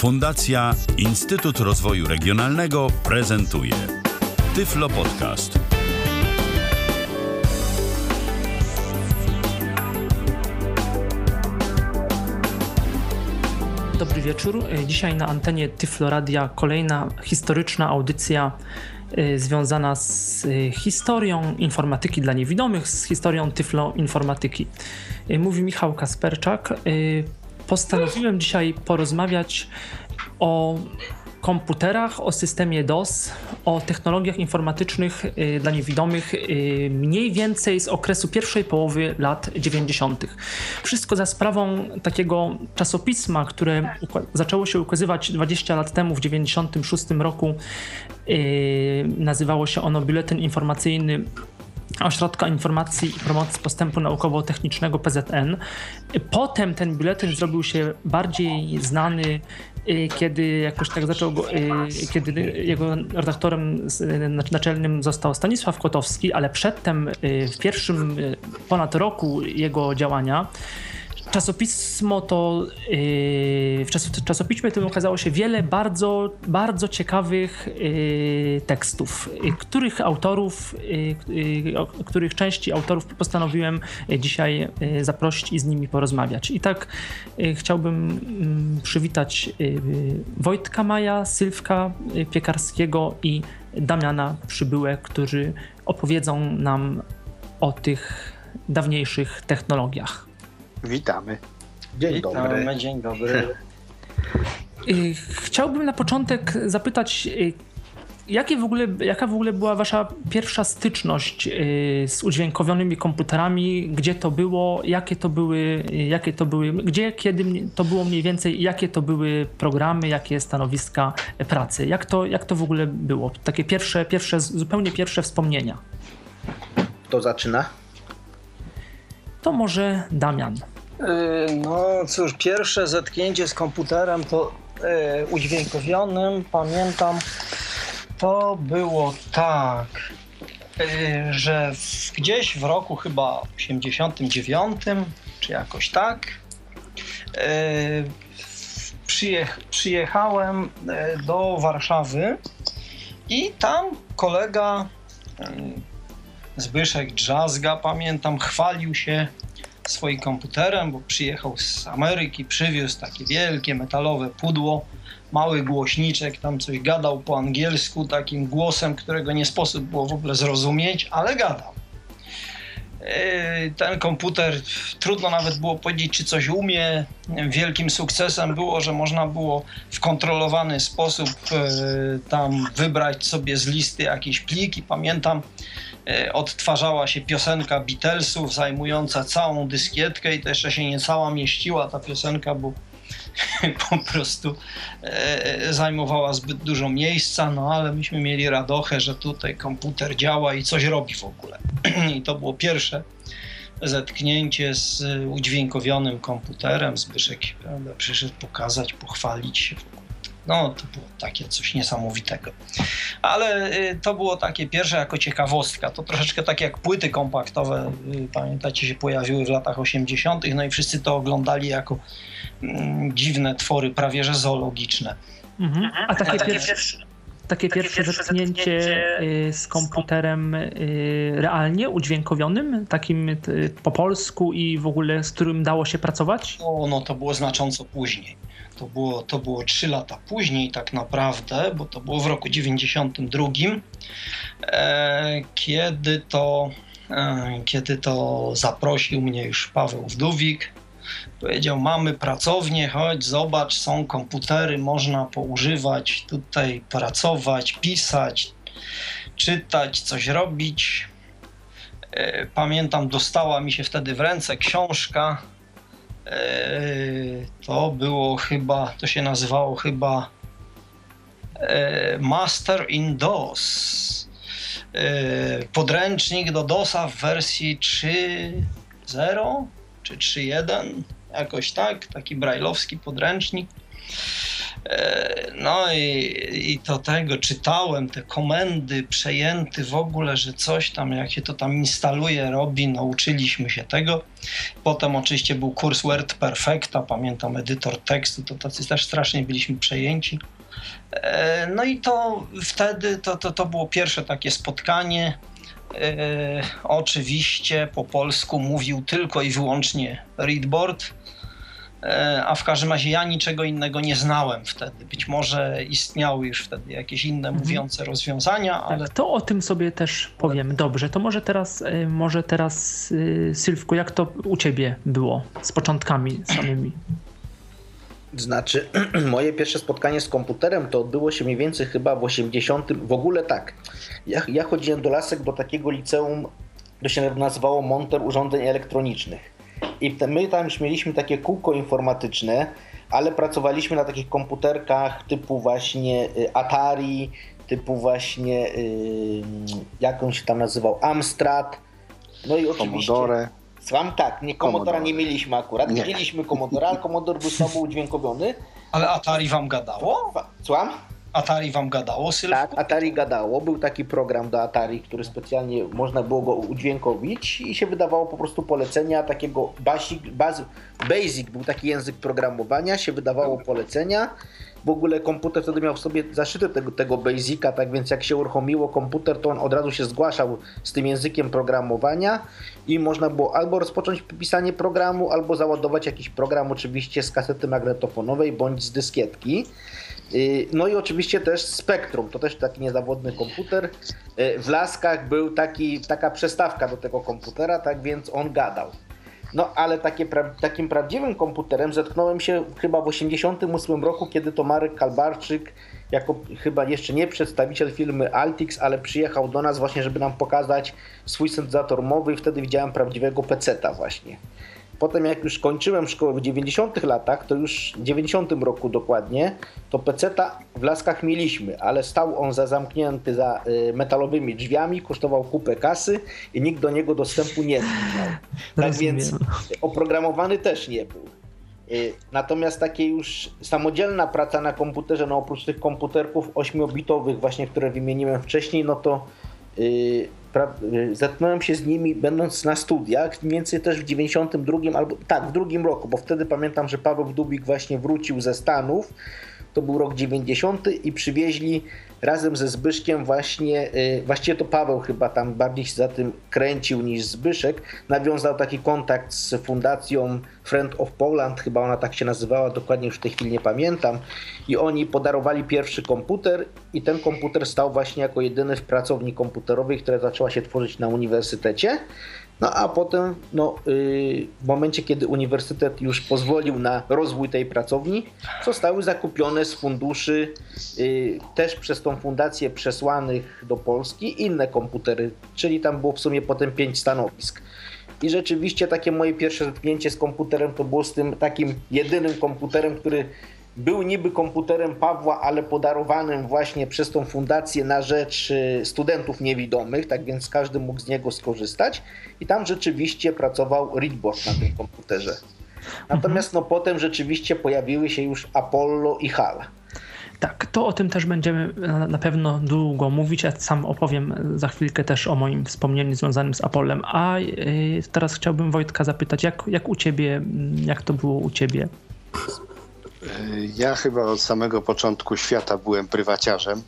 Fundacja Instytut Rozwoju Regionalnego prezentuje Tyflo Podcast. Dobry wieczór. Dzisiaj na antenie Tyflo Radia kolejna historyczna audycja związana z historią informatyki dla niewidomych, z historią Tyflo Informatyki. Mówi Michał Kasperczak. Postanowiłem dzisiaj porozmawiać o komputerach, o systemie DOS, o technologiach informatycznych dla niewidomych mniej więcej z okresu pierwszej połowy lat 90. Wszystko za sprawą takiego czasopisma, które zaczęło się ukazywać 20 lat temu, w 96 roku. Nazywało się ono Biuletyn Informacyjny Ośrodka Informacji i Promocji Postępu Naukowo-Technicznego PZN. Potem ten biuletyn zrobił się bardziej znany, kiedy jakoś tak kiedy jego redaktorem naczelnym został Stanisław Kotowski, ale przedtem w pierwszym ponad roku jego działania w czasopiśmie tym ukazało się wiele bardzo, bardzo ciekawych tekstów, których części autorów postanowiłem dzisiaj zaprosić i z nimi porozmawiać. I tak chciałbym przywitać Wojtka Maja, Sylwka Piekarskiego i Damiana Przybyłę, którzy opowiedzą nam o tych dawniejszych technologiach. Witamy. Dzień dobry. Chciałbym na początek zapytać, jaka w ogóle była wasza pierwsza styczność z udźwiękowionymi komputerami? Gdzie to było? Jakie to były, gdzie, kiedy to było mniej więcej? Jakie to były programy? Jakie stanowiska pracy? Jak to w ogóle było? Takie zupełnie pierwsze wspomnienia. Kto zaczyna? To może Damian. No cóż, pierwsze zetknięcie z komputerem to udźwiękowionym, pamiętam, to było tak, że gdzieś w roku chyba 89, czy jakoś tak, przyjechałem do Warszawy i tam kolega Zbyszek Drzazga, pamiętam, chwalił się swoim komputerem, bo przyjechał z Ameryki, przywiózł takie wielkie metalowe pudło, mały głośniczek, tam coś gadał po angielsku takim głosem, którego nie sposób było w ogóle zrozumieć, ale gadał. Ten komputer, trudno nawet było powiedzieć, czy coś umie. Wielkim sukcesem było, że można było w kontrolowany sposób tam wybrać sobie z listy jakieś pliki. Pamiętam, odtwarzała się piosenka Beatlesów zajmująca całą dyskietkę i to jeszcze się nie cała mieściła ta piosenka, bo po prostu zajmowała zbyt dużo miejsca, no ale myśmy mieli radochę, że tutaj komputer działa i coś robi w ogóle. I to było pierwsze zetknięcie z udźwiękowionym komputerem. Zbyszek przyszedł pokazać, pochwalić się. No, to było takie coś niesamowitego. Ale to było takie pierwsze jako ciekawostka. To troszeczkę tak jak płyty kompaktowe, pamiętacie, się pojawiły w latach 80. No i wszyscy to oglądali jako dziwne twory, prawie że zoologiczne. Mhm. A takie pierwsze zetknięcie z komputerem realnie udźwiękowionym, takim po polsku i w ogóle z którym dało się pracować? No to było znacząco później. To było 3 lata później tak naprawdę, bo to było w roku 92, kiedy to zaprosił mnie już Paweł Wdówik. Powiedział: mamy pracownię, chodź, zobacz, są komputery, można poużywać, tutaj pracować, pisać, czytać, coś robić. Pamiętam, dostała mi się wtedy w ręce książka. To było chyba, to się nazywało chyba Master in DOS. Podręcznik do DOS-a w wersji 3.0 czy 3.1, jakoś tak, taki brajlowski podręcznik. No i do tego czytałem te komendy, przejęty w ogóle, że coś tam, jak się to tam instaluje, robi, nauczyliśmy się tego. Potem oczywiście był kurs WordPerfecta, pamiętam edytor tekstu, to tacy też strasznie byliśmy przejęci. No i to wtedy to było pierwsze takie spotkanie. Oczywiście po polsku mówił tylko i wyłącznie Readboard, a w każdym razie ja niczego innego nie znałem wtedy. Być może istniały już wtedy jakieś inne mówiące rozwiązania, ale... Tak, to o tym sobie też powiem. Dobrze, to może teraz Sylwku, jak to u ciebie było z początkami samymi? Znaczy, moje pierwsze spotkanie z komputerem to odbyło się mniej więcej chyba w 80. W ogóle tak. Ja chodziłem do Lasek, do takiego liceum, to się nazywało Monter Urządzeń Elektronicznych. I my tam już mieliśmy takie kółko informatyczne, ale pracowaliśmy na takich komputerkach typu właśnie Atari, typu właśnie, jak on się tam nazywał, Amstrad. No i oczywiście... Commodore. Słucham, tak, nie Commodora nie mieliśmy akurat. Nie. Mieliśmy Commodora, ale Commodore był słabo udźwiękowiony. Ale Atari wam gadało? Słucham? Atari wam gadało, Sylwku? Tak, Atari gadało. Był taki program do Atari, który specjalnie można było go udźwiękowić i się wydawało po prostu polecenia takiego basic był taki język programowania, się wydawało polecenia. W ogóle komputer wtedy miał w sobie zaszyte tego basica, tak więc jak się uruchomiło komputer, to on od razu się zgłaszał z tym językiem programowania i można było albo rozpocząć pisanie programu, albo załadować jakiś program oczywiście z kasety magnetofonowej bądź z dyskietki. No i oczywiście też Spectrum, to też taki niezawodny komputer. W Laskach był taka przestawka do tego komputera, tak więc on gadał. No ale takim prawdziwym komputerem zetknąłem się chyba w 1988 roku, kiedy to Marek Kalbarczyk, jako chyba jeszcze nie przedstawiciel firmy Altix, ale przyjechał do nas właśnie, żeby nam pokazać swój syntezator mowy i wtedy widziałem prawdziwego peceta właśnie. Potem jak już kończyłem szkołę w 90 latach, to już w 90 roku dokładnie, to peceta w Laskach mieliśmy, ale stał on zamknięty za metalowymi drzwiami, kosztował kupę kasy i nikt do niego dostępu nie miał. Tak więc oprogramowany też nie był. Natomiast takie już samodzielna praca na komputerze, no oprócz tych komputerków 8-bitowych właśnie, które wymieniłem wcześniej, no to zetknąłem się z nimi będąc na studiach, mniej więcej też w 92 albo tak, w drugim roku, bo wtedy pamiętam, że Paweł Dubik właśnie wrócił ze Stanów, to był rok 90 i przywieźli razem ze Zbyszkiem właściwie to Paweł chyba tam bardziej się za tym kręcił niż Zbyszek, nawiązał taki kontakt z fundacją Friend of Poland, chyba ona tak się nazywała, dokładnie już w tej chwili nie pamiętam, i oni podarowali pierwszy komputer i ten komputer stał właśnie jako jedyny w pracowni komputerowej, która zaczęła się tworzyć na uniwersytecie. No a potem w momencie, kiedy uniwersytet już pozwolił na rozwój tej pracowni, zostały zakupione z funduszy też przez tą fundację przesłanych do Polski inne komputery, czyli tam było w sumie potem 5 stanowisk. I rzeczywiście takie moje pierwsze zetknięcie z komputerem to było z tym takim jedynym komputerem, który był niby komputerem Pawła, ale podarowanym właśnie przez tą fundację na rzecz studentów niewidomych, tak więc każdy mógł z niego skorzystać i tam rzeczywiście pracował Readboard na tym komputerze. Natomiast no potem rzeczywiście pojawiły się już Apollo i HAL. Tak, to o tym też będziemy na pewno długo mówić. Ja sam opowiem za chwilkę też o moim wspomnieniu związanym z Apollem. A teraz chciałbym Wojtka zapytać, jak u ciebie, jak to było u ciebie? Ja chyba od samego początku świata byłem prywaciarzem,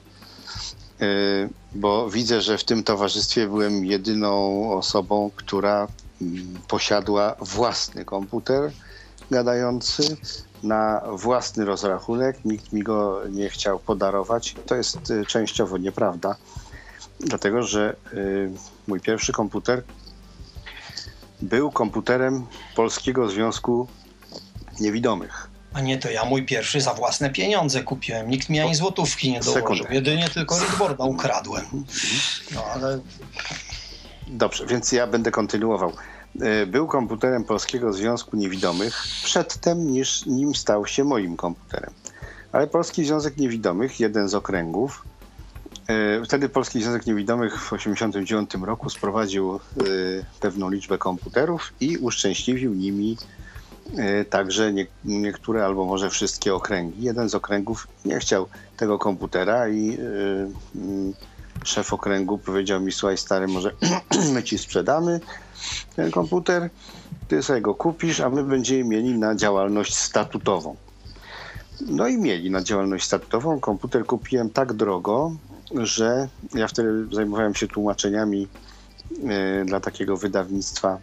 bo widzę, że w tym towarzystwie byłem jedyną osobą, która posiadła własny komputer gadający na własny rozrachunek. Nikt mi go nie chciał podarować. To jest częściowo nieprawda, dlatego że mój pierwszy komputer był komputerem Polskiego Związku Niewidomych. A nie, to ja mój pierwszy za własne pieniądze kupiłem. Nikt mi ani złotówki nie dołożył. Jedynie tylko Readboarda ukradłem. No ale... Dobrze, więc ja będę kontynuował. Był komputerem Polskiego Związku Niewidomych przedtem, nim stał się moim komputerem. Ale Polski Związek Niewidomych, jeden z okręgów, wtedy Polski Związek Niewidomych w 1989 roku sprowadził pewną liczbę komputerów i uszczęśliwił nimi także niektóre albo może wszystkie okręgi. Jeden z okręgów nie chciał tego komputera i szef okręgu powiedział mi: słuchaj stary, może my ci sprzedamy ten komputer, ty sobie go kupisz, a my będziemy mieli na działalność statutową. No i mieli na działalność statutową. Komputer kupiłem tak drogo, że ja wtedy zajmowałem się tłumaczeniami dla takiego wydawnictwa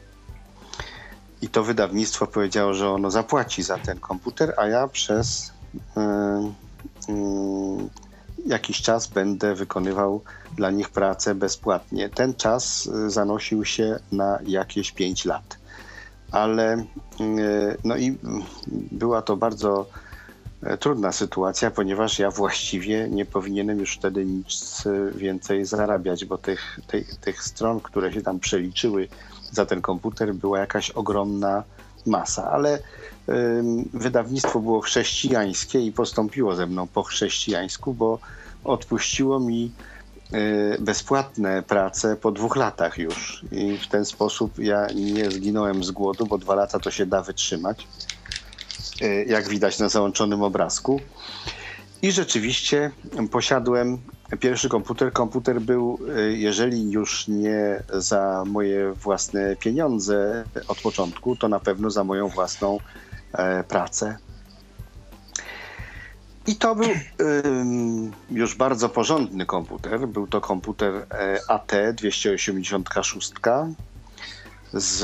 i to wydawnictwo powiedziało, że ono zapłaci za ten komputer, a ja przez jakiś czas będę wykonywał dla nich pracę bezpłatnie. Ten czas zanosił się na jakieś 5 lat. Ale no i była to bardzo trudna sytuacja, ponieważ ja właściwie nie powinienem już wtedy nic więcej zarabiać, bo tych stron, które się tam przeliczyły za ten komputer, była jakaś ogromna masa. Ale wydawnictwo było chrześcijańskie i postąpiło ze mną po chrześcijańsku, bo odpuściło mi bezpłatne prace po 2 latach już. I w ten sposób ja nie zginąłem z głodu, bo 2 lata to się da wytrzymać, jak widać na załączonym obrazku. I rzeczywiście posiadłem pierwszy komputer. Komputer był, jeżeli już nie za moje własne pieniądze od początku, to na pewno za moją własną pracę. I to był już bardzo porządny komputer. Był to komputer AT286 z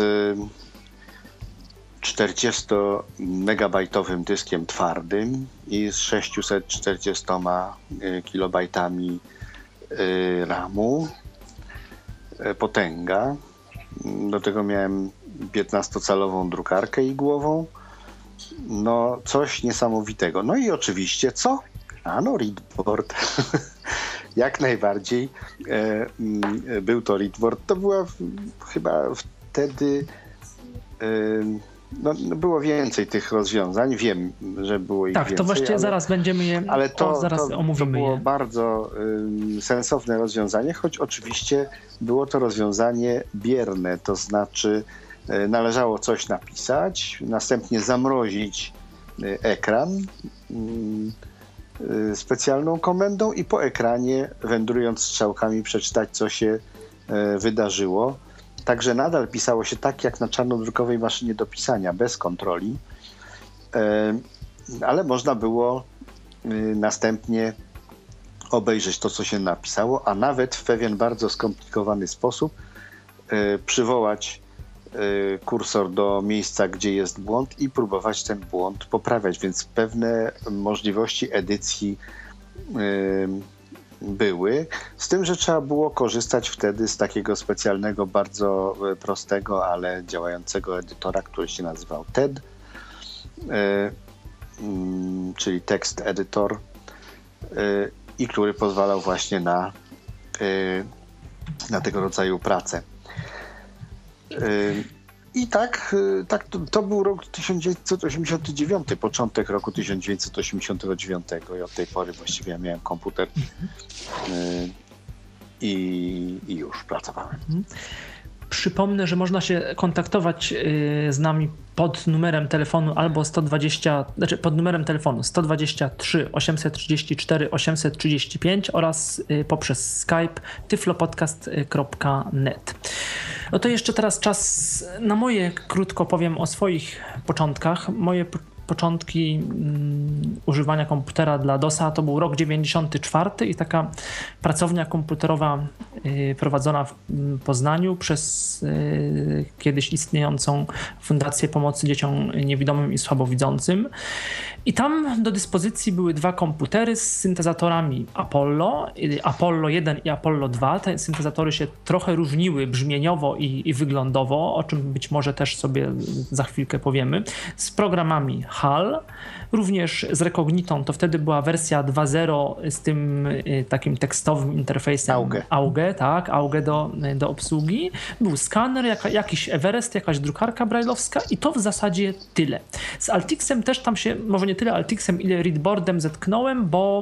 40-megabajtowym dyskiem twardym i z 640 kilobajtami RAM-u. Potęga. Do tego miałem 15-calową drukarkę igłową. No, coś niesamowitego. No i oczywiście co? No, readboard. Jak najbardziej był to readboard. To była chyba wtedy... No, było więcej tych rozwiązań. Wiem, że było ich więcej. Tak, to właściwie zaraz będziemy je... Ale zaraz omówimy to było je. bardzo sensowne rozwiązanie, choć oczywiście było to rozwiązanie bierne. To znaczy należało coś napisać, następnie zamrozić ekran specjalną komendą i po ekranie, wędrując strzałkami, przeczytać, co się wydarzyło. Także nadal pisało się tak, jak na czarnodrukowej maszynie do pisania, bez kontroli, ale można było następnie obejrzeć to, co się napisało, a nawet w pewien bardzo skomplikowany sposób przywołać kursor do miejsca, gdzie jest błąd i próbować ten błąd poprawiać, więc pewne możliwości edycji były, z tym, że trzeba było korzystać wtedy z takiego specjalnego, bardzo prostego, ale działającego edytora, który się nazywał TED, czyli Text Editor, i który pozwalał właśnie na tego rodzaju pracę. I tak to był rok 1989, początek roku 1989 i od tej pory właściwie ja miałem komputer i już pracowałem. Przypomnę, że można się kontaktować z nami pod numerem telefonu albo pod numerem telefonu 123 834 835 oraz poprzez Skype tyflopodcast.net. No to jeszcze teraz czas na moje, krótko powiem o swoich początkach. Moje początki używania komputera dla DOS-a to był rok 94 i taka pracownia komputerowa prowadzona w Poznaniu przez kiedyś istniejącą Fundację Pomocy Dzieciom Niewidomym i Słabowidzącym. I tam do dyspozycji były 2 komputery z syntezatorami Apollo 1 i Apollo 2. Te syntezatory się trochę różniły brzmieniowo i wyglądowo, o czym być może też sobie za chwilkę powiemy. Z programami HAL, również z Recognitą, to wtedy była wersja 2.0 z tym takim tekstowym interfejsem AUGE, tak, AUGE do obsługi. Był skaner, jakiś Everest, jakaś drukarka brajlowska i to w zasadzie tyle. Z Altixem też tam się, może nie tyle Altixem, ile Readboardem zetknąłem, bo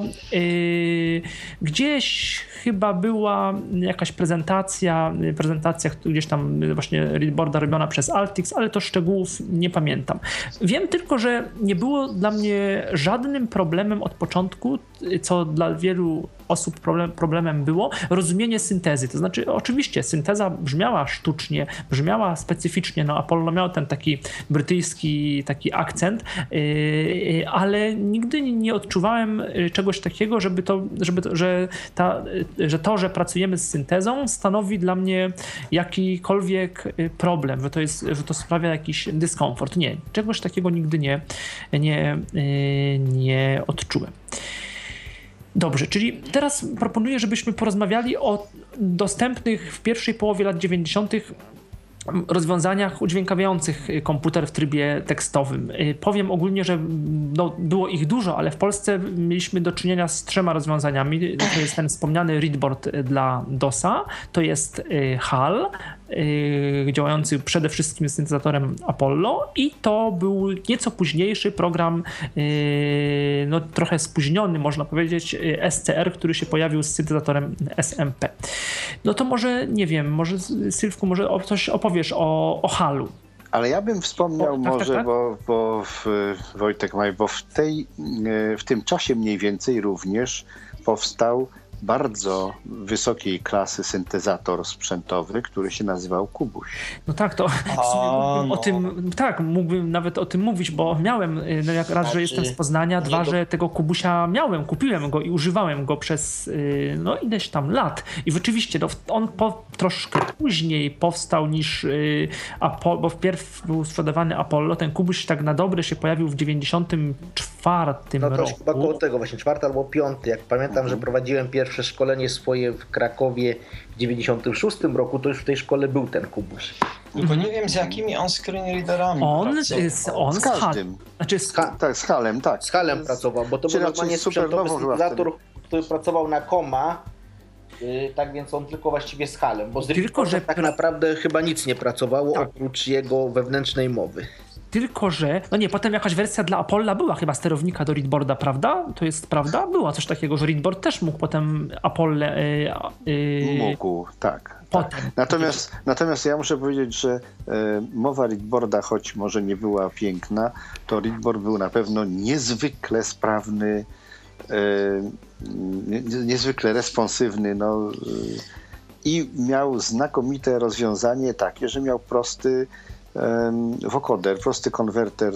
gdzieś chyba była jakaś prezentacja gdzieś tam właśnie Readboarda robiona przez Altix, ale to szczegółów nie pamiętam. Wiem tylko, że nie było dla mnie żadnym problemem od początku, co dla wielu osób problemem było, rozumienie syntezy. To znaczy, oczywiście synteza brzmiała sztucznie, brzmiała specyficznie, no Apollo miał ten taki brytyjski taki akcent, ale nigdy nie odczuwałem czegoś takiego, że pracujemy z syntezą stanowi dla mnie jakikolwiek problem, że to sprawia jakiś dyskomfort. Nie, czegoś takiego nigdy nie odczułem. Dobrze, czyli teraz proponuję, żebyśmy porozmawiali o dostępnych w pierwszej połowie lat 90. rozwiązaniach udźwiękawiających komputer w trybie tekstowym. Powiem ogólnie, że było ich dużo, ale w Polsce mieliśmy do czynienia z 3 rozwiązaniami. To jest ten wspomniany Readboard dla DOS-a, to jest HAL, działający przede wszystkim z syntezatorem Apollo i to był nieco późniejszy program, no trochę spóźniony można powiedzieć, SCR, który się pojawił z syntezatorem SMP. No to może, nie wiem, może Sylwku, może coś opowiesz o HAL-u. Ale ja bym wspomniał tak. Bo Wojtek Maj, bo w tym czasie mniej więcej również powstał bardzo wysokiej klasy syntezator sprzętowy, który się nazywał Kubuś. No tak, to mógłbym nawet o tym mówić, bo miałem, no jak raz, że jestem z Poznania, dwa, że tego Kubusia kupiłem go i używałem go przez no ileś tam lat. I rzeczywiście on troszkę później powstał niż Apollo, bo wpierw był sprzedawany Apollo. Ten Kubuś tak na dobre się pojawił w 94 roku. No to chyba koło tego właśnie, 4 albo 5. Jak pamiętam, że prowadziłem pierwsze szkolenie swoje w Krakowie w 96 roku, to już w tej szkole był ten Kubuś. Tylko nie wiem, z jakimi on screenreaderami On z każdym. Z HAL-em, tak. Z HAL-em pracował, bo to był normalnie sprzętowy syntezator, który pracował na Koma, tak więc on tylko właściwie z HAL-em, bo z Readboardem tak naprawdę chyba nic nie pracowało, oprócz jego wewnętrznej mowy. Tylko że, no nie, potem jakaś wersja dla Apollo była chyba sterownika do Readboarda, prawda? To jest prawda? Była coś takiego, że Readboard też mógł potem Apollo... Mógł, tak. Natomiast ja muszę powiedzieć, że mowa Readboarda, choć może nie była piękna, to Readboard był na pewno niezwykle sprawny, niezwykle responsywny, i miał znakomite rozwiązanie takie, że miał prosty wokoder, prosty konwerter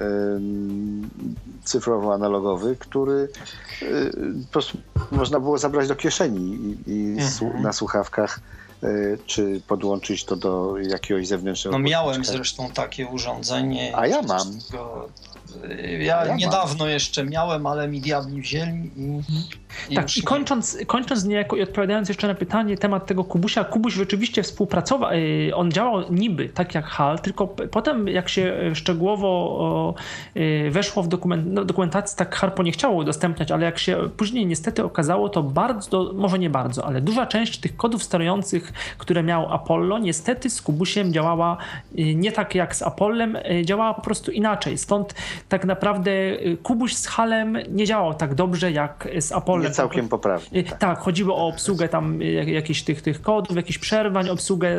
cyfrowo-analogowy, który po prostu można było zabrać do kieszeni i na słuchawkach czy podłączyć to do jakiegoś zewnętrznego... No miałem zresztą takie urządzenie. A ja mam. Ja niedawno jeszcze miałem, ale mi diabli wzięli i tak, i kończąc niejako i odpowiadając jeszcze na pytanie, temat tego Kubusia, Kubuś rzeczywiście współpracował, on działał niby tak jak HAL, tylko potem jak się szczegółowo weszło w dokumentacji, tak Harpo nie chciało udostępniać, ale jak się później niestety okazało, to bardzo, może nie bardzo, ale duża część tych kodów sterujących, które miał Apollo, niestety z Kubusiem działała nie tak jak z Apollem, działała po prostu inaczej. Stąd tak naprawdę Kubuś z HAL-em nie działał tak dobrze jak z Apollem. Nie całkiem poprawnie. Tak, chodziło o obsługę tam jakichś tych kodów, jakichś przerwań, obsługę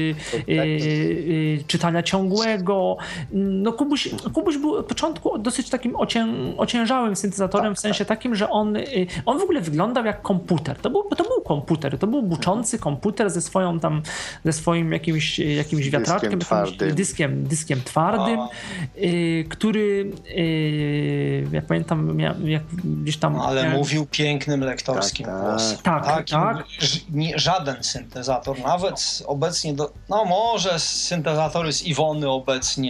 czytania ciągłego. No Kubuś był od początku dosyć takim ociężałym syntezatorem, w sensie takim, że on w ogóle wyglądał jak komputer. To był komputer, to był buczący komputer ze swoim jakimś wiatraczkiem, dyskiem twardym, który jak pamiętam, jak gdzieś tam... Ale mówił pięknym lektorskim głosem. Tak. Żaden syntezator, nawet obecnie, może syntezatory z Iwony obecnie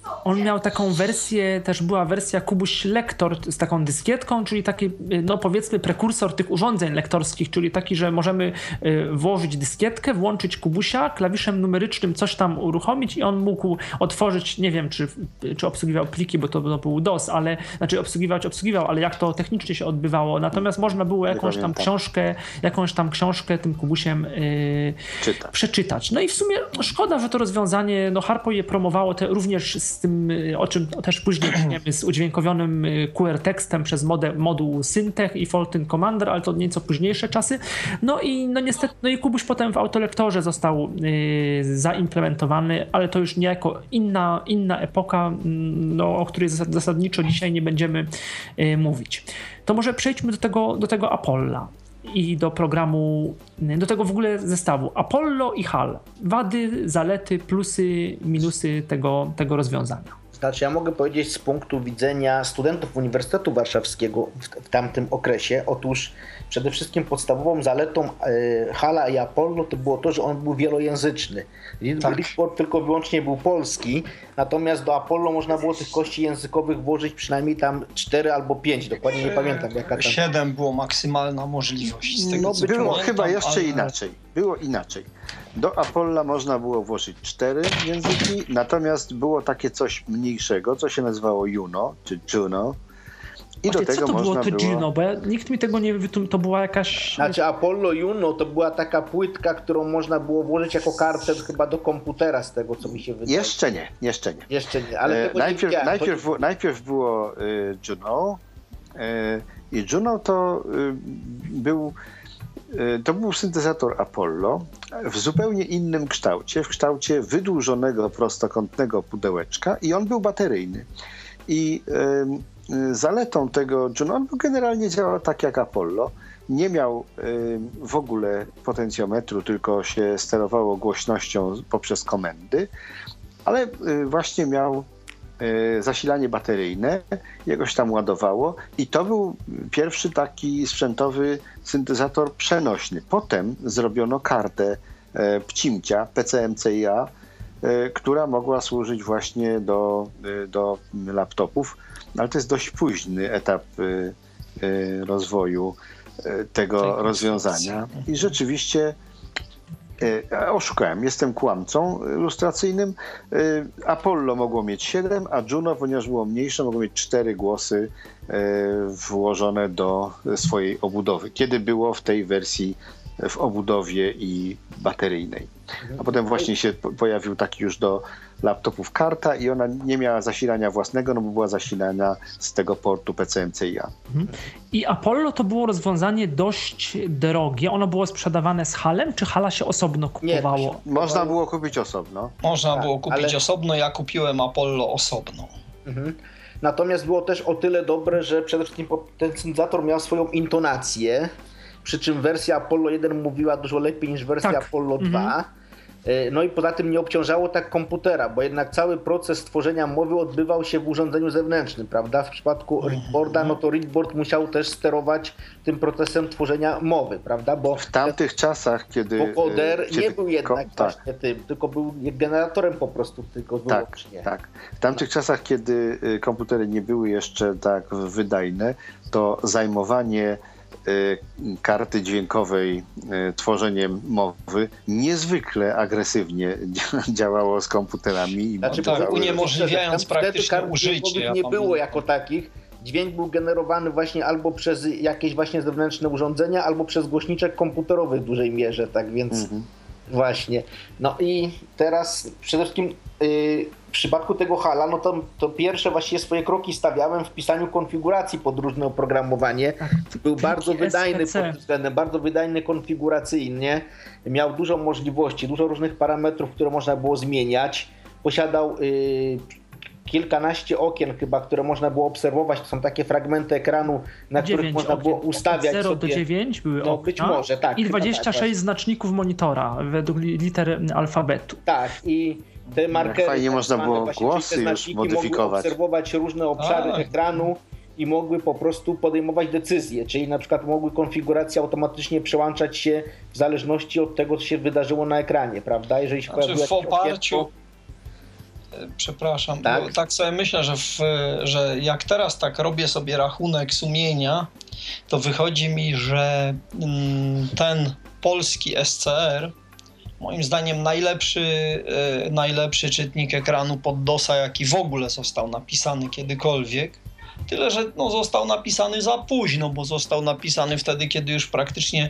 On miał taką wersję, też była wersja Kubuś Lektor z taką dyskietką, czyli taki, no powiedzmy, prekursor tych urządzeń lektorskich, czyli taki, że możemy włożyć dyskietkę, włączyć Kubusia, klawiszem numerycznym coś tam uruchomić i on mógł otworzyć, nie wiem, czy obsługiwał pliki, bo to był DOS, ale, znaczy obsługiwał, ale jak to technicznie się odbywało. Natomiast można było jakąś tam książkę tym Kubusiem przeczytać. No i w sumie szkoda, że to rozwiązanie, no Harpo je promowało również z tym, o czym też później wiemy, z udźwiękowionym QR tekstem przez moduł Syntech i Fulton Commander, ale to nieco późniejsze czasy. No i niestety, no i Kubuś potem w autolektorze został zaimplementowany, ale to już niejako inna epoka, no, o której zasadniczo dzisiaj nie będziemy mówić. To może przejdźmy do tego Apolla i do programu, do tego w ogóle zestawu Apollo i HAL. Wady, zalety, plusy, minusy tego rozwiązania. Znaczy, ja mogę powiedzieć z punktu widzenia studentów Uniwersytetu Warszawskiego w tamtym okresie. Otóż przede wszystkim podstawową zaletą HAL-a i Apollo to było to, że on był wielojęzyczny. Leadboard tylko wyłącznie był polski, natomiast do Apollo można było tych kości językowych włożyć przynajmniej tam 4 albo 5, dokładnie nie pamiętam jaka tam. 7 było maksymalna możliwość. Z tego, no, było chyba jeszcze inaczej. Było inaczej. Do Apolla można było włożyć 4 języki, natomiast było takie coś mniejszego, co się nazywało Juno, czy Juno. I właśnie, do tego co to można było to Juno? Bo nikt mi tego nie wytłumaczył, to była jakaś... Znaczy Apollo Juno to była taka płytka, którą można było włożyć jako kartę chyba do komputera, z tego co mi się wydaje. Jeszcze nie. Jeszcze nie, ale tego najpierw było Juno i Juno to był syntezator Apollo w zupełnie innym kształcie, w kształcie wydłużonego prostokątnego pudełeczka i on był bateryjny. I zaletą tego Juno, on generalnie działał tak jak Apollo, nie miał w ogóle potencjometru, tylko się sterowało głośnością poprzez komendy, ale właśnie miał zasilanie bateryjne, jakoś tam ładowało i to był pierwszy taki sprzętowy syntezator przenośny. Potem zrobiono kartę PCIMcia, PCMCIA, która mogła służyć właśnie do laptopów, ale to jest dość późny etap rozwoju tego rozwiązania i rzeczywiście oszukałem, jestem kłamcą ilustracyjnym. Apollo mogło mieć 7, a Juno, ponieważ było mniejsze, mogło mieć 4 głosy włożone do swojej obudowy, kiedy było w tej wersji w obudowie i bateryjnej. A potem właśnie się pojawił taki już do laptopów karta i ona nie miała zasilania własnego, no bo była zasilana z tego portu PCMCIA. I Apollo to było rozwiązanie dość drogie. Ono było sprzedawane z HAL-em, czy HAL-a się osobno kupowało? Nie, można było kupić osobno. Można było kupić osobno, ja kupiłem Apollo osobno. Natomiast było też o tyle dobre, że przede wszystkim ten syntezator miał swoją intonację, przy czym wersja Apollo 1 mówiła dużo lepiej niż wersja Apollo 2. No i poza tym nie obciążało tak komputera, bo jednak cały proces tworzenia mowy odbywał się w urządzeniu zewnętrznym, prawda? W przypadku readboarda, no to readboard musiał też sterować tym procesem tworzenia mowy, prawda? Bo w tamtych czasach, kiedy... Vocoder nie był jednak właśnie tym, tylko był generatorem po prostu, tylko wyłącznie. Tak. W tamtych czasach, kiedy komputery nie były jeszcze tak wydajne, to zajmowanie karty dźwiękowej tworzeniem mowy niezwykle agresywnie działało z komputerami. Znaczy, uniemożliwiając praktyczne użycie. Nie było jako takich. Dźwięk był generowany właśnie albo przez jakieś właśnie zewnętrzne urządzenia, albo przez głośniczek komputerowy w dużej mierze, tak więc właśnie. No i teraz przede wszystkim w przypadku tego HAL-a, no to pierwsze właściwie swoje kroki stawiałem w pisaniu konfiguracji pod różne oprogramowanie. Był bardzo wydajny pod tym względem, bardzo wydajny konfiguracyjnie. Miał dużo możliwości, dużo różnych parametrów, które można było zmieniać. Posiadał kilkanaście okien chyba, które można było obserwować. To są takie fragmenty ekranu, na których można było ustawiać od 0 do 9 były okna. Być może, tak. I 26 znaczników monitora według liter alfabetu. Tak, i te markery, fajnie można było głosy już modyfikować. Mogły obserwować różne obszary ekranu i mogły po prostu podejmować decyzje, czyli na przykład mogły konfiguracje automatycznie przełączać się w zależności od tego, co się wydarzyło na ekranie, prawda? Jeżeli się w oparciu Przepraszam, Tak? bo tak sobie myślę, że jak teraz tak robię sobie rachunek sumienia, to wychodzi mi, że ten polski SCR, moim zdaniem najlepszy czytnik ekranu pod DOS-a, jaki w ogóle został napisany kiedykolwiek. Tyle, że został napisany za późno, bo został napisany wtedy, kiedy już praktycznie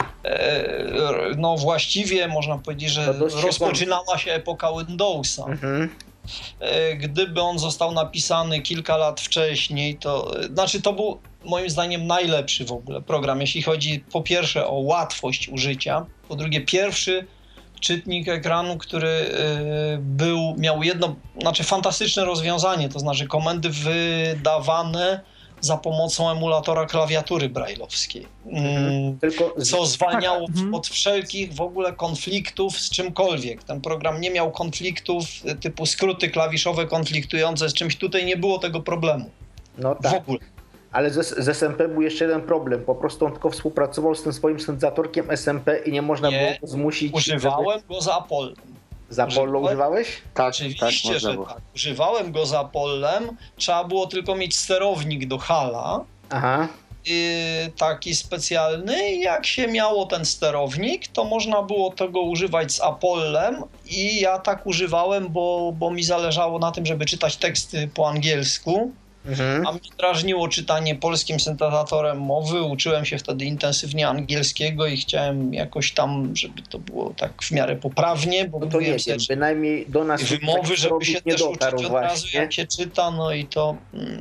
właściwie można powiedzieć, że rozpoczynała się epoka Windowsa. Gdyby on został napisany kilka lat wcześniej, to był moim zdaniem najlepszy w ogóle program, jeśli chodzi po pierwsze o łatwość użycia, po drugie pierwszy czytnik ekranu, który miał fantastyczne rozwiązanie, to znaczy komendy wydawane za pomocą emulatora klawiatury brajlowskiej. Co zwalniało od wszelkich w ogóle konfliktów z czymkolwiek. Ten program nie miał konfliktów typu skróty klawiszowe konfliktujące z czymś. Tutaj nie było tego problemu. No tak. W ogóle. Ale z SMP był jeszcze jeden problem. Po prostu on tylko współpracował z tym swoim syntezatorkiem SMP i nie można było go zmusić. Używałem go za Apollem. Za Apollo używałeś? Tak, oczywiście, tak, że tak. Używałem go za Apollem. Trzeba było tylko mieć sterownik do HAL-a. Aha. Taki specjalny. I jak się miało ten sterownik, to można było tego używać z Apollem i ja tak używałem, bo mi zależało na tym, żeby czytać teksty po angielsku. A mnie drażniło czytanie polskim syntezatorem mowy. Uczyłem się wtedy intensywnie angielskiego i chciałem jakoś tam, żeby to było tak w miarę poprawnie, bo to nie wiem, bynajmniej do nas wymowy, żeby się też uczyć od razu, jak się czyta, i to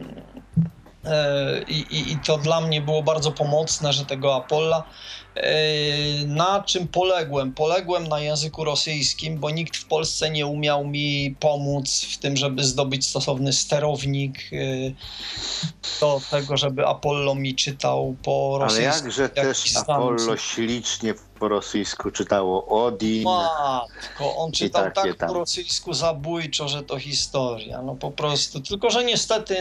i to dla mnie było bardzo pomocne, że tego Apolla. Na czym poległem? Poległem na języku rosyjskim, bo nikt w Polsce nie umiał mi pomóc w tym, żeby zdobyć stosowny sterownik do tego, żeby Apollo mi czytał po rosyjsku. Ale jakże też Apollo ślicznie po rosyjsku czytało Odin. Matko, on czytał tak po rosyjsku zabójczo, że to historia, po prostu. Tylko, że niestety,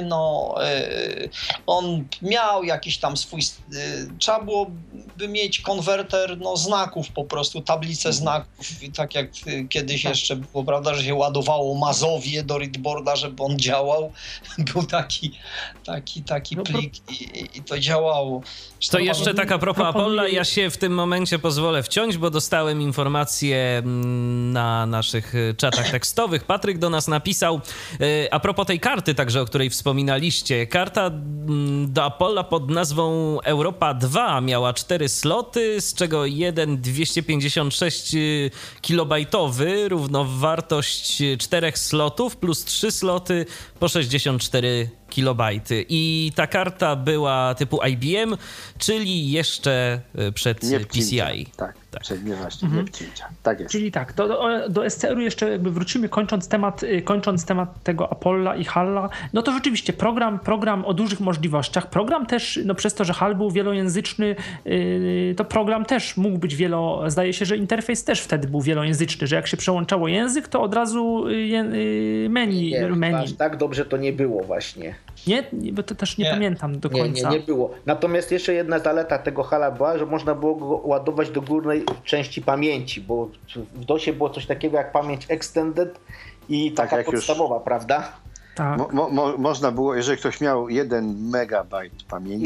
on miał jakiś tam swój, trzeba byłoby mieć konwerter znaków po prostu, tablicę znaków, tak jak kiedyś jeszcze było, prawda, że się ładowało Mazowie do readboarda, żeby on działał. Był taki plik i to działało. To jeszcze tak a propos Apolla, ja się w tym momencie pozwolę wciąć, bo dostałem informację na naszych czatach tekstowych. Patryk do nas napisał a propos tej karty także, o której wspominaliście. Karta do Apolla pod nazwą Europa 2 miała 4 sloty, z czego jeden 256 kilobajtowy, równowartość 4 slotów plus 3 sloty po 64 kilobajty. I ta karta była typu IBM, czyli jeszcze przed PCI. Tak, przed właśnie nie wcięcia. Tak jest. Czyli tak, do SCR-u jeszcze jakby wrócimy, kończąc temat tego Apolla i HAL-a. To rzeczywiście program o dużych możliwościach. Program też, przez to, że HAL był wielojęzyczny, to program też mógł być zdaje się, że interfejs też wtedy był wielojęzyczny, że jak się przełączało język, to od razu menu. Aż tak dobrze to nie było właśnie. Nie? Bo to też nie pamiętam do końca. Nie było. Natomiast jeszcze jedna zaleta tego HAL-a była, że można było go ładować do górnej części pamięci, bo w DOSie było coś takiego jak pamięć extended i taka podstawowa, prawda? Tak. Można było, jeżeli ktoś miał 1 megabajt pamięci,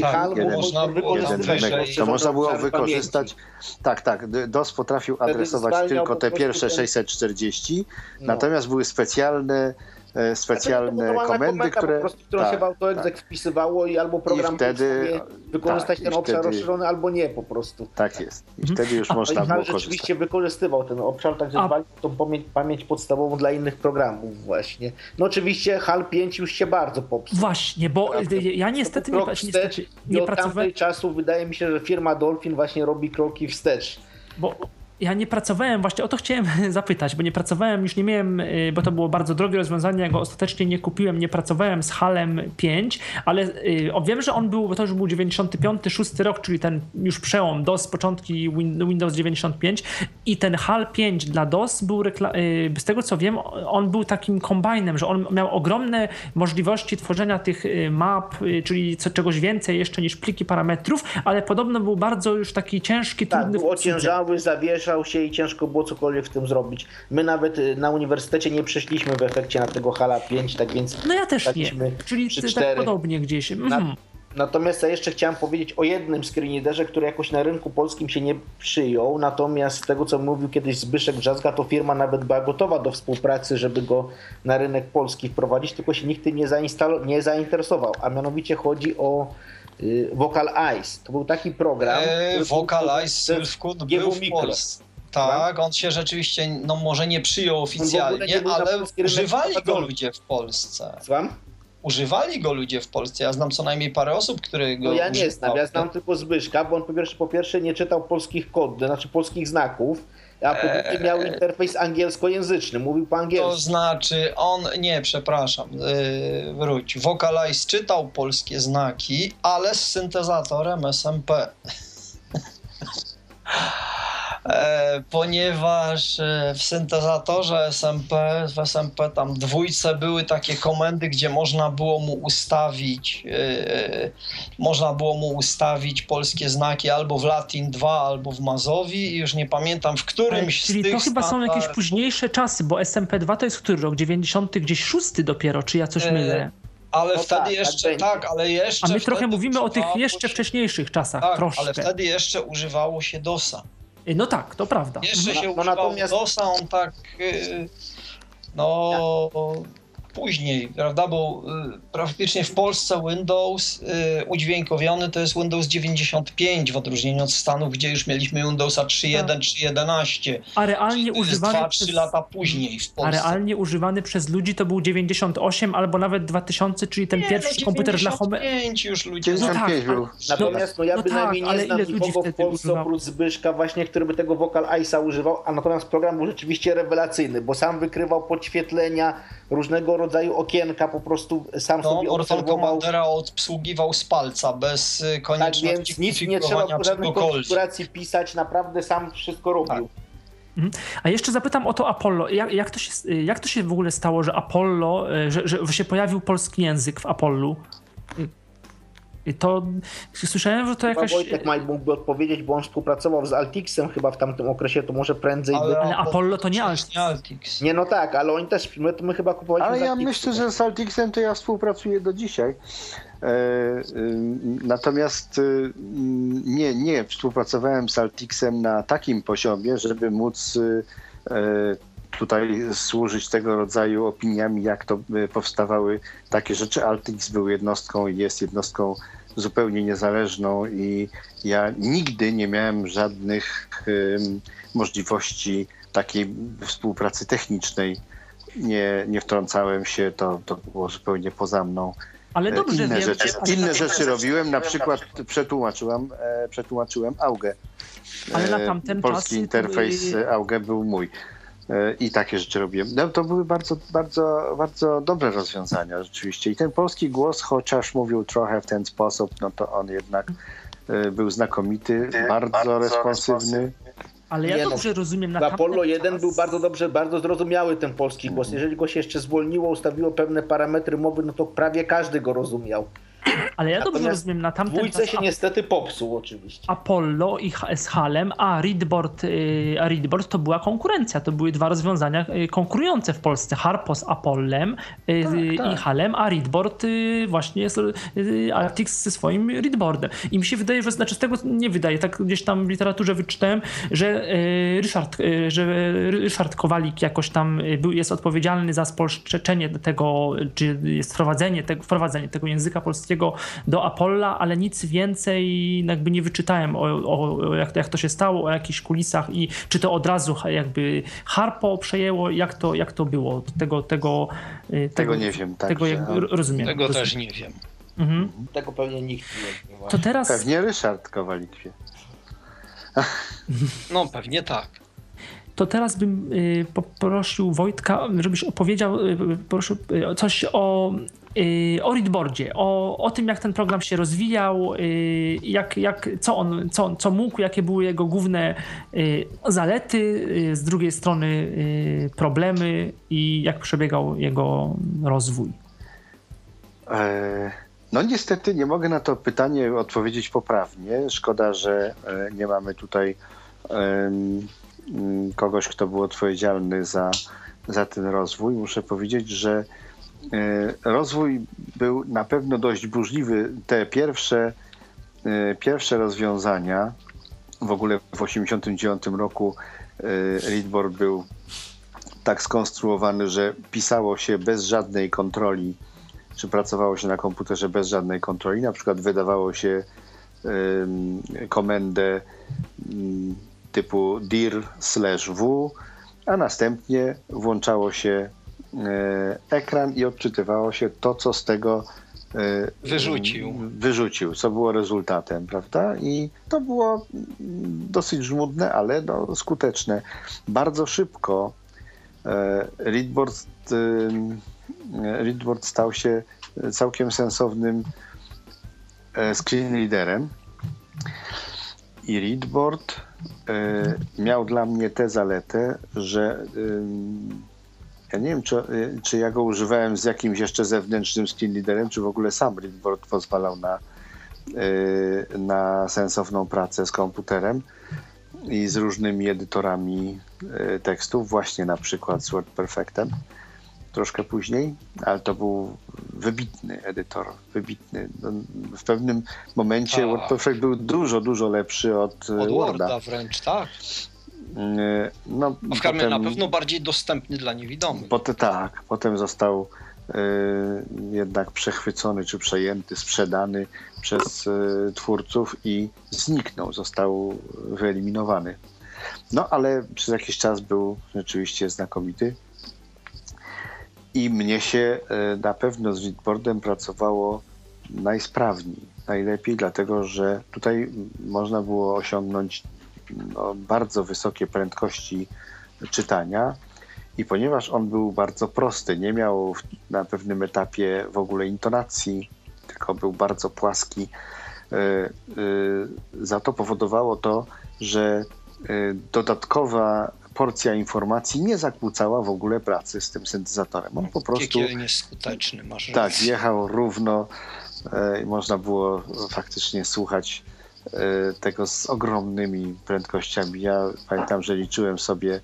to można było wykorzystać. Tak. DOS potrafił adresować tylko te pierwsze 640, natomiast były specjalne komendy, którą się w autoexec wpisywało i albo program wtedy wykorzystać ten obszar rozszerzony, albo nie po prostu. Tak jest. I wtedy już można było korzystać. Rzeczywiście wykorzystywał ten obszar, także zwalił tą pamięć podstawową dla innych programów właśnie. Oczywiście HAL 5 już się bardzo popsuł. Właśnie, bo ja niestety nie pracowałem. Od tamtej czasu wydaje mi się, że firma Dolphin właśnie robi kroki wstecz. Bo ja nie pracowałem, właśnie o to chciałem zapytać, bo nie pracowałem, już nie miałem, bo to było bardzo drogie rozwiązanie, ja go ostatecznie nie kupiłem, nie pracowałem z HAL-em 5, ale wiem, że on był, bo to już był 95-6 rok, czyli ten już przełom DOS, początki Windows 95 i ten HAL 5 dla DOS był, z tego co wiem, on był takim kombajnem, że on miał ogromne możliwości tworzenia tych map, czyli czegoś więcej jeszcze niż pliki parametrów, ale podobno był bardzo już taki ciężki, trudny był ociężały, zawiesza spieszał się i ciężko było cokolwiek w tym zrobić. My nawet na uniwersytecie nie przeszliśmy w efekcie na tego Hala 5, tak więc... No ja też nie, czyli tak podobnie gdzieś. Natomiast ja jeszcze chciałem powiedzieć o jednym screen readerze, który jakoś na rynku polskim się nie przyjął, natomiast z tego, co mówił kiedyś Zbyszek Drzazga, to firma nawet była gotowa do współpracy, żeby go na rynek polski wprowadzić, tylko się nikt tym nie zainteresował, a mianowicie chodzi o Vocal Eyes. To był taki program... Vocal Eyes Sylwkut był w Polsce. Tak, on się rzeczywiście, no może nie przyjął oficjalnie, ale używali go ludzie w Polsce. Słucham? Używali go ludzie w Polsce. Ja znam co najmniej parę osób, które go ja nie znam, ja znam tylko Zbyszka, bo on po pierwsze nie czytał polskich kodów, znaczy polskich znaków, a po drugie miał interfejs angielskojęzyczny, mówił po angielsku. To znaczy wróć. Vocal Eyes czytał polskie znaki, ale z syntezatorem SMP. Ponieważ w syntezatorze w SMP tam dwójce były takie komendy, gdzie można było mu ustawić polskie znaki albo w Latin 2, albo w Mazowi i już nie pamiętam w którymś z tych Czyli to chyba są jakieś późniejsze czasy, bo SMP2 to jest który rok? 90 gdzieś 6 dopiero, czy ja coś mylę? Ale no wtedy jeszcze, ale jeszcze... A my trochę mówimy o tych jeszcze wcześniejszych czasach, troszkę. Ale wtedy jeszcze używało się DOS-a. No tak, to prawda. Jeszcze się używało DOS-a, on tak, później, prawda, bo praktycznie w Polsce Windows udźwiękowiony to jest Windows 95, w odróżnieniu od Stanów, gdzie już mieliśmy Windowsa 3.1, 3.11. A realnie używany 2-3 lata później w Polsce. A realnie używany przez ludzi to był 98 albo nawet 2000, czyli ten pierwszy komputer dla home... 95 już ludzie. 95 był. Natomiast ja bynajmniej nie znam nikogo w Polsce oprócz Zbyszka właśnie, który by tego Vocal Eyesa używał, a natomiast program był rzeczywiście rewelacyjny, bo sam wykrywał podświetlenia, różnego rodzaju okienka, po prostu sam sobie obserwował. Commandera obsługiwał z palca, bez konieczności tak, więc nic nie trzeba żadnej konfiguracji pisać, naprawdę sam wszystko robił. Tak. A jeszcze zapytam o to Apollo. Jak to się w ogóle stało, że Apollo, że się pojawił polski język w Apollo? To słyszałem, że to jakaś... Wojtek mógłby odpowiedzieć, bo on współpracował z Altixem chyba w tamtym okresie, to może prędzej... Ale Apollo to nie Altix. Nie, no tak, ale oni też, my chyba kupowaliśmy ale z ja Altixu. myślę, że z Altixem to ja współpracuję do dzisiaj. Natomiast nie współpracowałem z Altixem na takim poziomie, żeby móc tutaj służyć tego rodzaju opiniami, jak to powstawały takie rzeczy. Altix był jednostką i jest jednostką zupełnie niezależną i ja nigdy nie miałem żadnych możliwości takiej współpracy technicznej. Nie wtrącałem się, to było zupełnie poza mną. Ale dobrze inne rzeczy robiłem, na przykład przetłumaczyłem AUGę. Ale na tamten polski czas... interfejs AUGę był mój. I takie rzeczy robiłem. No, to były bardzo, bardzo, bardzo dobre rozwiązania rzeczywiście. I ten polski głos, chociaż mówił trochę w ten sposób, no to on jednak był znakomity, bardzo responsywny. Ale ja dobrze rozumiem... W Apollo 1 był bardzo zrozumiały ten polski głos. Jeżeli go się jeszcze zwolniło, ustawiło pewne parametry mowy, no to prawie każdy go rozumiał. Ale ja dobrze rozumiem, na tamten czas... Dwójce się niestety popsuł oczywiście. Apollo i z Halem, a Readboard to była konkurencja. To były dwa rozwiązania konkurujące w Polsce. Harpo z Apollem i Halem, a Readboard właśnie jest Altix ze swoim Readboardem. I mi się wydaje, że z tego nie wydaje, tak gdzieś tam w literaturze wyczytałem, że Ryszard Kowalik jakoś tam jest odpowiedzialny za spolszczenie tego, czy jest wprowadzenie tego języka polskiego do Apolla, ale nic więcej jakby nie wyczytałem jak to się stało, o jakichś kulisach i czy to od razu jakby Harpo przejęło, jak to było. Tego nie wiem. Rozumiem. Tego też nie wiem. Mhm. Tego pewnie nikt nie wie. To teraz... Pewnie Ryszard Kowalik wie. No pewnie tak. To teraz bym poprosił Wojtka, żebyś opowiedział coś o Readboardzie, o tym, jak ten program się rozwijał, co mógł, jakie były jego główne zalety, z drugiej strony problemy i jak przebiegał jego rozwój. No niestety nie mogę na to pytanie odpowiedzieć poprawnie. Szkoda, że nie mamy tutaj kogoś, kto był odpowiedzialny za ten rozwój. Muszę powiedzieć, że rozwój był na pewno dość burzliwy. Te pierwsze rozwiązania, w ogóle w 1989 roku Readboard był tak skonstruowany, że pisało się bez żadnej kontroli, czy pracowało się na komputerze bez żadnej kontroli. Na przykład wydawało się komendę typu dir/w, a następnie włączało się ekran i odczytywało się to, co z tego wyrzucił, co było rezultatem, prawda? I to było dosyć żmudne, ale skuteczne. Bardzo szybko Readboard stał się całkiem sensownym screen readerem i Readboard miał dla mnie tę zaletę, że ja nie wiem, czy ja go używałem z jakimś jeszcze zewnętrznym screen readerem, czy w ogóle sam Readboard pozwalał na sensowną pracę z komputerem i z różnymi edytorami tekstów, właśnie na przykład z WordPerfectem troszkę później, ale to był wybitny edytor, wybitny. W pewnym momencie WordPerfect był dużo lepszy od Worda wręcz, tak. W każdym na pewno bardziej dostępny dla niewidomych. Potem został jednak przechwycony czy przejęty, sprzedany przez twórców i zniknął, został wyeliminowany. Ale przez jakiś czas był rzeczywiście znakomity i mnie się na pewno z Readboardem pracowało najsprawniej, najlepiej, dlatego że tutaj można było osiągnąć bardzo wysokie prędkości czytania i ponieważ on był bardzo prosty, nie miał na pewnym etapie w ogóle intonacji, tylko był bardzo płaski, za to powodowało to, że dodatkowa porcja informacji nie zakłócała w ogóle pracy z tym syntezatorem. On po prostu piekielnie skuteczny, masz tak, rację. jechał równo i można było faktycznie słuchać tego z ogromnymi prędkościami. Ja pamiętam, że liczyłem sobie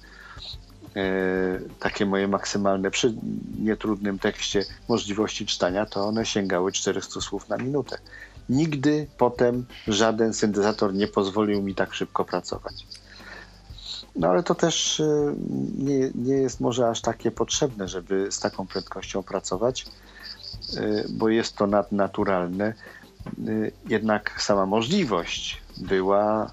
takie moje maksymalne przy nietrudnym tekście możliwości czytania, to one sięgały 400 słów na minutę. Nigdy potem żaden syntezator nie pozwolił mi tak szybko pracować. Ale to też nie jest może aż takie potrzebne, żeby z taką prędkością pracować, bo jest to nadnaturalne. Jednak sama możliwość była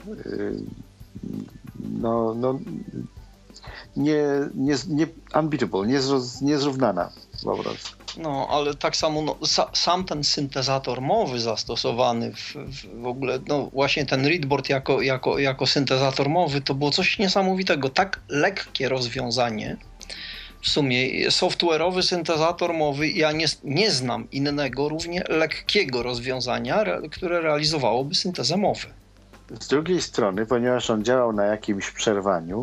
unbeatable, niezrównana po prostu. Ale tak samo sam ten syntezator mowy zastosowany w ogóle, właśnie ten Readboard jako syntezator mowy, to było coś niesamowitego. Tak lekkie rozwiązanie. W sumie software'owy syntezator mowy, ja nie znam innego równie lekkiego rozwiązania, które realizowałoby syntezę mowy. Z drugiej strony, ponieważ on działał na jakimś przerwaniu,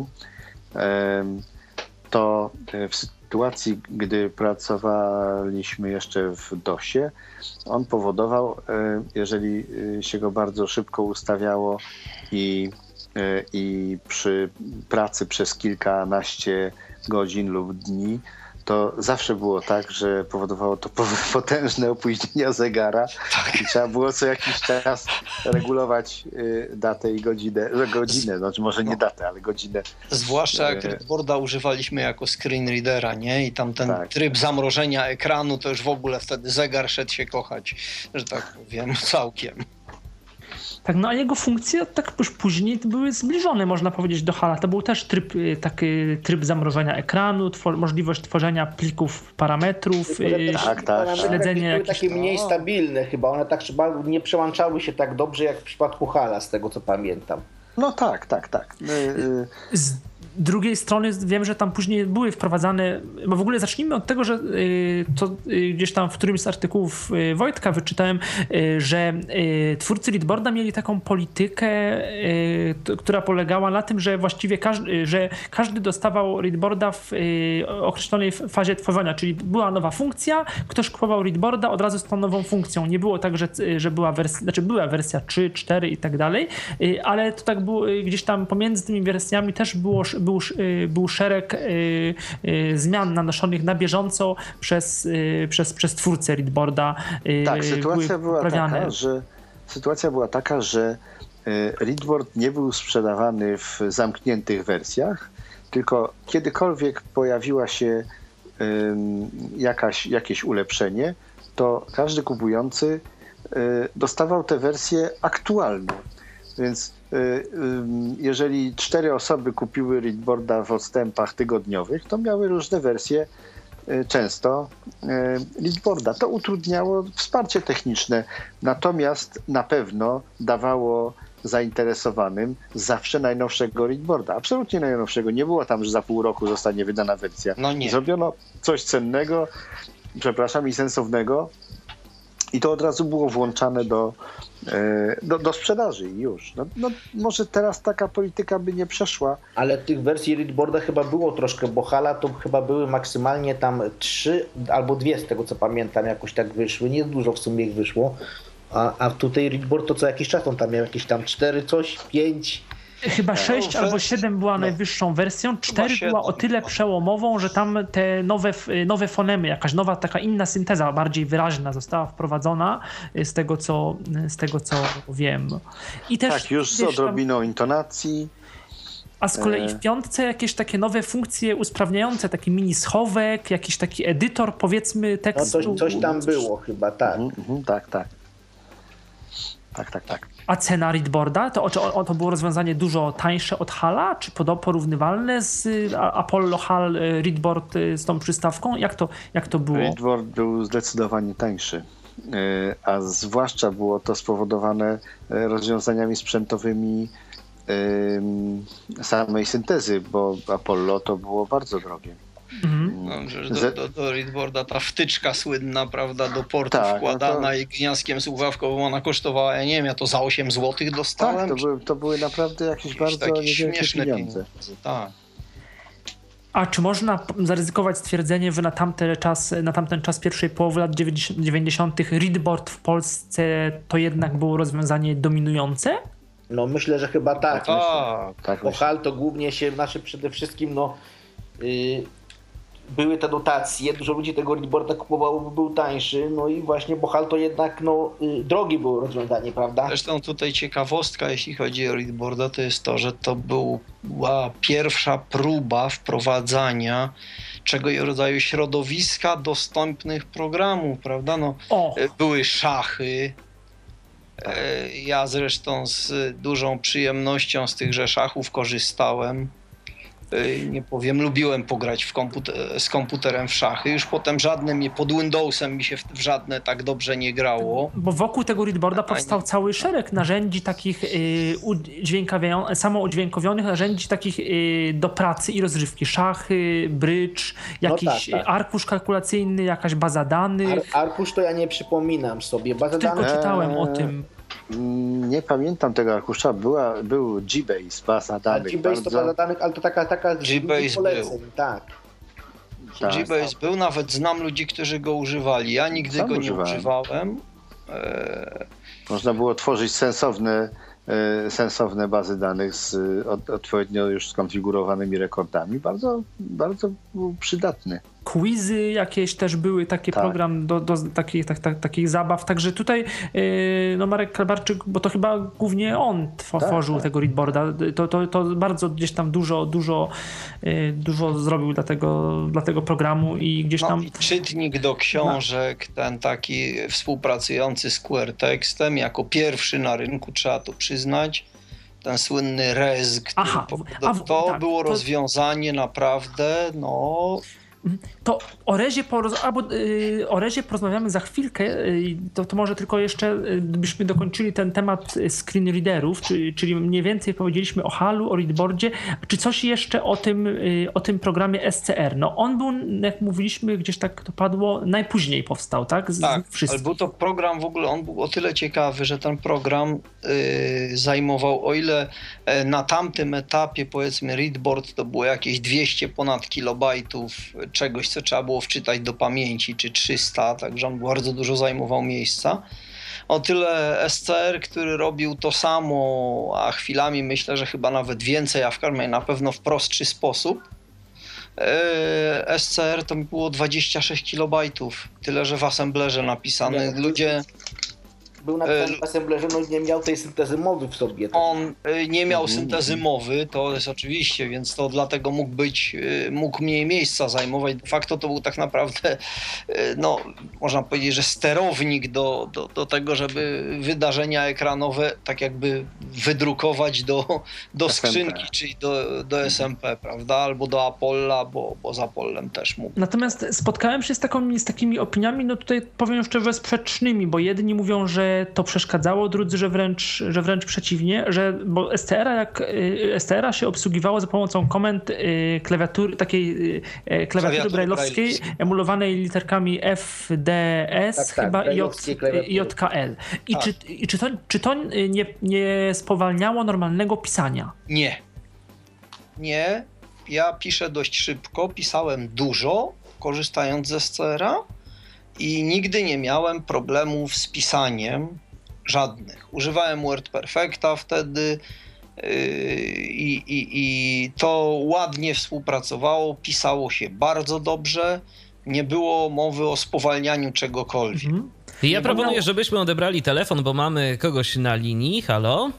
to w sytuacji, gdy pracowaliśmy jeszcze w DOS-ie, on powodował, jeżeli się go bardzo szybko ustawiało i przy pracy przez kilkanaście godzin lub dni, to zawsze było tak, że powodowało to potężne opóźnienia zegara i trzeba było co jakiś czas regulować datę i godzinę, znaczy może nie datę, ale godzinę. Zwłaszcza jak Readboarda używaliśmy jako screen readera, nie? I tam ten tryb zamrożenia ekranu, to już w ogóle wtedy zegar szedł się kochać, że tak powiem, całkiem. Tak, a jego funkcje tak już później były zbliżone, można powiedzieć, do HAL-a. To był też tryb zamrożenia ekranu, możliwość tworzenia plików parametrów, śledzenie były takie mniej stabilne chyba, one tak nie przełączały się tak dobrze jak w przypadku HAL-a, z tego co pamiętam. Tak. drugiej strony wiem, że tam później były wprowadzane, bo w ogóle zacznijmy od tego, że to gdzieś tam w którymś z artykułów Wojtka wyczytałem, że twórcy Readboarda mieli taką politykę, która polegała na tym, że właściwie każdy dostawał Readboarda w określonej fazie tworzenia, czyli była nowa funkcja, ktoś kupował Readboarda od razu z tą nową funkcją. Nie było tak, że była wersja, znaczy była wersja 3, 4 i tak dalej, ale to tak było gdzieś tam pomiędzy tymi wersjami też był szereg zmian nanoszonych na bieżąco przez twórcę Readboarda. Tak, sytuacja była taka, że Readboard nie był sprzedawany w zamkniętych wersjach, tylko kiedykolwiek pojawiła się jakieś ulepszenie, to każdy kupujący dostawał tę wersję aktualną. Więc jeżeli 4 osoby kupiły Readboarda w odstępach tygodniowych, to miały różne wersje często Readboarda. To utrudniało wsparcie techniczne, natomiast na pewno dawało zainteresowanym zawsze najnowszego Readboarda. Absolutnie najnowszego. Nie było tam, że za pół roku zostanie wydana wersja. No nie. Zrobiono coś cennego, i sensownego i to od razu było włączane do sprzedaży i już. No, może teraz taka polityka by nie przeszła. Ale tych wersji Readboarda chyba było troszkę, bo Hala to chyba były maksymalnie tam 3 albo 2 z tego co pamiętam, jakoś tak wyszły. Nie dużo w sumie ich wyszło. A tutaj Readboard to co jakiś czas on tam miał jakieś tam 4 coś, 5... Chyba 6 albo 7 była najwyższą wersją, 4 była o tyle przełomową, że tam te nowe fonemy, jakaś nowa taka inna synteza, bardziej wyraźna została wprowadzona z tego co wiem. I też tak, już z odrobiną intonacji. A z kolei w 5 jakieś takie nowe funkcje usprawniające, taki mini schowek, jakiś taki edytor powiedzmy tekstu. No coś tam było chyba, tak. Tak. A cena Readboarda? To było rozwiązanie dużo tańsze od Hala? Czy porównywalne z Apollo Hall Readboard z tą przystawką? Jak to było? Readboard był zdecydowanie tańszy, a zwłaszcza było to spowodowane rozwiązaniami sprzętowymi samej syntezy, bo Apollo to było bardzo drogie. Do Readboarda ta wtyczka słynna, prawda, do portu wkładana i gniazdkiem słuchawkowym, ona kosztowała, ja nie wiem, ja to za 8 zł dostałem. Tak, to były naprawdę jakieś bardzo niewielkie pieniądze. Tak. A czy można zaryzykować stwierdzenie, że na tamten czas pierwszej połowy lat 90. Readboard w Polsce to jednak było rozwiązanie dominujące? No myślę, że chyba tak. Tak, bo Hal to głównie się przede wszystkim były te dotacje, dużo ludzi tego Readboarda kupowało, bo był tańszy, no i właśnie, bo Hal to jednak drogie było rozwiązanie, prawda? Zresztą tutaj ciekawostka, jeśli chodzi o Readboarda, to jest to, że to była pierwsza próba wprowadzania czego rodzaju środowiska dostępnych programów, prawda? Były szachy. Ja zresztą z dużą przyjemnością z tychże szachów korzystałem. Nie powiem, lubiłem pograć z komputerem w szachy. Już potem pod Windowsem mi się w żadne tak dobrze nie grało. Bo wokół tego Readboarda powstał cały szereg narzędzi takich samoudźwiękowionych narzędzi takich do pracy i rozrywki. Szachy, brydż, jakiś arkusz kalkulacyjny, jakaś baza danych. Arkusz to ja nie przypominam sobie. Tylko czytałem o tym. Nie pamiętam tego arkusza, był G-Base, baza danych. G-Base to baza danych, ale to taka G-Base poleceń, tak. G-Base był, nawet znam ludzi, którzy go używali. Ja nigdy go nie używałem. Można było tworzyć sensowne bazy danych z odpowiednio już skonfigurowanymi rekordami. Bardzo, bardzo był przydatny. Quizy jakieś też były, taki program do takich zabaw. Także tutaj Marek Kalbarczyk, bo to chyba głównie on tworzył tego Readboarda, to bardzo gdzieś tam dużo zrobił dla tego programu i gdzieś tam... I czytnik do książek, ten taki współpracujący z QWERTYXem, jako pierwszy na rynku, trzeba to przyznać. Ten słynny RES, było rozwiązanie naprawdę, To o Rezie porozmawiamy za chwilkę. To może tylko jeszcze byśmy dokończyli ten temat screenreaderów, czyli mniej więcej powiedzieliśmy o HAL-u, o Readboardzie. Czy coś jeszcze o tym programie SCR? No on był, jak mówiliśmy, gdzieś tak to padło, najpóźniej powstał, tak? Tak, ale był to program w ogóle, on był o tyle ciekawy, że ten program zajmował, o ile na tamtym etapie, powiedzmy, Readboard to było jakieś 200 ponad kilobajtów czegoś, co trzeba było wczytać do pamięci, czy 300, także on bardzo dużo zajmował miejsca. O tyle SCR, który robił to samo, a chwilami myślę, że chyba nawet więcej, a w każdym razie na pewno w prostszy sposób, SCR to było 26 kilobajtów, tyle że w assemblerze napisany. Ludzie... Był napisany w assemblerze, no nie miał tej syntezy mowy w sobie. Tak? On nie miał syntezy mowy, to jest oczywiście, więc to dlatego mógł mniej miejsca zajmować. De facto to był tak naprawdę, no można powiedzieć, że sterownik do tego, żeby wydarzenia ekranowe tak jakby wydrukować do skrzynki, czyli do SMP, prawda? Albo do Apolla, bo z Apollem też mógł. Natomiast spotkałem się z takimi opiniami, no tutaj powiem jeszcze sprzecznymi, bo jedni mówią, że to przeszkadzało, drudzy, że wręcz przeciwnie, bo STR-a się obsługiwało za pomocą komend klawiatury, takiej klawiatury brajlowskiej, emulowanej literkami FDS, chyba i JKL. Czy to nie spowalniało normalnego pisania? Nie. Ja piszę dość szybko, pisałem dużo, korzystając ze SCR-a. I nigdy nie miałem problemów z pisaniem, żadnych. Używałem WordPerfecta wtedy i to ładnie współpracowało, pisało się bardzo dobrze, nie było mowy o spowalnianiu czegokolwiek. Ja proponuję, żebyśmy odebrali telefon, bo mamy kogoś na linii. Halo?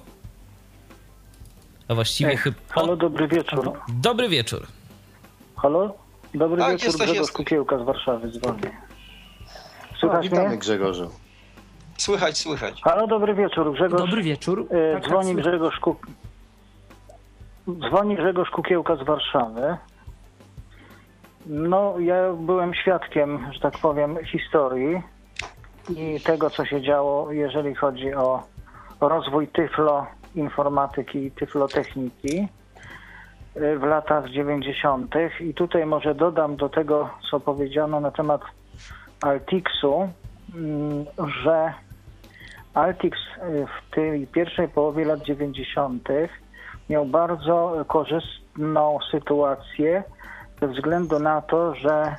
A właściwie chyba... Halo, dobry wieczór. Dobry wieczór. Halo? Dobry wieczór, Grzegorz Kukiełka z Warszawy dzwoni. Witamy, Grzegorzu. Słychać. Halo, dobry wieczór, Grzegorz. Dobry wieczór. Dzwoni Grzegorz Kukiełka z Warszawy. No, ja byłem świadkiem, że tak powiem, historii i tego, co się działo, jeżeli chodzi o rozwój tyfloinformatyki i tyflotechniki w latach 90. I tutaj może dodam do tego, co powiedziano na temat Altixu, że Altix w tej pierwszej połowie lat 90. miał bardzo korzystną sytuację ze względu na to, że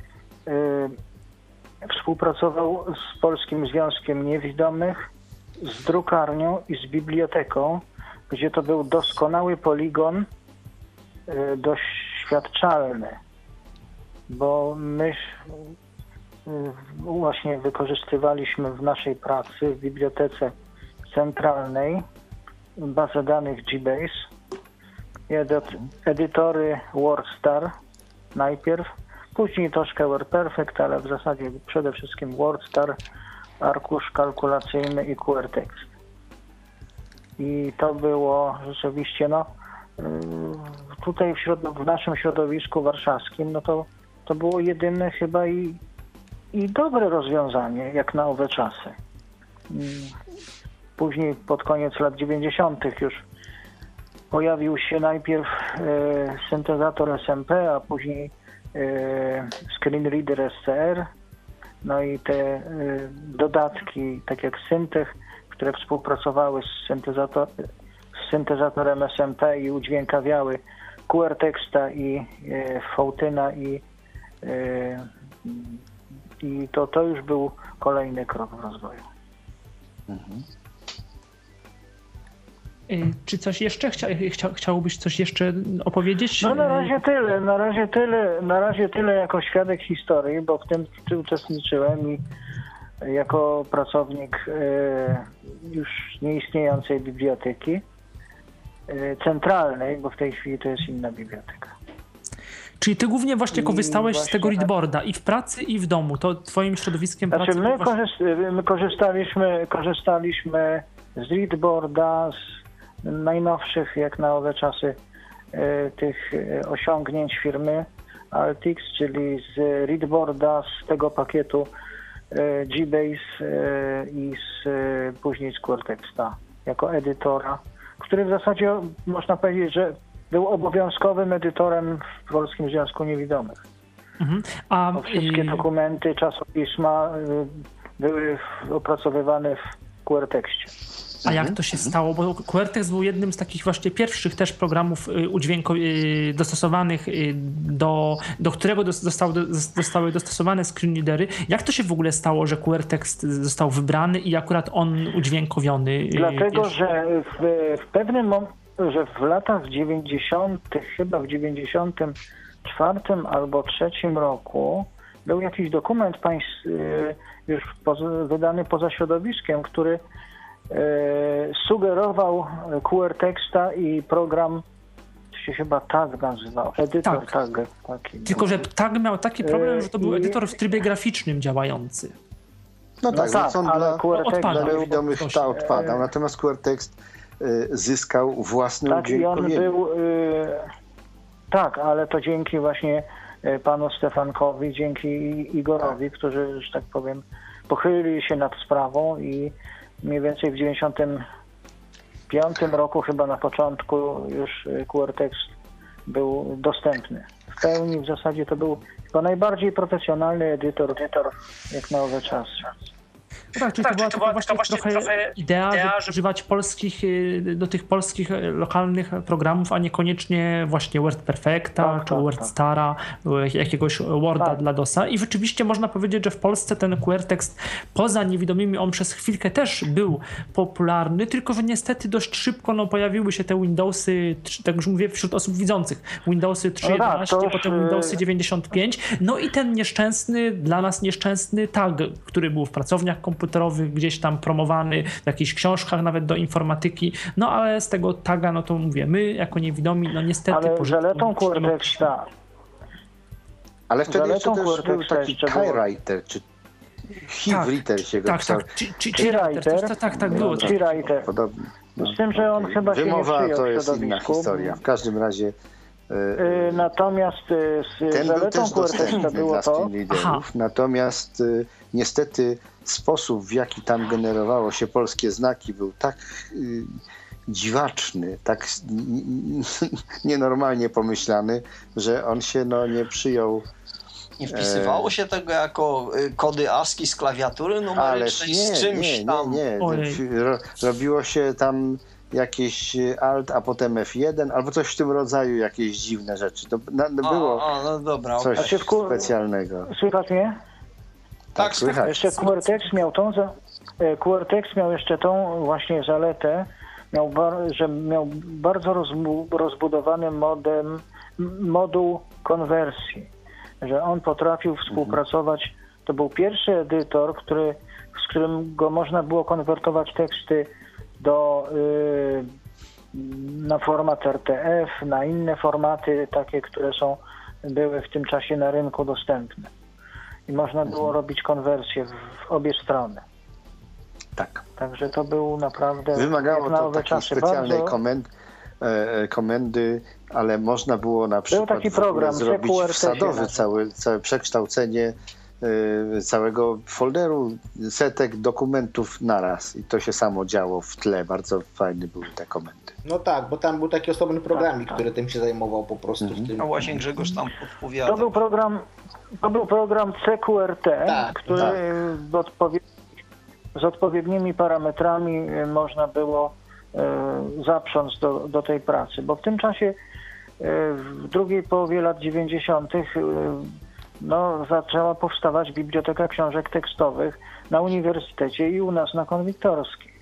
współpracował z Polskim Związkiem Niewidomych, z drukarnią i z biblioteką, gdzie to był doskonały poligon doświadczalny, bo my właśnie wykorzystywaliśmy w naszej pracy w Bibliotece Centralnej bazę danych GBase, edytory WordStar najpierw, później troszkę WordPerfect, ale w zasadzie przede wszystkim WordStar, arkusz kalkulacyjny i QRText. I to było rzeczywiście, tutaj w naszym środowisku warszawskim, to było jedyne chyba i dobre rozwiązanie, jak na owe czasy. Później pod koniec lat 90. już pojawił się najpierw syntezator SMP, a później screenreader SCR. No i te dodatki, tak jak Syntech, które współpracowały z syntezatorem SMP i udźwiękawiały QRTexta i Fautyna i to już był kolejny krok w rozwoju. Czy coś jeszcze? Chciałbyś coś jeszcze opowiedzieć? No na razie tyle jako świadek historii, bo w tym uczestniczyłem i jako pracownik już nieistniejącej biblioteki centralnej, bo w tej chwili to jest inna biblioteka. Czyli ty głównie właśnie korzystałeś z tego Readboarda i w pracy, i w domu. To twoim środowiskiem pracy... My korzystaliśmy z Readboarda, z najnowszych, jak na owe czasy, tych osiągnięć firmy. Altix, czyli z Readboarda, z tego pakietu GBase i później z Quertexta jako edytora, który w zasadzie można powiedzieć, że był obowiązkowym edytorem w Polskim Związku Niewidomych. Bo wszystkie dokumenty, czasopisma były opracowywane w Quertexcie. A jak to się stało? Bo Quertext był jednym z takich właśnie pierwszych też programów dostosowanych do którego zostały dostosowane screenreadery. Jak to się w ogóle stało, że Quertext został wybrany i akurat on udźwiękowiony? Dlatego, że w pewnym momencie, że w latach 90., chyba w 94 albo 3 roku był jakiś dokument już wydany poza środowiskiem, który sugerował Quertexta i program, to się chyba TAG nazywał, edytor TAG. Tylko, że TAG miał taki problem, że to był edytor w trybie graficznym działający. No tak, ale dla niewidomych odpadał, natomiast Quertext zyskał własne udźwiękowienie. Tak, ale to dzięki właśnie panu Stefankowi, dzięki Igorowi, którzy, że tak powiem, pochylili się nad sprawą i mniej więcej w 95 roku, chyba na początku, już Quertext był dostępny. W pełni w zasadzie to był chyba najbardziej profesjonalny edytor jak na owe czasy. No tak, czyli to była właśnie trochę idea, żeby używać do tych polskich lokalnych programów, a niekoniecznie właśnie WordPerfecta czy WordStara, jakiegoś Worda dla DOS-a. I rzeczywiście można powiedzieć, że w Polsce ten Quertext poza niewidomymi on przez chwilkę też był popularny, tylko że niestety dość szybko pojawiły się te Windowsy, tak już mówię wśród osób widzących, Windowsy 3.11, potem Windowsy 95, no i ten dla nas nieszczęsny TAG, który był w pracowniach komputerowych, gdzieś tam promowany w jakichś książkach nawet do informatyki, no ale z tego TAGa, no to mówię, my jako niewidomi, no niestety... Ale zaletą Quertexta... Ale wtedy jeszcze też był taki KeyWriter, czy HiveWriter się go pisał. Tak, było. Z tym, że on chyba się nie przyjął to jest inna historia. W każdym razie... Natomiast z zaletą Quertexta było to... Natomiast niestety sposób, w jaki tam generowało się polskie znaki, był tak dziwaczny, tak nienormalnie pomyślany, że on się nie przyjął. Nie wpisywało się tego jako kody ASCII z klawiatury numerycznej z czymś tam? Nie. Robiło się tam jakieś Alt, a potem F1, albo coś w tym rodzaju, jakieś dziwne rzeczy. To było coś specjalnego. Słychać mnie? Tak, słychać. Jeszcze Quertext miał jeszcze tą właśnie zaletę, że miał bardzo rozbudowany moduł konwersji, że on potrafił współpracować. To był pierwszy edytor, z którym go można było konwertować teksty na format RTF, na inne formaty, takie, które były w tym czasie na rynku dostępne. I można było robić konwersję w obie strony. Tak. Także to był naprawdę... Wymagało to takiej specjalnej komendy, ale można było na przykład taki program, zrobić wsadowy całe przekształcenie całego folderu, setek dokumentów naraz i to się samo działo w tle. Bardzo fajne były te komendy. No tak, bo tam był taki osobny programik, który tym się zajmował po prostu. W tym. No właśnie Grzegorz tam podpowiadał. To był program CQRT, który z odpowiednimi parametrami można było zaprząc do tej pracy, bo w tym czasie w drugiej połowie lat 90. Zaczęła powstawać Biblioteka Książek Tekstowych na uniwersytecie i u nas na Konwiktorskiej.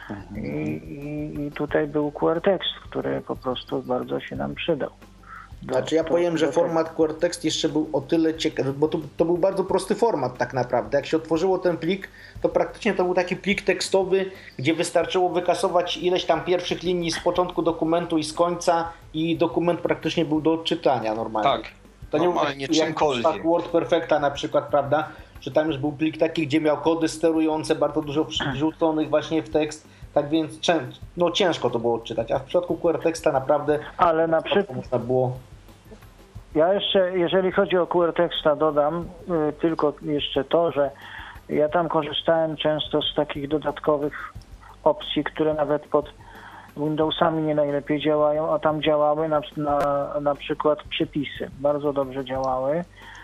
I tutaj był Quertext, który po prostu bardzo się nam przydał. Znaczy ja powiem, że format Quertext jeszcze był o tyle ciekawy, bo to był bardzo prosty format tak naprawdę. Jak się otworzyło ten plik, to praktycznie to był taki plik tekstowy, gdzie wystarczyło wykasować ileś tam pierwszych linii z początku dokumentu i z końca i dokument praktycznie był do odczytania normalnie. Tak, to normalnie czymkolwiek. WordPerfecta na przykład, prawda, że tam już był plik taki, gdzie miał kody sterujące, bardzo dużo wrzuconych właśnie w tekst. Tak więc ciężko to było odczytać, a w przypadku Quertexta naprawdę ale na przykład można było... Ja jeszcze, jeżeli chodzi o QWERTYXa, dodam tylko jeszcze to, że ja tam korzystałem często z takich dodatkowych opcji, które nawet pod Windowsami nie najlepiej działają, a tam działały na przykład przypisy. Bardzo dobrze działały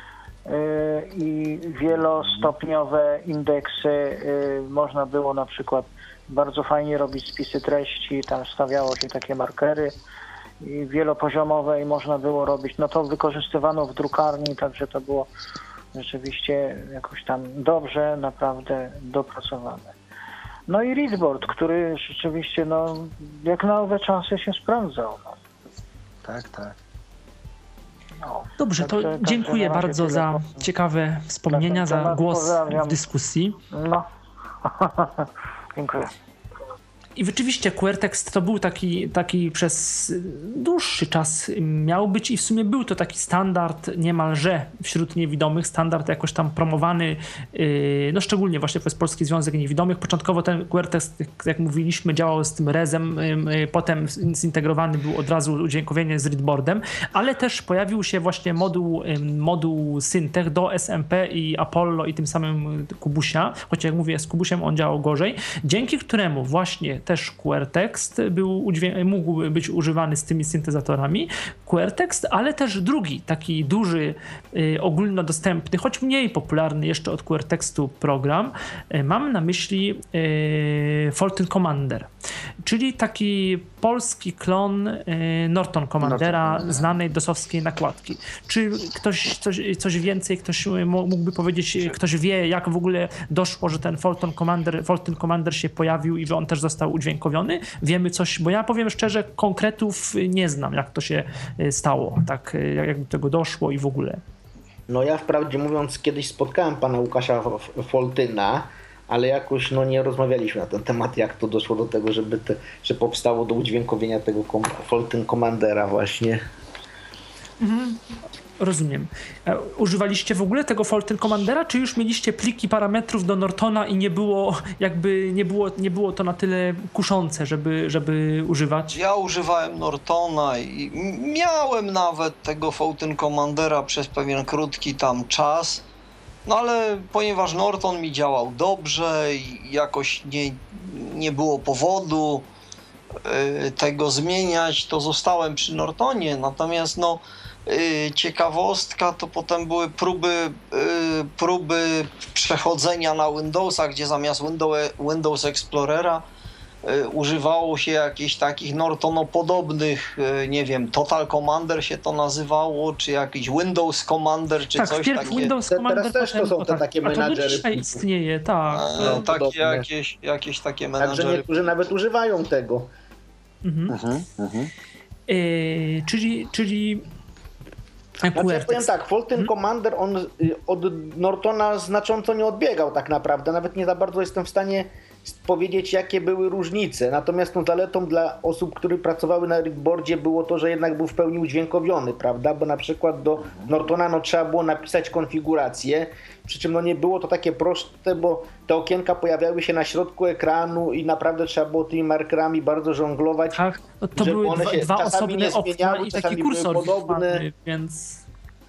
i wielostopniowe indeksy można było na przykład bardzo fajnie robić spisy treści, tam stawiało się takie markery i wielopoziomowe i można było robić, no to wykorzystywano w drukarni, także to było rzeczywiście jakoś tam dobrze, naprawdę dopracowane. No i Readboard, który rzeczywiście, no, jak na owe czasy się sprawdzał. No. Tak. No. Dobrze, to dziękuję bardzo za ciekawe wspomnienia, za głos w dyskusji. No, dziękuję. I rzeczywiście QWERTYX to był taki przez dłuższy czas miał być i w sumie był to taki standard niemalże wśród niewidomych, standard jakoś tam promowany, no szczególnie właśnie przez Polski Związek Niewidomych. Początkowo ten QWERTYX, jak mówiliśmy, działał z tym rezem, potem zintegrowany był od razu udźwiękowienie z readboardem, ale też pojawił się właśnie moduł Syntech do SMP i Apollo i tym samym Kubusia, choć jak mówię, z Kubusiem on działał gorzej, dzięki któremu właśnie też QWERTYX mógł być używany z tymi syntezatorami. QWERTYX, ale też drugi, taki duży, ogólnodostępny, choć mniej popularny jeszcze od QWERTYXu program. Mam na myśli Fulton Commander, czyli taki polski klon Norton Commandera, znanej dosowskiej nakładki. Czy ktoś coś więcej, ktoś mógłby powiedzieć, ktoś wie, jak w ogóle doszło, że ten Fulton Commander się pojawił i że on też został udźwiękowiony? Wiemy coś, bo ja powiem szczerze, konkretów nie znam, jak to się stało, tak, jak do tego doszło i w ogóle. No ja wprawdzie mówiąc, kiedyś spotkałem pana Łukasza Foltyna, ale jakoś nie rozmawialiśmy na ten temat, jak to doszło do tego, że powstało do udźwiękowienia tego Fulton Commandera właśnie. Rozumiem. Używaliście w ogóle tego Fulton Commandera, czy już mieliście pliki parametrów do Nortona i nie było to na tyle kuszące, żeby używać? Ja używałem Nortona i miałem nawet tego Fulton Commandera przez pewien krótki tam czas, no ale ponieważ Norton mi działał dobrze i jakoś nie było powodu tego zmieniać, to zostałem przy Nortonie, natomiast ciekawostka to potem były próby przechodzenia na Windowsa, gdzie zamiast Windows Explorera używało się jakichś takich Nortonopodobnych, nie wiem, Total Commander się to nazywało, czy jakiś Windows Commander, czy coś takiego. Windows Commander, teraz też to są te takie menadżery. To dzisiaj istnieje, tak. Takie jakieś takie menadżery. Także niektórzy nawet używają tego. Czyli Znaczy, ja powiem tak, Fulton Commander, on od Nortona znacząco nie odbiegał tak naprawdę, nawet nie za bardzo jestem w stanie powiedzieć, jakie były różnice, natomiast zaletą dla osób, które pracowały na readboardzie było to, że jednak był w pełni udźwiękowiony, prawda, bo na przykład do Nortona trzeba było napisać konfigurację, przy czym nie było to takie proste, bo te okienka pojawiały się na środku ekranu i naprawdę trzeba było tymi markerami bardzo żonglować. Tak, to były dwa osobne okna i taki kursor podobny, więc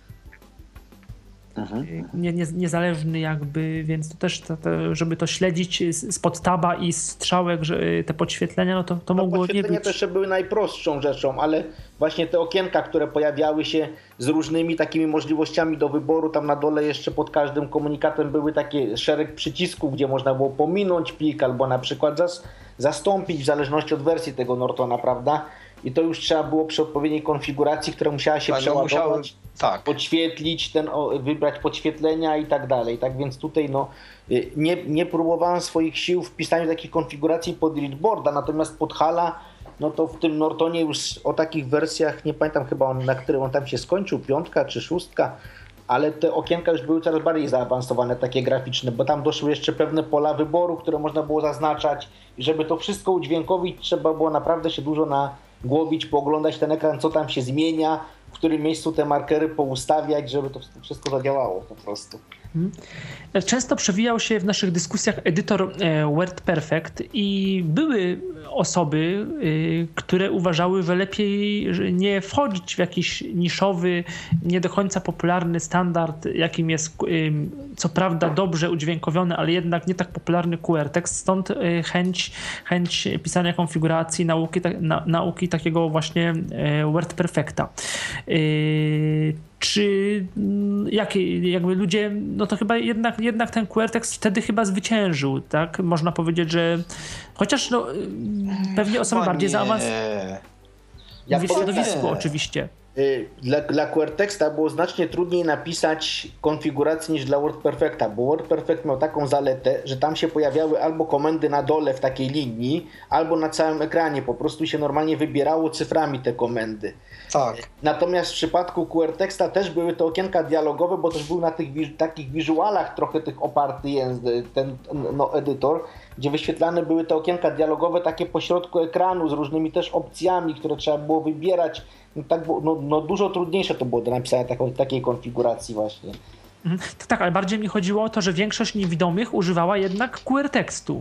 niezależny jakby, więc to też, żeby to śledzić spod taba i strzałek, że te podświetlenia, to mogło nie być. Podświetlenia też były najprostszą rzeczą, ale właśnie te okienka, które pojawiały się z różnymi takimi możliwościami do wyboru, tam na dole jeszcze pod każdym komunikatem były takie szereg przycisków, gdzie można było pominąć plik albo na przykład zastąpić w zależności od wersji tego Nortona, prawda? I to już trzeba było przy odpowiedniej konfiguracji, która musiała się przeładować, podświetlić, wybrać podświetlenia i tak dalej. Tak więc tutaj nie próbowałem swoich sił w pisaniu takich konfiguracji pod readboarda, natomiast pod HAL-a, to w tym Nortonie już o takich wersjach, nie pamiętam chyba na którym on tam się skończył, 5 czy 6, ale te okienka już były coraz bardziej zaawansowane, takie graficzne, bo tam doszły jeszcze pewne pola wyboru, które można było zaznaczać i żeby to wszystko udźwiękowić, trzeba było naprawdę się dużo nagłowić, pooglądać ten ekran, co tam się zmienia, w którym miejscu te markery poustawiać, żeby to wszystko zadziałało po prostu. Często przewijał się w naszych dyskusjach edytor WordPerfect i były osoby, które uważały, że lepiej nie wchodzić w jakiś niszowy, nie do końca popularny standard, jakim jest co prawda dobrze udźwiękowiony, ale jednak nie tak popularny QWERTEX. Stąd chęć pisania konfiguracji, nauki takiego właśnie WordPerfecta. Czy jakby ludzie, no to chyba jednak ten QWERTEX wtedy chyba zwyciężył, tak? Można powiedzieć, że chociaż no, pewnie osoby bardziej zaawansowane. W środowisku oczywiście. Dla QWERTEXta było znacznie trudniej napisać konfigurację niż dla WordPerfecta, bo WordPerfect miał taką zaletę, że tam się pojawiały albo komendy na dole w takiej linii, albo na całym ekranie. Po prostu się normalnie wybierało cyframi te komendy. Tak. Natomiast w przypadku QWERTEXta też były te okienka dialogowe, bo też był na tych takich wizualach trochę tych oparty ten edytor, gdzie wyświetlane były te okienka dialogowe takie pośrodku ekranu z różnymi też opcjami, które trzeba było wybierać. Dużo trudniejsze to było do napisania takiej konfiguracji właśnie. Tak, ale bardziej mi chodziło o to, że większość niewidomych używała jednak QWERTEXtu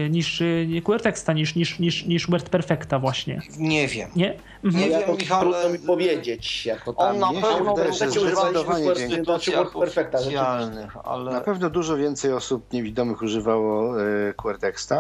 niż WordPerfecta właśnie. Nie wiem. Nie? Nie wiem, Michał, trudno mi powiedzieć, jak to tam. On na pewno WordPerfecta. Ale na pewno dużo więcej osób niewidomych używało QWERTEXta,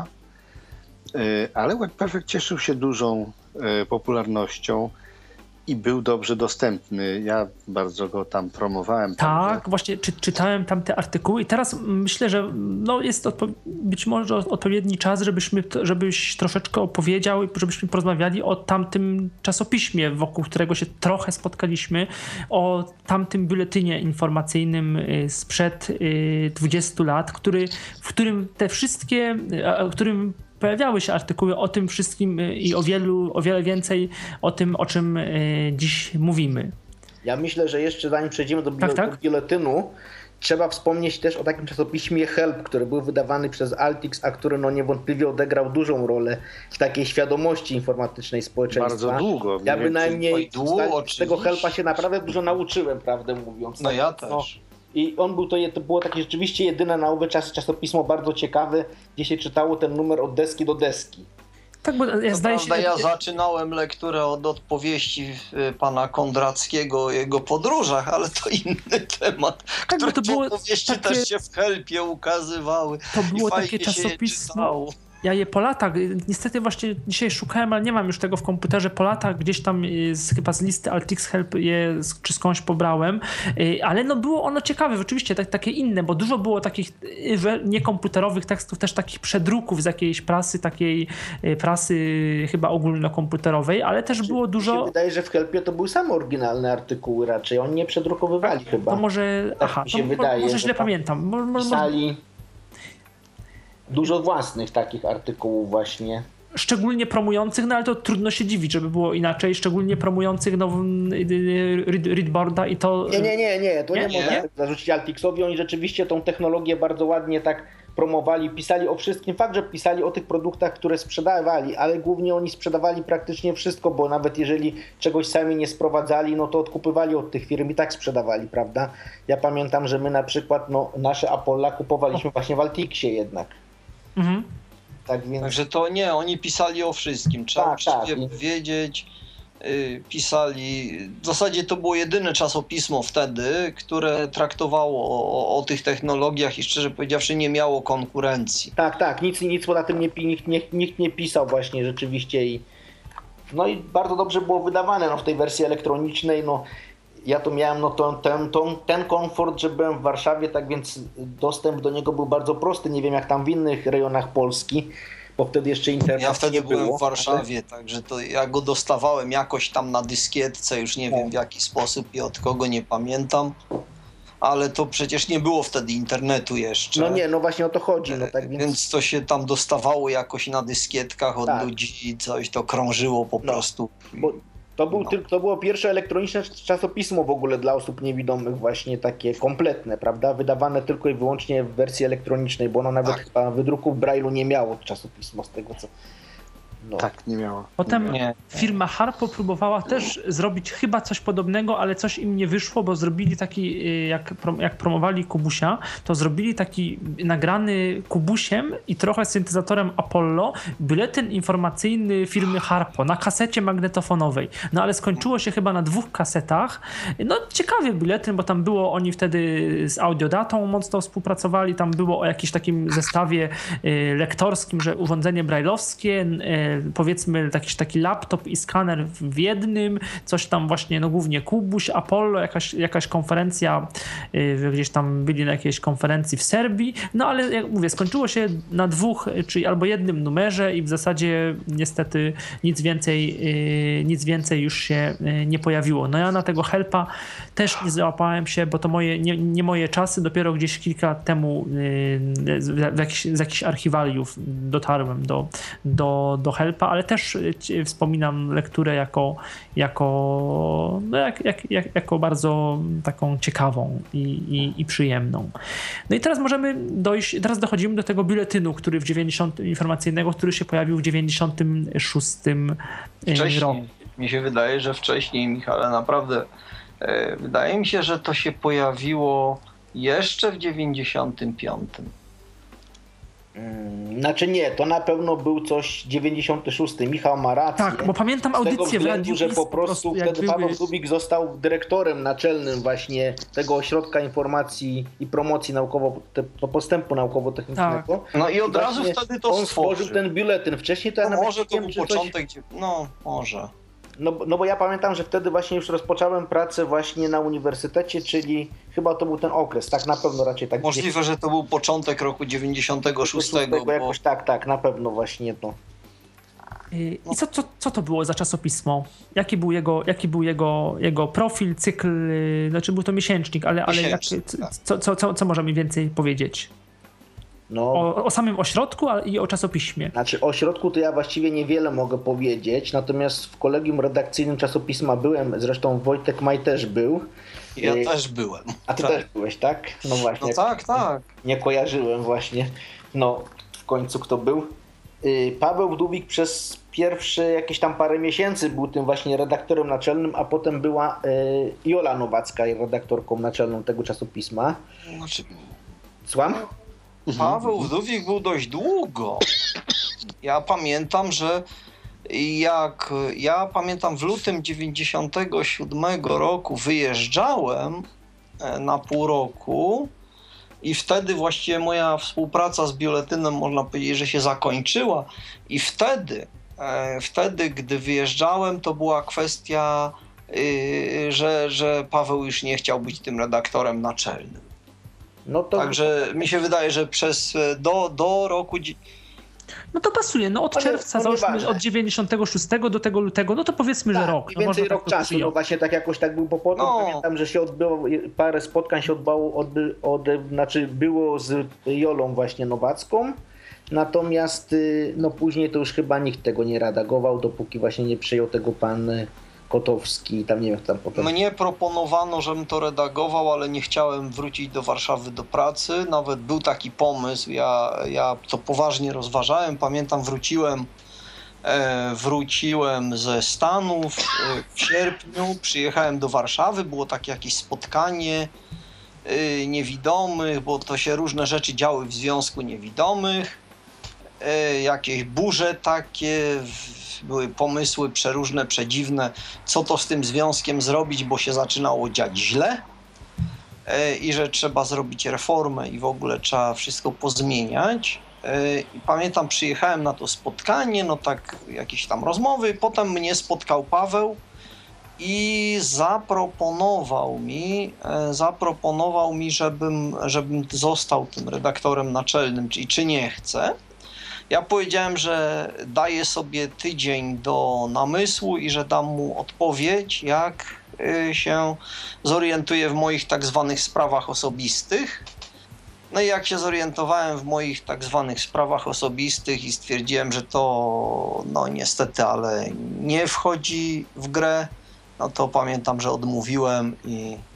ale WordPerfect cieszył się dużą popularnością i był dobrze dostępny. Ja bardzo go tam promowałem. Tak, właśnie czytałem tam te artykuły i teraz myślę, że no jest być może odpowiedni czas, żebyś troszeczkę opowiedział i żebyśmy porozmawiali o tamtym czasopiśmie, wokół którego się trochę spotkaliśmy, o tamtym biuletynie informacyjnym sprzed 20 lat, w którym te wszystkie, w którym pojawiały się artykuły o tym wszystkim i o wiele więcej o tym, o czym dziś mówimy. Ja myślę, że jeszcze zanim przejdziemy do biuletynu, trzeba wspomnieć też o takim czasopiśmie Help, który był wydawany przez Altix, a który niewątpliwie odegrał dużą rolę w takiej świadomości informatycznej społeczeństwa. Bardzo długo. Ja bynajmniej z tego Helpa się naprawdę dużo nauczyłem, prawdę mówiąc. No ja też. I to było takie rzeczywiście jedyne na owe czasy czasopismo bardzo ciekawe, gdzie się czytało ten numer od deski do deski. Tak, bo ja zaczynałem lekturę od opowieści pana Kondrackiego o jego podróżach, ale to inny temat, tak, które to było opowieści takie, też się w Helpie ukazywały. To było takie czasopismo. Ja je po latach, niestety właśnie dzisiaj szukałem, ale nie mam już tego w komputerze, po latach gdzieś tam chyba z listy Altix Help czy skądś pobrałem, ale no było ono ciekawe, rzeczywiście takie inne, bo dużo było takich niekomputerowych tekstów, też takich przedruków z jakiejś prasy, takiej prasy chyba ogólnokomputerowej, ale też było dużo... Mi się wydaje, że w Helpie to były same oryginalne artykuły raczej, oni nie przedrukowywali chyba. To może, tak mi się wydaje, może źle pamiętam. Pisali dużo własnych takich artykułów właśnie. Szczególnie promujących, no ale to trudno się dziwić, żeby było inaczej, szczególnie promujących Readboarda i to... Nie, to nie można zarzucić Altixowi, oni rzeczywiście tą technologię bardzo ładnie tak promowali, pisali o wszystkim, fakt, że pisali o tych produktach, które sprzedawali, ale głównie oni sprzedawali praktycznie wszystko, bo nawet jeżeli czegoś sami nie sprowadzali, no to odkupywali od tych firm i tak sprzedawali, prawda? Ja pamiętam, że my na przykład nasze Apolla kupowaliśmy właśnie w Altixie jednak. Mhm. Tak więc... Także to nie, oni pisali o wszystkim, trzeba uczciwie wiedzieć, pisali, w zasadzie to było jedyne czasopismo wtedy, które traktowało o tych technologiach i szczerze powiedziawszy nie miało konkurencji. Tak, nic poza tym nikt nie pisał właśnie rzeczywiście i bardzo dobrze było wydawane w tej wersji elektronicznej, ja to miałem ten komfort, że byłem w Warszawie, tak więc dostęp do niego był bardzo prosty. Nie wiem jak tam w innych rejonach Polski, bo wtedy jeszcze internetu nie było. Ja wtedy byłem w Warszawie, także to ja go dostawałem jakoś tam na dyskietce, już nie wiem w jaki sposób i od kogo nie pamiętam. Ale to przecież nie było wtedy internetu jeszcze. Właśnie o to chodzi. Tak więc to się tam dostawało jakoś na dyskietkach od ludzi, coś to krążyło po prostu. To było pierwsze elektroniczne czasopismo w ogóle dla osób niewidomych, właśnie takie kompletne, prawda? Wydawane tylko i wyłącznie w wersji elektronicznej, bo ono nawet chyba wydruku w Braille'u nie miało czasopismo, z tego co No. Tak, nie miała. Potem Nie. firma Harpo próbowała też zrobić chyba coś podobnego, ale coś im nie wyszło, bo zrobili taki, jak promowali Kubusia, to zrobili taki nagrany Kubusiem i trochę syntezatorem Apollo biuletyn informacyjny firmy Harpo na kasecie magnetofonowej. No ale skończyło się chyba na 2 kasetach. No ciekawy biuletyn, bo tam było, oni wtedy z Audiodatą mocno współpracowali, tam było o jakimś takim zestawie lektorskim, że urządzenie brajlowskie, powiedzmy taki laptop i skaner w jednym, coś tam właśnie, no głównie Kubuś, Apollo, jakaś konferencja, gdzieś tam byli na jakiejś konferencji w Serbii, no ale jak mówię, skończyło się na 2, czyli albo jednym numerze i w zasadzie niestety nic więcej już się nie pojawiło. No ja na tego Helpa też nie załapałem się, bo to nie moje czasy, dopiero gdzieś kilka lat temu z jakichś archiwaliów dotarłem do Helpa, ale też wspominam lekturę jako bardzo taką ciekawą i przyjemną. No i teraz teraz dochodzimy do tego biuletynu, informacyjnego, który się pojawił w 96 roku. Mi się wydaje, że wcześniej, Michale, naprawdę wydaje mi się, że to się pojawiło jeszcze w 95. Znaczy nie, to na pewno był coś 96. Michał ma rację. Tak, bo pamiętam audycję w radiu. Że po prostu wtedy Paweł Wdówik został dyrektorem naczelnym właśnie tego Ośrodka Informacji i Promocji Postępu Naukowo-Technicznego. Tak. No i od razu wtedy to on stworzył ten biuletyn. Wcześniej to ja nawet może to był początek, może. No bo ja pamiętam, że wtedy właśnie już rozpocząłem pracę właśnie na uniwersytecie, czyli chyba to był ten okres, tak na pewno raczej tak. Możliwe, że to był początek roku 96. Bo jakoś tak, na pewno właśnie to. I co to było za czasopismo? Jaki był jego profil, cykl, znaczy był to miesięcznik, ale co możemy więcej powiedzieć? No, o samym ośrodku i o czasopiśmie. Znaczy o ośrodku to ja właściwie niewiele mogę powiedzieć, natomiast w kolegium redakcyjnym czasopisma byłem, zresztą Wojtek Maj też był. Ja też byłem. A ty też byłeś, tak? No właśnie. No tak. Nie kojarzyłem właśnie, w końcu kto był. Paweł Wdówik przez pierwsze jakieś tam parę miesięcy był tym właśnie redaktorem naczelnym, a potem była Jola Nowacka redaktorką naczelną tego czasopisma. Słucham? Paweł Wdówik był dość długo. Ja pamiętam, że w lutym 97 roku wyjeżdżałem na pół roku i wtedy właściwie moja współpraca z biuletynem, można powiedzieć, że się zakończyła i wtedy gdy wyjeżdżałem, to była kwestia, że Paweł już nie chciał być tym redaktorem naczelnym. Także mi się wydaje, że do roku... No to pasuje, od czerwca, załóżmy od 96 do tego lutego, no to powiedzmy, że rok. Mniej więcej rok czasu, właśnie tak jakoś tak był potem. Pamiętam, że się odbyło, parę spotkań się było z Jolą właśnie Nowacką, natomiast później to już chyba nikt tego nie redagował, dopóki właśnie nie przyjął tego pan Kotowski, tam nie wiem, tam potem. Mnie proponowano, żebym to redagował, ale nie chciałem wrócić do Warszawy do pracy. Nawet był taki pomysł, ja to poważnie rozważałem. Pamiętam, wróciłem ze Stanów w sierpniu, przyjechałem do Warszawy, było takie jakieś spotkanie niewidomych, bo to się różne rzeczy działy w Związku Niewidomych. Jakieś burze takie, były pomysły przeróżne, przedziwne, co to z tym związkiem zrobić, bo się zaczynało dziać źle i że trzeba zrobić reformę i w ogóle trzeba wszystko pozmieniać. I pamiętam, przyjechałem na to spotkanie, jakieś tam rozmowy, potem mnie spotkał Paweł i zaproponował mi, żebym został tym redaktorem naczelnym, czyli czy nie chcę. Ja powiedziałem, że daję sobie tydzień do namysłu i że dam mu odpowiedź, jak się zorientuję w moich tak zwanych sprawach osobistych. No i jak się zorientowałem w moich tak zwanych sprawach osobistych i stwierdziłem, że to niestety, ale nie wchodzi w grę, no to pamiętam, że odmówiłem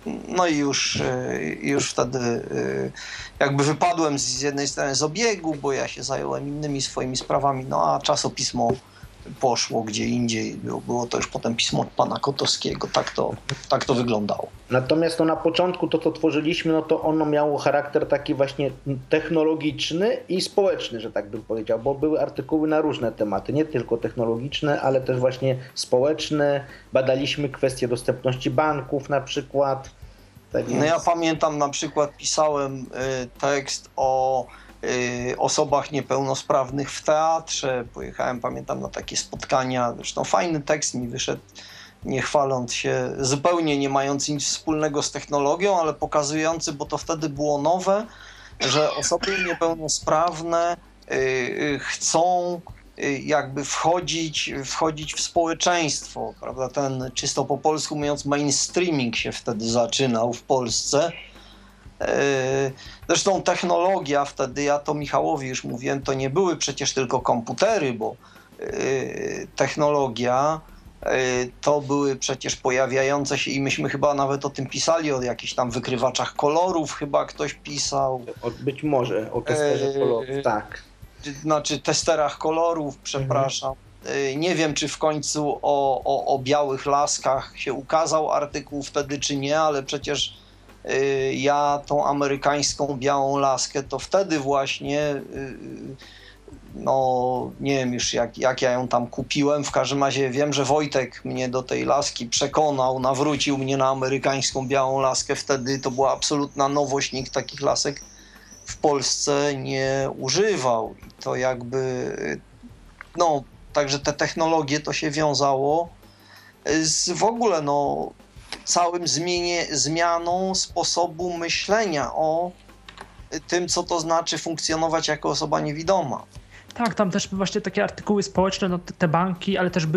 No i już wtedy jakby wypadłem z jednej strony z obiegu, bo ja się zająłem innymi swoimi sprawami, no a czasopismo poszło gdzie indziej. Było to już potem pismo od pana Kotowskiego. Tak to wyglądało. Natomiast no, na początku to, co tworzyliśmy, no to ono miało charakter taki właśnie technologiczny i społeczny, że tak bym powiedział, bo były artykuły na różne tematy, nie tylko technologiczne, ale też właśnie społeczne. Badaliśmy kwestie dostępności banków na przykład. Tak więc... No ja pamiętam, na przykład pisałem tekst o osobach niepełnosprawnych w teatrze. Pojechałem, pamiętam, na takie spotkania. Zresztą fajny tekst mi wyszedł, nie chwaląc się, zupełnie nie mający nic wspólnego z technologią, ale pokazujący, bo to wtedy było nowe, że osoby niepełnosprawne chcą jakby wchodzić w społeczeństwo, prawda? Ten, czysto po polsku mówiąc, mainstreaming się wtedy zaczynał w Polsce. Zresztą technologia wtedy, ja to Michałowi już mówiłem, to nie były przecież tylko komputery, bo technologia to były przecież pojawiające się, i myśmy chyba nawet o tym pisali, o jakichś tam wykrywaczach kolorów chyba ktoś pisał. Być może, o testerze kolorów, tak. Znaczy testerach kolorów, przepraszam. Nie wiem, czy w końcu o białych laskach się ukazał artykuł wtedy, czy nie, ale przecież ja tą amerykańską białą laskę to wtedy właśnie, no nie wiem już jak ja ją tam kupiłem, w każdym razie wiem, że Wojtek mnie do tej laski przekonał, nawrócił mnie na amerykańską białą laskę. Wtedy to była absolutna nowość, nikt takich lasek w Polsce nie używał. I to jakby, no, także te technologie to się wiązało z w ogóle, no, całym zmianą sposobu myślenia o tym, co to znaczy funkcjonować jako osoba niewidoma. Tak, tam też właśnie takie artykuły społeczne, no te banki, ale też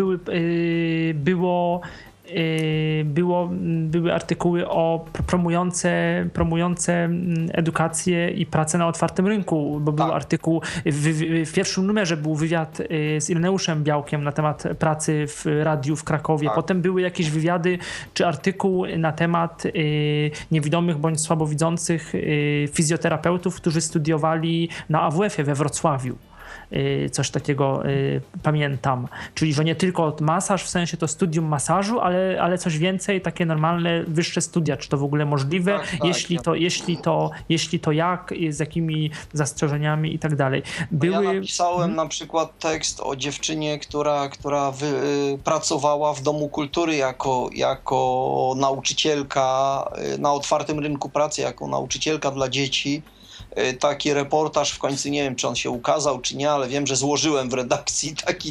były artykuły promujące edukację i pracę na otwartym rynku, bo był artykuł, w pierwszym numerze był wywiad z Ireneuszem Białkiem na temat pracy w radiu w Krakowie. Potem były jakieś wywiady czy artykuł na temat niewidomych bądź słabowidzących fizjoterapeutów, którzy studiowali na AWF-ie we Wrocławiu. Coś takiego pamiętam. Czyli, że nie tylko masaż, w sensie to studium masażu, ale coś więcej, takie normalne, wyższe studia. Czy to w ogóle możliwe? Tak, jeśli to jak, z jakimi zastrzeżeniami i tak dalej. Ja napisałem na przykład tekst o dziewczynie, która pracowała w Domu Kultury jako nauczycielka na otwartym rynku pracy, jako nauczycielka dla dzieci. Taki reportaż, w końcu nie wiem, czy on się ukazał, czy nie, ale wiem, że złożyłem w redakcji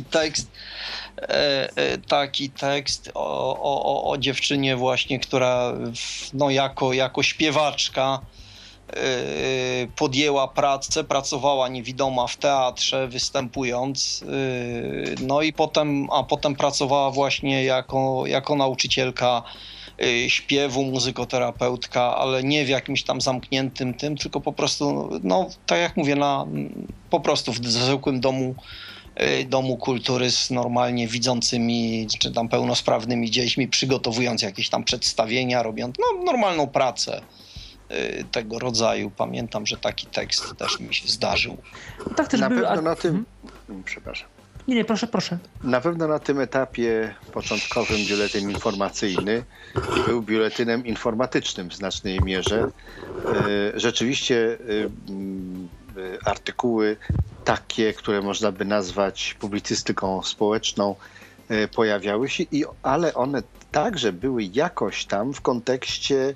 taki tekst o dziewczynie właśnie, która no jako śpiewaczka podjęła pracę, pracowała niewidoma w teatrze, występując, no i potem pracowała właśnie jako nauczycielka śpiewu, muzykoterapeutka, ale nie w jakimś tam zamkniętym tym, tylko po prostu, no tak jak mówię, po prostu w zwykłym domu kultury z normalnie widzącymi czy tam pełnosprawnymi dziećmi, przygotowując jakieś tam przedstawienia, robiąc normalną pracę tego rodzaju. Pamiętam, że taki tekst też mi się zdarzył. Tak też na był. Pewno na tym... Przepraszam. Nie, proszę. Na pewno na tym etapie początkowym biuletyn informacyjny był biuletynem informatycznym w znacznej mierze. Rzeczywiście artykuły takie, które można by nazwać publicystyką społeczną, pojawiały się, ale one także były jakoś tam w kontekście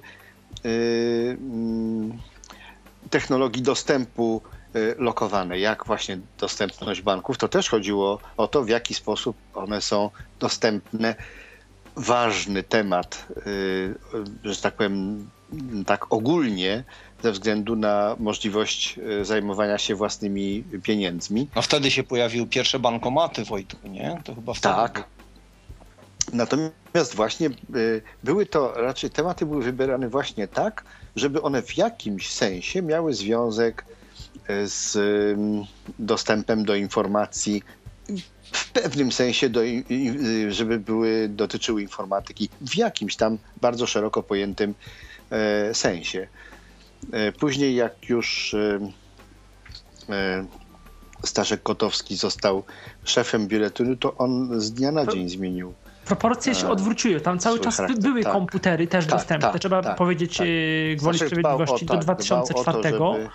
technologii dostępu lokowane, jak właśnie dostępność banków. To też chodziło o to, w jaki sposób one są dostępne. Ważny temat, że tak powiem, tak ogólnie, ze względu na możliwość zajmowania się własnymi pieniędzmi. A wtedy się pojawiły pierwsze bankomaty, Wojtku, nie? To chyba wtedy. Tak. Natomiast właśnie raczej tematy były wybierane właśnie tak, żeby one w jakimś sensie miały związek z dostępem do informacji w pewnym sensie, żeby dotyczyły informatyki w jakimś tam bardzo szeroko pojętym sensie. Później jak już Staszek Kotowski został szefem biuletynu, to on z dnia na dzień zmienił. Proporcje się odwróciły. Tam cały czas były komputery też dostępne. Trzeba powiedzieć gwoli sprawiedliwości do 2004.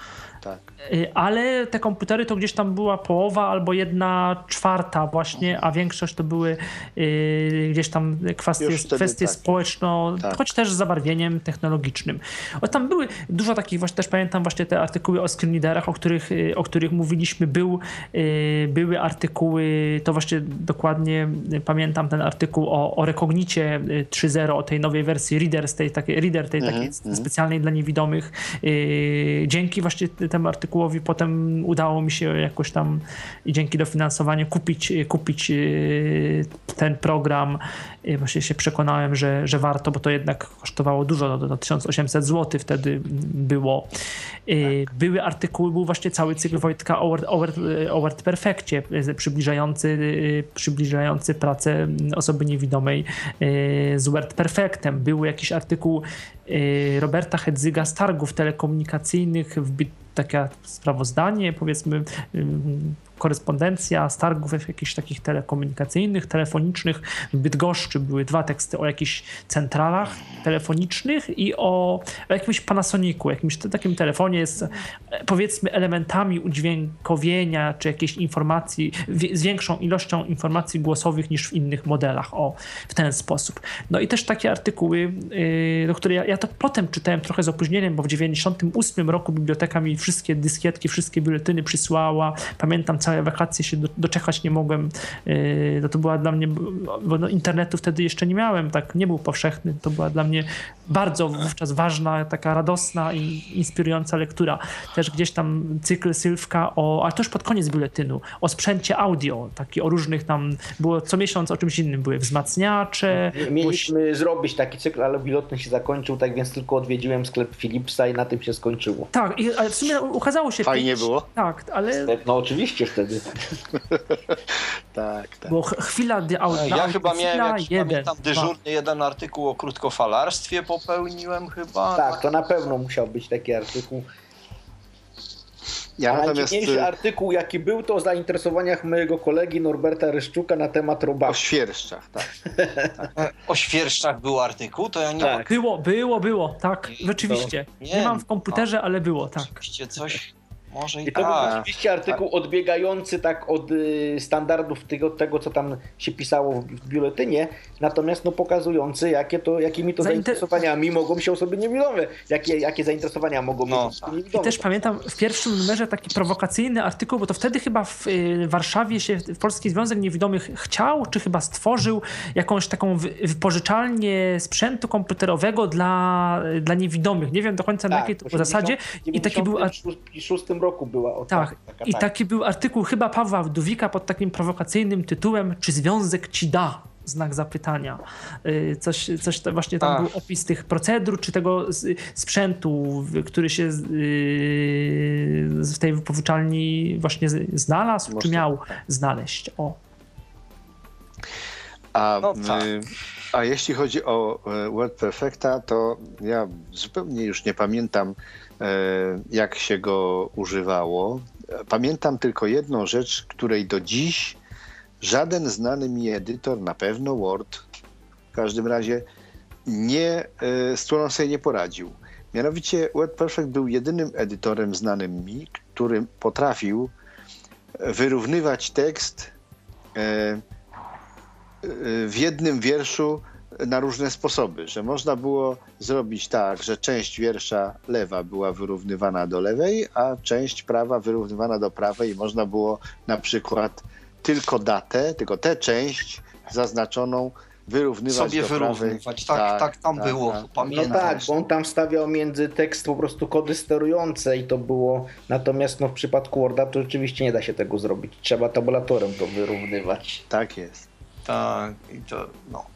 Ale te komputery to gdzieś tam była połowa albo 1/4 właśnie, a większość to były gdzieś tam kwestie społeczno, choć też z zabarwieniem technologicznym. Tam były dużo takich właśnie, też pamiętam właśnie te artykuły o screenreaderach, o których mówiliśmy. Były artykuły, to właśnie dokładnie pamiętam ten artykuł o Recognicie 3.0, o tej nowej wersji Reader, takiej specjalnej dla niewidomych. Dzięki właśnie temu artykułowi potem udało mi się jakoś tam i dzięki dofinansowaniu kupić ten program. Właśnie się przekonałem, że warto, bo to jednak kosztowało dużo, do 1800 zł wtedy było. Były artykuły, był właśnie cały cykl Wojtka o WordPerfectie, przybliżający pracę osoby niewidomej z WordPerfectem. Był jakiś artykuł Roberta Hedzyga z targów telekomunikacyjnych, takie sprawozdanie, powiedzmy, korespondencja z targów jakichś takich telekomunikacyjnych, telefonicznych. W Bydgoszczy były 2 teksty o jakichś centralach telefonicznych i o jakimś Panasonicu, jakimś takim telefonie z, powiedzmy, elementami udźwiękowienia czy jakiejś informacji, z większą ilością informacji głosowych niż w innych modelach. W ten sposób. No i też takie artykuły, do których ja to potem czytałem trochę z opóźnieniem, bo w 1998 roku biblioteka mi wszystkie dyskietki, wszystkie biuletyny przysłała. Pamiętam, całe wakacje się doczekać nie mogłem. To była dla mnie, bo internetu wtedy jeszcze nie miałem, tak nie był powszechny. To była dla mnie bardzo wówczas ważna, taka radosna i inspirująca lektura. Też gdzieś tam cykl Sylwka ale to już pod koniec biuletynu, o sprzęcie audio, taki o różnych tam, było co miesiąc o czymś innym, były wzmacniacze. Mieliśmy zrobić taki cykl, ale biuletyn się zakończył, tak więc tylko odwiedziłem sklep Philipsa i na tym się skończyło. Tak, ale w sumie ukazało się... Fajnie było? Tak, ale... No oczywiście wtedy. tak. Bo chwila audio. Ja chyba miałem pamiętam dyżurny jeden artykuł o krótkofalarstwie popełniłem chyba. Tak, to na pewno musiał być taki artykuł. Ja najciekniejszy artykuł, jaki był, to o zainteresowaniach mojego kolegi Norberta Ryszczuka na temat robaków. O świerszczach, tak. O świerszczach był artykuł? To ja nie... Tak. Było, tak, rzeczywiście. Nie mam w komputerze, ale było, tak. Rzeczywiście coś... Może I to był oczywiście artykuł odbiegający tak od standardów tego, co tam się pisało w biuletynie, natomiast pokazujący, jakimi to zainteresowaniami mogą się osoby niewidome, jakie zainteresowania mogą mieć osoby niewidome. I też pamiętam w pierwszym numerze taki prowokacyjny artykuł, bo to wtedy chyba w Warszawie się Polski Związek Niewidomych chciał, czy chyba stworzył jakąś taką wypożyczalnię sprzętu komputerowego dla niewidomych. Nie wiem do końca na jakiej to zasadzie. I taki był roku była. Taki był artykuł chyba Pawła Wdówika pod takim prowokacyjnym tytułem "Czy związek ci da?" Znak zapytania. Coś właśnie tam był opis tych procedur, czy tego sprzętu, który się w tej wypożyczalni właśnie znalazł, czy miał znaleźć. A jeśli chodzi o WordPerfecta, to ja zupełnie już nie pamiętam, jak się go używało. Pamiętam tylko jedną rzecz, której do dziś żaden znany mi edytor, na pewno Word, w każdym razie z którą sobie nie poradził. Mianowicie WordPerfect był jedynym edytorem znanym mi, który potrafił wyrównywać tekst w jednym wierszu na różne sposoby, że można było zrobić tak, że część wiersza lewa była wyrównywana do lewej, a część prawa wyrównywana do prawej i można było na przykład tylko tę część zaznaczoną wyrównywać sobie do wyrównywać. Prawej. Tak, tam było. Pamiętam. No tak, bo on tam stawiał między tekst po prostu kody sterujące i to było, natomiast w przypadku Worda to rzeczywiście nie da się tego zrobić. Trzeba tabulatorem to wyrównywać. Tak jest. Tak, i to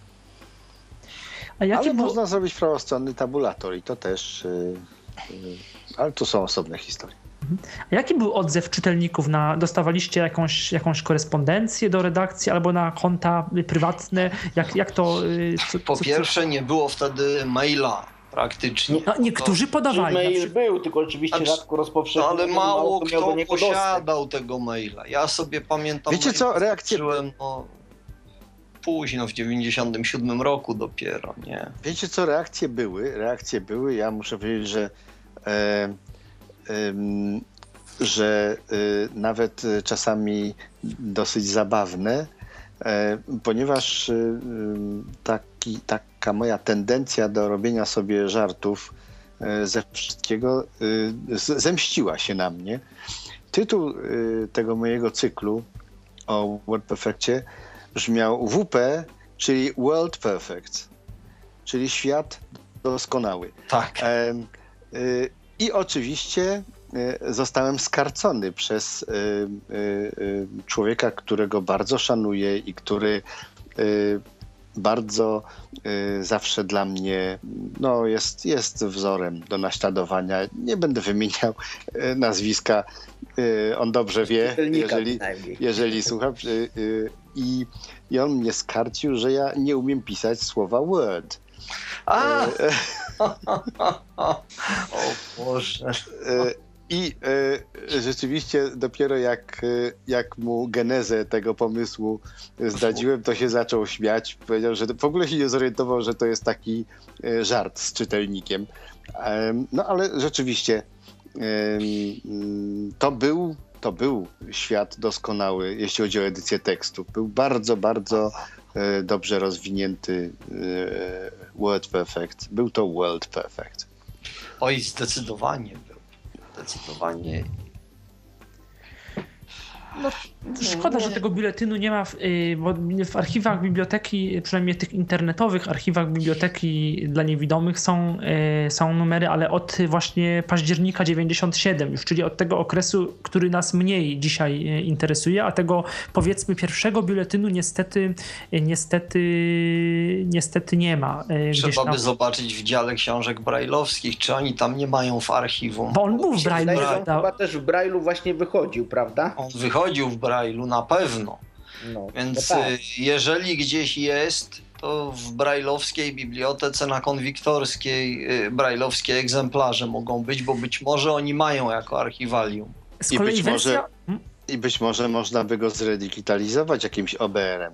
Ale można zrobić prawostronny tabulator i to też, ale to są osobne historie. A jaki był odzew czytelników? Dostawaliście jakąś korespondencję do redakcji albo na konta prywatne? Jak to... Po pierwsze, nie było wtedy maila praktycznie. No, niektórzy podawali. Mail był, tylko oczywiście rzadko rozpowszechniony. Ale mało kto posiadał tego maila. Ja sobie pamiętam... Wiecie co? Reakcje... Późno, w 97 roku dopiero, nie? Wiecie co? Reakcje były. Ja muszę powiedzieć, że nawet czasami dosyć zabawne, ponieważ taka moja tendencja do robienia sobie żartów ze wszystkiego zemściła się na mnie. Tytuł tego mojego cyklu o WordPerfectie brzmiał WP, czyli World Perfect, czyli świat doskonały. Tak. I oczywiście zostałem skarcony przez człowieka, którego bardzo szanuję i który bardzo zawsze dla mnie jest wzorem do naśladowania. Nie będę wymieniał nazwiska, on dobrze wie, jeżeli słucha. I on mnie skarcił, że ja nie umiem pisać słowa Word. O Boże. I rzeczywiście dopiero jak mu genezę tego pomysłu zdradziłem, to się zaczął śmiać. Powiedział, że w ogóle się nie zorientował, że to jest taki żart z czytelnikiem. No ale rzeczywiście to był świat doskonały, jeśli chodzi o edycję tekstu. Był bardzo, bardzo dobrze rozwinięty WordPerfect. Był to World Perfect. Oj, zdecydowanie był. Zdecydowanie. No, szkoda, że tego biuletynu nie ma, bo w archiwach biblioteki, przynajmniej tych internetowych archiwach biblioteki dla niewidomych są numery, ale od właśnie października 97 już, czyli od tego okresu, który nas mniej dzisiaj interesuje, a tego powiedzmy pierwszego biuletynu niestety nie ma. Trzeba by zobaczyć w dziale książek brajlowskich, czy oni tam nie mają w archiwum. Bo on był w Brajlu. Chyba też w Brajlu właśnie wychodził, prawda? On wychodził w Brajlu na pewno. Więc tak. Jeżeli gdzieś jest, to w brajlowskiej bibliotece na Konwiktorskiej brajlowskie egzemplarze mogą być, bo być może oni mają jako archiwalium. I być może można by go zredigitalizować jakimś OBR-em.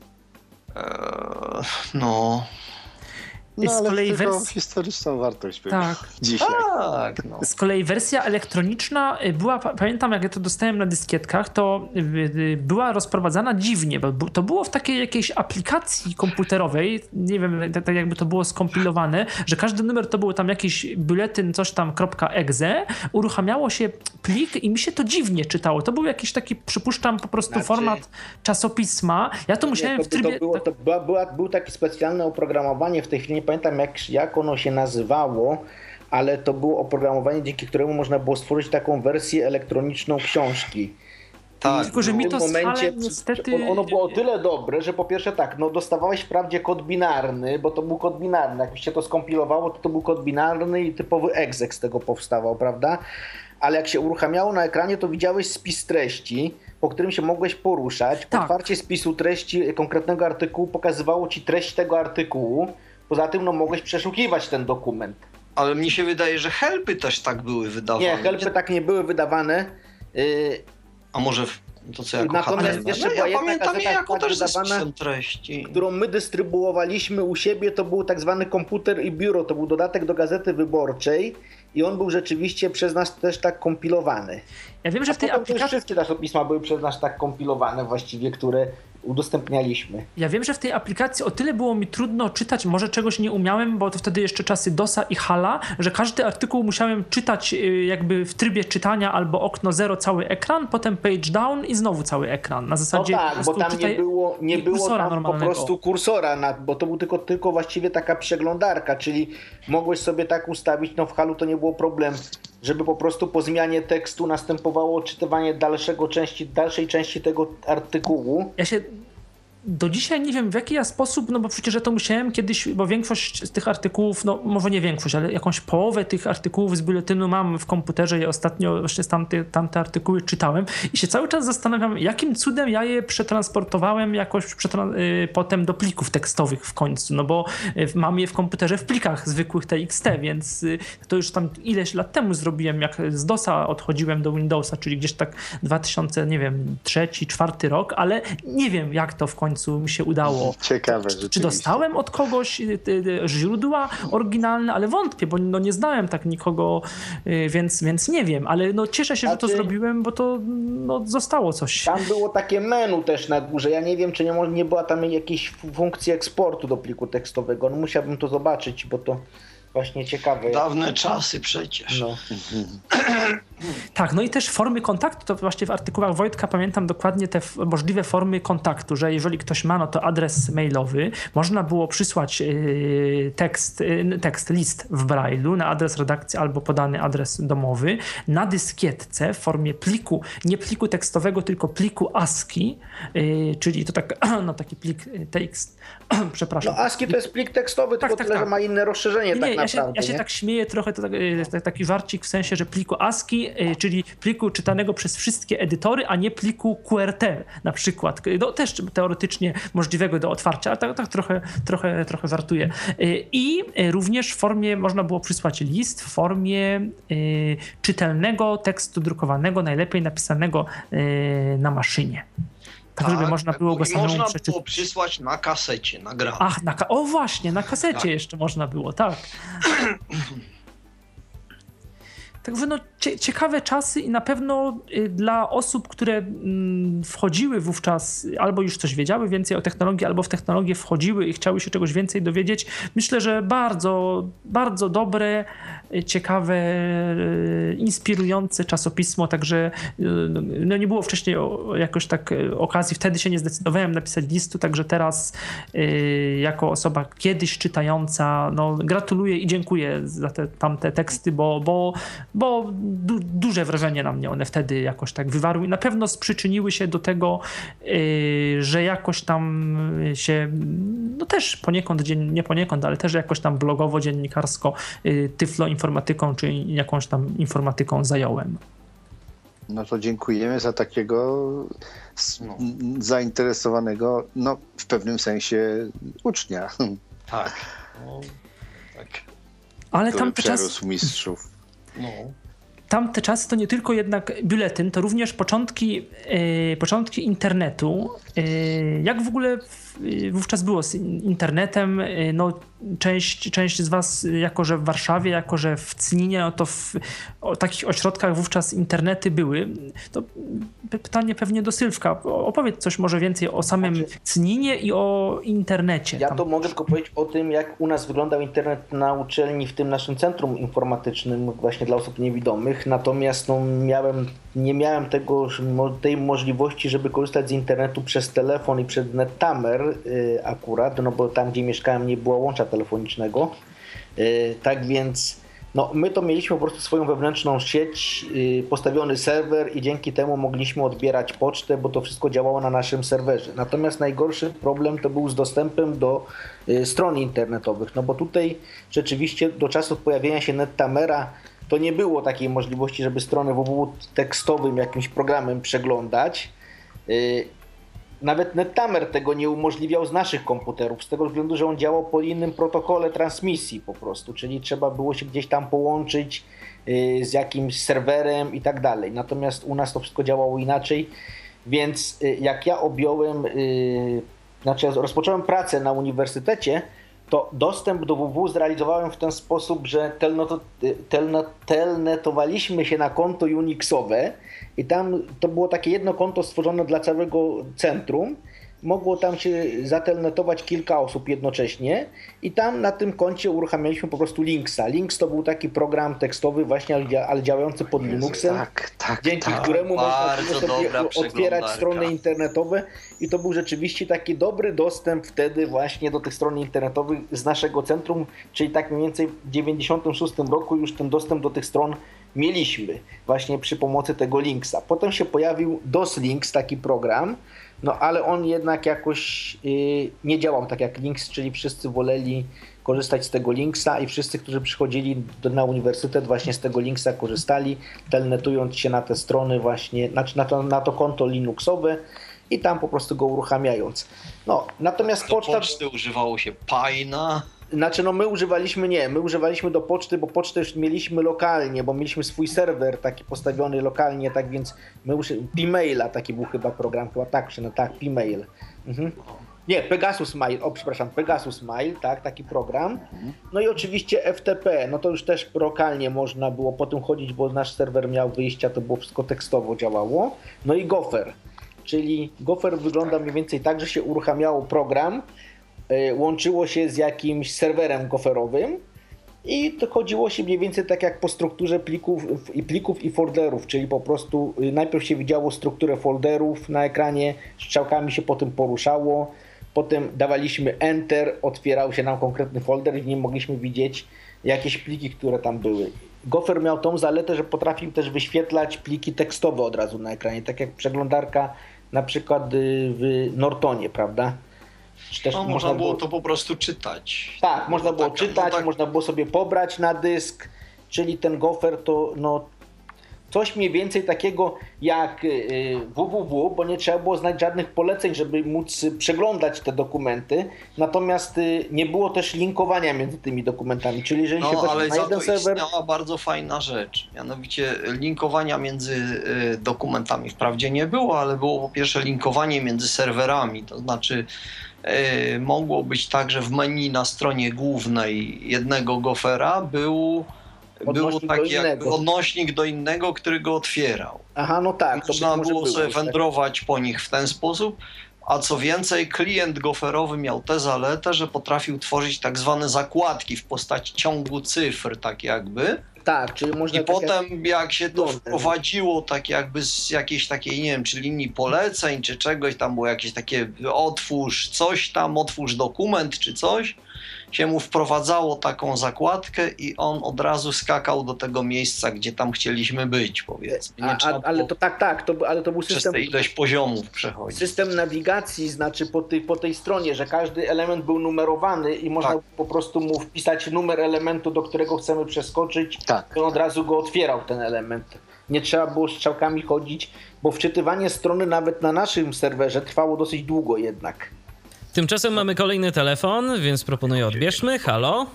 No, ale z kolei historyczną wartość dzisiaj. Tak, no. Z kolei wersja elektroniczna była, pamiętam jak ja to dostałem na dyskietkach, to była rozprowadzana dziwnie, bo to było w takiej jakiejś aplikacji komputerowej, nie wiem, tak jakby to było skompilowane, że każdy numer to był tam jakiś biuletyn, coś tam .exe, uruchamiało się plik i mi się to dziwnie czytało. To był jakiś taki, przypuszczam, po prostu format czasopisma. Ja to musiałem w trybie... Był taki specjalne oprogramowanie, w tej chwili nie pamiętam jak ono się nazywało, ale to było oprogramowanie, dzięki któremu można było stworzyć taką wersję elektroniczną książki. Tak, tylko że mi to momencie niestety... Ono było o tyle dobre, że po pierwsze tak, dostawałeś wprawdzie kod binarny, bo to był kod binarny. Jak się to skompilowało, to był kod binarny i typowy exec z tego powstawał, prawda? Ale jak się uruchamiało na ekranie, to widziałeś spis treści, po którym się mogłeś poruszać. Tak. Otwarcie spisu treści konkretnego artykułu pokazywało ci treść tego artykułu. Poza tym mogłeś przeszukiwać ten dokument. Ale mi się wydaje, że helpy też tak były wydawane. Nie, helpy tak nie były wydawane. A może to co jako Natomiast jeszcze była jedna pamiętam jako też wydawana, treści. Którą my dystrybuowaliśmy u siebie, to był tak zwany komputer i biuro. To był dodatek do Gazety Wyborczej i on był rzeczywiście przez nas też tak kompilowany. Ja wiem, że w tej aplikacji... Wszystkie czasopisma były przez nas tak kompilowane właściwie, które udostępnialiśmy. Ja wiem, że w tej aplikacji o tyle było mi trudno czytać, może czegoś nie umiałem, bo to wtedy jeszcze czasy DOS-a i HAL-a, że każdy artykuł musiałem czytać jakby w trybie czytania albo okno 0 cały ekran, potem page down i znowu cały ekran. Na zasadzie no tak, bo tam nie było tam normalnego. Po prostu kursora, bo to był tylko właściwie taka przeglądarka, czyli mogłeś sobie tak ustawić, w HAL-u to nie było problem, żeby po prostu po zmianie tekstu następowało odczytywanie dalszej części tego artykułu. do dzisiaj nie wiem w jaki ja sposób, no bo przecież ja to musiałem kiedyś, bo większość z tych artykułów, no może nie większość, ale jakąś połowę tych artykułów z biuletynu mam w komputerze i ostatnio właśnie tamte artykuły czytałem i się cały czas zastanawiam, jakim cudem ja je przetransportowałem jakoś potem do plików tekstowych w końcu, no bo mam je w komputerze w plikach zwykłych TXT, więc to już tam ileś lat temu zrobiłem, jak z DOSa odchodziłem do Windowsa, czyli gdzieś tak 2000, nie wiem, 3-4 rok, ale nie wiem jak to w końcu mi się udało. Ciekawe, czy dostałem od kogoś źródła oryginalne, ale wątpię, bo no nie znałem tak nikogo, więc nie wiem, ale no cieszę się, że to zrobiłem, bo to no, zostało coś. Tam było takie menu też na górze, ja nie wiem, czy nie była tam jakiejś funkcji eksportu do pliku tekstowego, no musiałbym to zobaczyć, bo to właśnie ciekawe. Dawne czasy przecież. No. Tak, no i też formy kontaktu, to właśnie w artykułach Wojtka pamiętam dokładnie te możliwe formy kontaktu, że jeżeli ktoś ma, no to adres mailowy, można było przysłać list w Braille'u na adres redakcji albo podany adres domowy, na dyskietce w formie pliku, nie pliku tekstowego, tylko pliku ASCII, czyli to tak, no taki plik TXT, przepraszam. No ASCII to jest plik tekstowy, tylko tyle, że ma inne rozszerzenie tak naprawdę. Ja się tak śmieję trochę, to taki żarcik w sensie, że pliku ASCII, czyli pliku czytanego przez wszystkie edytory, a nie pliku QWERTY na przykład. No, też teoretycznie możliwego do otwarcia, ale tak trochę żartuję. I również w formie, można było przysłać list w formie czytelnego tekstu drukowanego, najlepiej napisanego na maszynie. Tak, żeby można było go samemu przeczytać. Można było przysłać na kasecie, nagrane. Ach, o właśnie, na kasecie jeszcze można było, tak. Także no, ciekawe czasy i na pewno dla osób, które wchodziły wówczas, albo już coś wiedziały więcej o technologii, albo w technologię wchodziły i chciały się czegoś więcej dowiedzieć, myślę, że bardzo, bardzo dobre, ciekawe, inspirujące czasopismo, także no nie było wcześniej jakoś tak okazji, wtedy się nie zdecydowałem napisać listu, także teraz jako osoba kiedyś czytająca, no gratuluję i dziękuję za tamte teksty, bo duże wrażenie na mnie one wtedy jakoś tak wywarły i na pewno przyczyniły się do tego, że jakoś tam się, no też poniekąd, nie poniekąd, ale też jakoś tam blogowo, dziennikarsko tyfloinformatyką czy jakąś tam informatyką zająłem. No to dziękujemy za takiego zainteresowanego, no w pewnym sensie ucznia. Tak. No, tak. Ale który przerósł mistrzów. No. Tamte czasy to nie tylko jednak biuletyn, to również początki internetu. Jak w ogóle wówczas było z internetem? No, część z was, jako że w Warszawie, jako że w Cninie, no to w takich ośrodkach wówczas internety były. To pytanie pewnie do Sylwka. Opowiedz coś może więcej o samym Cninie i o internecie. Ja to mogę tylko powiedzieć o tym, jak u nas wyglądał internet na uczelni, w tym naszym centrum informatycznym właśnie dla osób niewidomych. Natomiast no, nie miałem tej możliwości, żeby korzystać z internetu przez telefon i przez Nettamer akurat, no bo tam, gdzie mieszkałem, nie było łącza telefonicznego. Tak więc no, my to mieliśmy po prostu swoją wewnętrzną sieć, postawiony serwer i dzięki temu mogliśmy odbierać pocztę, bo to wszystko działało na naszym serwerze. Natomiast najgorszy problem to był z dostępem do stron internetowych, no bo tutaj rzeczywiście do czasów pojawienia się Nettamera to nie było takiej możliwości, żeby stronę www tekstowym jakimś programem przeglądać. Nawet Nettamer tego nie umożliwiał z naszych komputerów, z tego względu, że on działał po innym protokole transmisji po prostu, czyli trzeba było się gdzieś tam połączyć z jakimś serwerem i tak dalej. Natomiast u nas to wszystko działało inaczej, więc jak ja rozpocząłem pracę na uniwersytecie, to dostęp do www zrealizowałem w ten sposób, że telnetowaliśmy się na konto Unixowe i tam to było takie jedno konto stworzone dla całego centrum. Mogło tam się zatelnetować kilka osób jednocześnie i tam na tym koncie uruchamialiśmy po prostu Linksa. Links to był taki program tekstowy właśnie, ale działający pod Linuxem, dzięki któremu można sobie otwierać strony internetowe i to był rzeczywiście taki dobry dostęp wtedy właśnie do tych stron internetowych z naszego centrum, czyli tak mniej więcej w 1996 roku już ten dostęp do tych stron mieliśmy właśnie przy pomocy tego Linksa. Potem się pojawił DOS Links, taki program, No ale on jednak jakoś nie działał tak jak Lynx, czyli wszyscy woleli korzystać z tego Lynxa i wszyscy, którzy przychodzili na uniwersytet, właśnie z tego Lynxa korzystali, telnetując się na te strony właśnie, znaczy na to konto Linuxowe i tam po prostu go uruchamiając. No, natomiast do poczty używało się Pine'a. Znaczy my używaliśmy do poczty, bo pocztę już mieliśmy lokalnie, bo mieliśmy swój serwer taki postawiony lokalnie, tak więc Pmaila taki był chyba program, Pmail. Nie, Pegasus Mail, tak, taki program. No i oczywiście FTP, no to już też lokalnie można było po tym chodzić, bo nasz serwer miał wyjścia, to było wszystko tekstowo działało. No i Gopher, czyli Gopher wygląda mniej więcej tak, że się uruchamiało program, łączyło się z jakimś serwerem goferowym i to chodziło się mniej więcej tak jak po strukturze plików i folderów, czyli po prostu najpierw się widziało strukturę folderów na ekranie, strzałkami się potem poruszało, potem dawaliśmy Enter, otwierał się nam konkretny folder i w nim mogliśmy widzieć jakieś pliki, które tam były. Gopher miał tą zaletę, że potrafił też wyświetlać pliki tekstowe od razu na ekranie, tak jak przeglądarka na przykład w Nortonie, prawda? Też można było to po prostu czytać. Tak, można było czytać, można było sobie pobrać na dysk, czyli ten Gopher to coś mniej więcej takiego jak www, bo nie trzeba było znać żadnych poleceń, żeby móc przeglądać te dokumenty, natomiast nie było też linkowania między tymi dokumentami, czyli jeżeli się weszło na jeden serwer... istniała bardzo fajna rzecz, mianowicie linkowania między dokumentami wprawdzie nie było, ale było po pierwsze linkowanie między serwerami, to znaczy mogło być tak, że w menu na stronie głównej jednego Gophera był taki jakby odnośnik do innego, który go otwierał. Aha, no tak. Można było sobie wędrować po nich w ten sposób, a co więcej klient goferowy miał tę zaletę, że potrafił tworzyć tak zwane zakładki w postaci ciągu cyfr, tak jakby. Tak, czyli można... I potem jak się to wprowadziło tak jakby z jakiejś takiej, nie wiem, czy linii poleceń, czy czegoś, tam było jakieś takie otwórz coś tam, otwórz dokument, czy coś, się mu wprowadzało taką zakładkę i on od razu skakał do tego miejsca, gdzie tam chcieliśmy być, powiedzmy. Ale to był system... Przez te ileś poziomów przechodzić. System nawigacji, znaczy po tej stronie, że każdy element był numerowany i można po prostu mu wpisać numer elementu, do którego chcemy przeskoczyć, to on od razu go otwierał, ten element. Nie trzeba było strzałkami chodzić, bo wczytywanie strony nawet na naszym serwerze trwało dosyć długo jednak. Tymczasem mamy kolejny telefon, więc proponuję odbierzmy. Halo?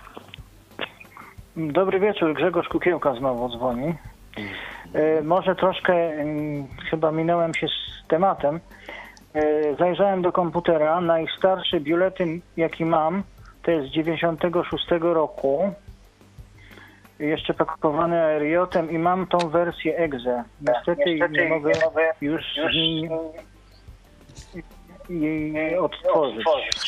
Dobry wieczór, Grzegorz Kukiełka znowu dzwoni. Może troszkę chyba minąłem się z tematem. Zajrzałem do komputera. Najstarszy biuletyn, jaki mam, to jest z 96 roku. Jeszcze pakowany aeriotem i mam tą wersję EXE. Niestety nie mogę już z niej odtworzyć.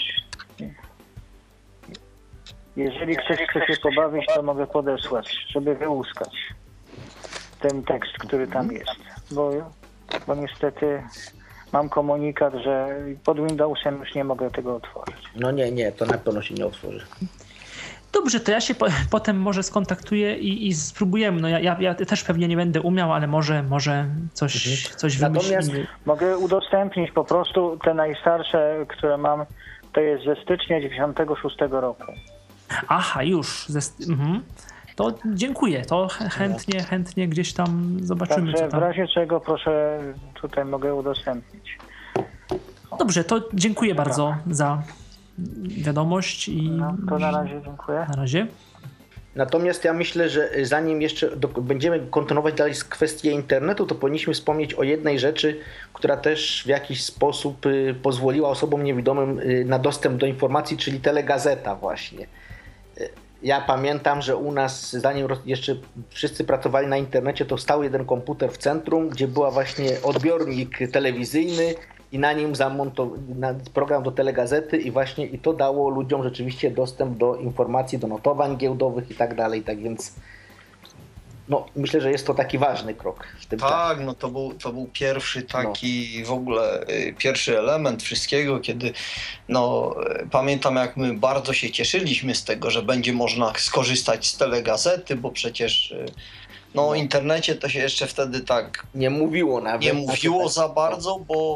Jeżeli ktoś chce się pobawić, to mogę podesłać, żeby wyłuskać ten tekst, który tam jest. Bo niestety mam komunikat, że pod Windowsem już nie mogę tego otworzyć. No nie, to na pewno się nie otworzy. Dobrze, to ja się potem może skontaktuję i spróbujemy. No ja też pewnie nie będę umiał, ale może coś wymyślimy. Mogę udostępnić po prostu te najstarsze, które mam, to jest ze stycznia 96 roku. Aha, już. To dziękuję, to chętnie gdzieś tam zobaczymy. Także w razie czego proszę, tutaj mogę udostępnić. Dobrze, to dziękuję bardzo za wiadomość i... to na razie dziękuję. Na razie. Natomiast ja myślę, że zanim jeszcze będziemy kontynuować dalej kwestię internetu, to powinniśmy wspomnieć o jednej rzeczy, która też w jakiś sposób pozwoliła osobom niewidomym na dostęp do informacji, czyli telegazeta właśnie. Ja pamiętam, że u nas, zanim jeszcze wszyscy pracowali na internecie, to stał jeden komputer w centrum, gdzie była właśnie odbiornik telewizyjny i na nim zamontowano program do telegazety i to dało ludziom rzeczywiście dostęp do informacji, do notowań giełdowych i tak dalej. Tak więc myślę, że jest to taki ważny krok w tym czasie. No to był pierwszy taki w ogóle pierwszy element wszystkiego, kiedy pamiętam, jak my bardzo się cieszyliśmy z tego, że będzie można skorzystać z telegazety, bo przecież o internecie to się jeszcze wtedy tak nie mówiło nawet. Nie mówiło za bardzo, bo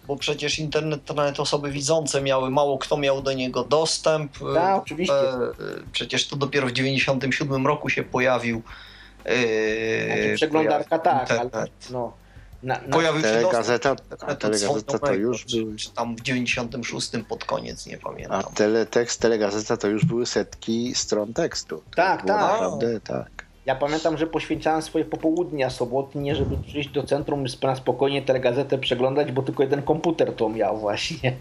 bo przecież internet to nawet osoby widzące miały, mało kto miał do niego dostęp. Tak, oczywiście. Przecież to dopiero w 1997 roku się pojawił. Przeglądarka, tak, ale no. Pojawił się telegazeta to już były. Czy tam w 96 pod koniec, nie pamiętam. A teletekst, telegazeta to już były setki stron tekstu. Tak. Naprawdę, tak. Ja pamiętam, że poświęcałem swoje popołudnia sobotnie, żeby przyjść do centrum i na spokojnie telegazetę przeglądać, bo tylko jeden komputer to miał właśnie.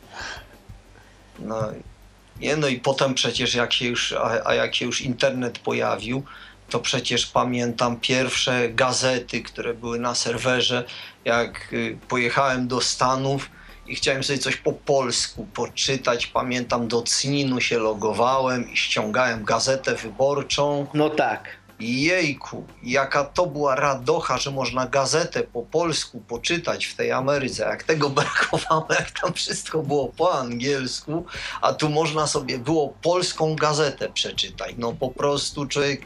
No i potem przecież jak się już internet pojawił, to przecież pamiętam pierwsze gazety, które były na serwerze, jak pojechałem do Stanów i chciałem sobie coś po polsku poczytać. Pamiętam, do CNIN-u się logowałem i ściągałem gazetę wyborczą. No tak. Jejku, jaka to była radocha, że można gazetę po polsku poczytać w tej Ameryce. Jak tego brakowało, jak tam wszystko było po angielsku, a tu można sobie było polską gazetę przeczytać. No po prostu człowiek...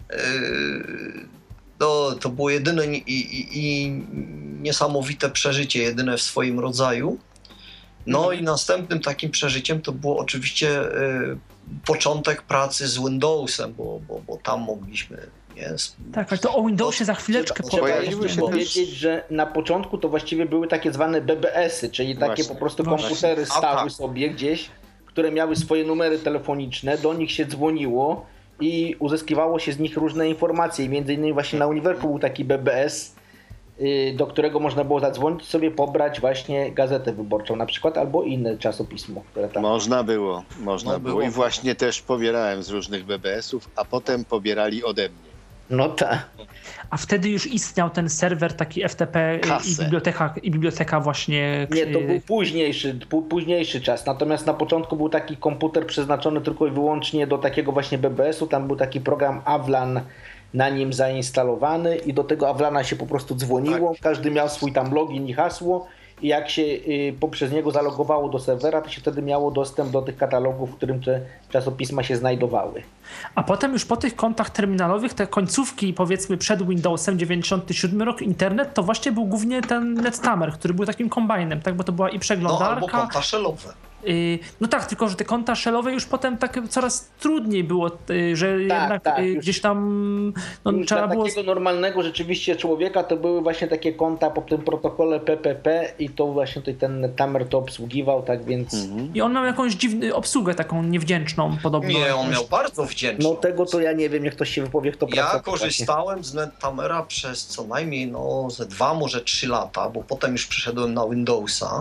To było jedyne i niesamowite przeżycie, jedyne w swoim rodzaju. No i następnym takim przeżyciem to było oczywiście początek pracy z Windowsem, bo tam mogliśmy... Tak, ale to o Windowsie za chwileczkę pojawiły się powiedzieć, że na początku to właściwie były takie zwane BBS-y, czyli takie po prostu komputery stały sobie gdzieś, które miały swoje numery telefoniczne, do nich się dzwoniło i uzyskiwało się z nich różne informacje. I między innymi właśnie na Uniwerku był taki BBS, do którego można było zadzwonić sobie, pobrać właśnie gazetę wyborczą na przykład, albo inne czasopismo, które tam... Można było. I właśnie też pobierałem z różnych BBS-ów, a potem pobierali ode mnie. No tak. A wtedy już istniał ten serwer taki FTP i biblioteka właśnie... Nie, to był późniejszy czas. Natomiast na początku był taki komputer przeznaczony tylko i wyłącznie do takiego właśnie BBS-u. Tam był taki program Avlan na nim zainstalowany i do tego Avlana się po prostu dzwoniło. Tak. Każdy miał swój tam login i hasło i jak się poprzez niego zalogowało do serwera, to się wtedy miało dostęp do tych katalogów, w którym te czasopisma się znajdowały. A potem już po tych kontach terminalowych, te końcówki powiedzmy przed Windowsem, 97 rok, internet, to właśnie był głównie ten Netamer, który był takim kombajnem, tak? Bo to była i przeglądarka. No albo konta shellowe. No tak, tylko że te konta shellowe już potem tak coraz trudniej było, że jednak gdzieś tam trzeba było... takiego normalnego rzeczywiście człowieka to były właśnie takie konta po tym protokole PPP i to właśnie ten Netamer to obsługiwał, tak więc... I on miał jakąś dziwną obsługę taką niewdzięczną podobno. Nie, on miał bardzo wdzięczną. No tego to ja nie wiem, jak ktoś się wypowie, kto pracował. Ja korzystałem z Netamera przez co najmniej ze 2, może 3 lata, bo potem już przeszedłem na Windowsa.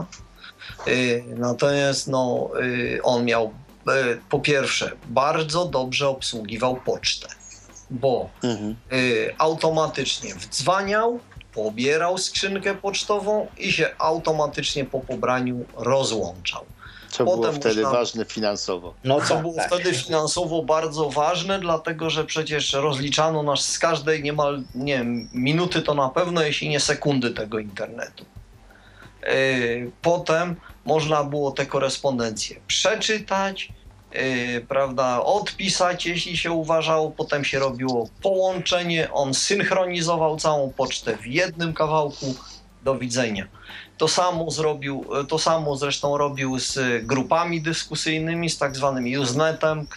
Natomiast on miał po pierwsze bardzo dobrze obsługiwał pocztę, bo automatycznie wdzwaniał, pobierał skrzynkę pocztową i się automatycznie po pobraniu rozłączał. Co było wtedy ważne finansowo. Co było wtedy finansowo bardzo ważne, dlatego że przecież rozliczano nas z każdej niemal, nie wiem, minuty to na pewno, jeśli nie sekundy tego internetu. Potem można było te korespondencje przeczytać, prawda, odpisać, jeśli się uważało, potem się robiło połączenie, on synchronizował całą pocztę w jednym kawałku, do widzenia. To samo zresztą robił z grupami dyskusyjnymi, z tak zwanym Usenetem,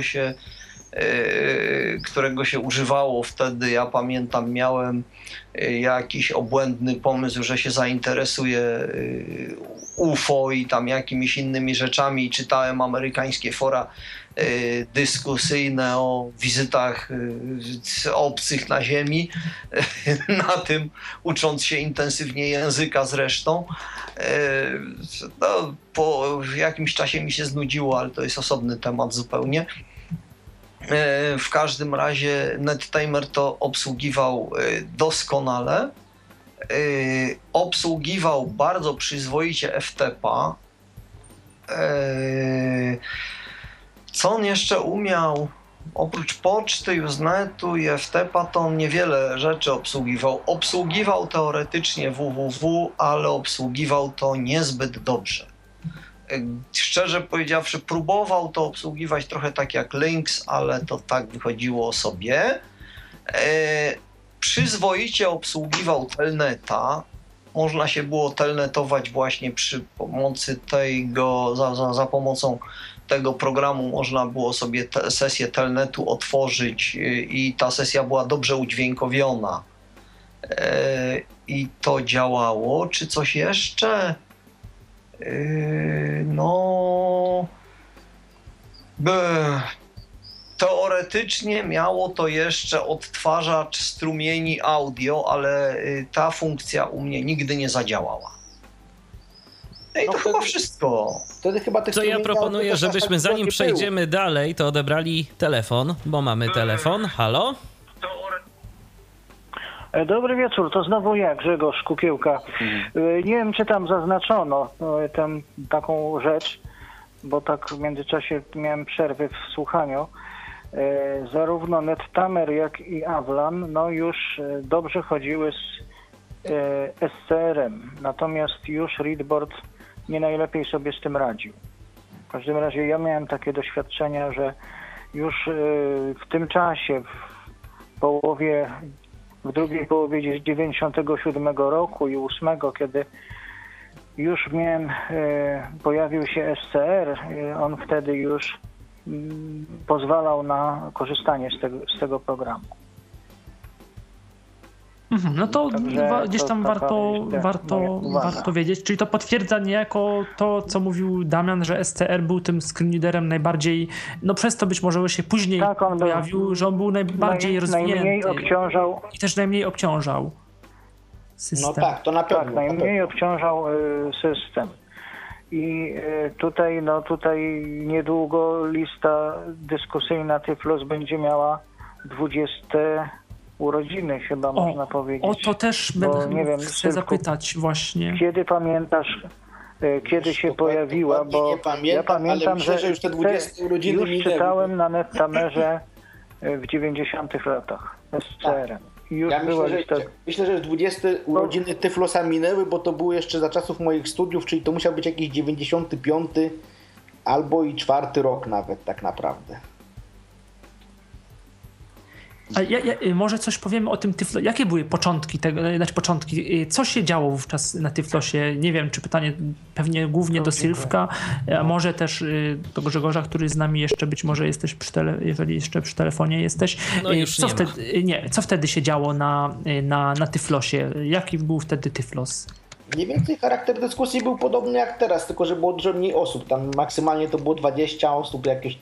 którego się używało wtedy. Ja pamiętam, miałem jakiś obłędny pomysł, że się zainteresuję UFO i tam jakimiś innymi rzeczami i czytałem amerykańskie fora dyskusyjne o wizytach obcych na Ziemi, na tym ucząc się intensywnie języka zresztą. Po jakimś czasie mi się znudziło, ale to jest osobny temat zupełnie. W każdym razie Netamer to obsługiwał doskonale. Obsługiwał bardzo przyzwoicie FTP-a. Co on jeszcze umiał? Oprócz poczty, Usenetu i FTP-a to on niewiele rzeczy obsługiwał. Obsługiwał teoretycznie www, ale obsługiwał to niezbyt dobrze. Szczerze powiedziawszy, próbował to obsługiwać trochę tak jak Lynx, ale to tak wychodziło sobie. Przyzwoicie obsługiwał Telneta, można się było telnetować właśnie przy pomocy tego, za pomocą tego programu można było sobie sesję telnetu otworzyć i ta sesja była dobrze udźwiękowiona. I to działało. Czy coś jeszcze? Teoretycznie miało to jeszcze odtwarzacz strumieni audio, ale ta funkcja u mnie nigdy nie zadziałała. I to chyba wszystko. Wtedy chyba Co ja proponuję, żebyśmy zanim przejdziemy dalej, to odebrali telefon, bo mamy telefon. Halo? Dobry wieczór, to znowu ja, Grzegorz Kukiełka. Nie wiem, czy tam zaznaczono taką rzecz, bo tak w międzyczasie miałem przerwy w słuchaniu. Zarówno Nettamer, jak i Avlan już dobrze chodziły z SCR-em, natomiast już Readboard nie najlepiej sobie z tym radził. W każdym razie ja miałem takie doświadczenia, że już w tym czasie, w drugiej połowie 97 roku i 8, kiedy już pojawił się SCR, on wtedy już pozwalał na korzystanie z tego programu. No to gdzieś tam warto wiedzieć. Czyli to potwierdza niejako to, co mówił Damian, że SCR był tym screen readerem najbardziej, przez to być może się później pojawił, że on był najbardziej rozwinięty. Najmniej obciążał. I też najmniej obciążał system. No tak, to na pewno. Tak, najmniej obciążał system. I tutaj niedługo lista dyskusyjna Tyflos będzie miała 20 urodziny chyba można powiedzieć. O to też chcę zapytać właśnie. Kiedy pamiętasz, kiedy się pojawiła, bo nie pamiętam, ja pamiętam, że już te 20 urodziny już czytałem na Nettamerze w 90 latach SCR-em. Myślę, że 20 urodziny Tyflosa minęły, bo to było jeszcze za czasów moich studiów, czyli to musiał być jakiś 95 albo i 4 rok nawet tak naprawdę. A może coś powiemy o tym Tyflosie. Jakie były początki tego, co się działo wówczas na Tyflosie? Nie wiem, czy pytanie pewnie głównie do Sylwka, a może też do Grzegorza, który z nami jeszcze być może jesteś jeżeli jeszcze przy telefonie jesteś. Co wtedy się działo na Tyflosie? Jaki był wtedy Tyflos? Mniej więcej charakter dyskusji był podobny jak teraz, tylko że było dużo mniej osób. Tam maksymalnie to było 20 osób jakieś,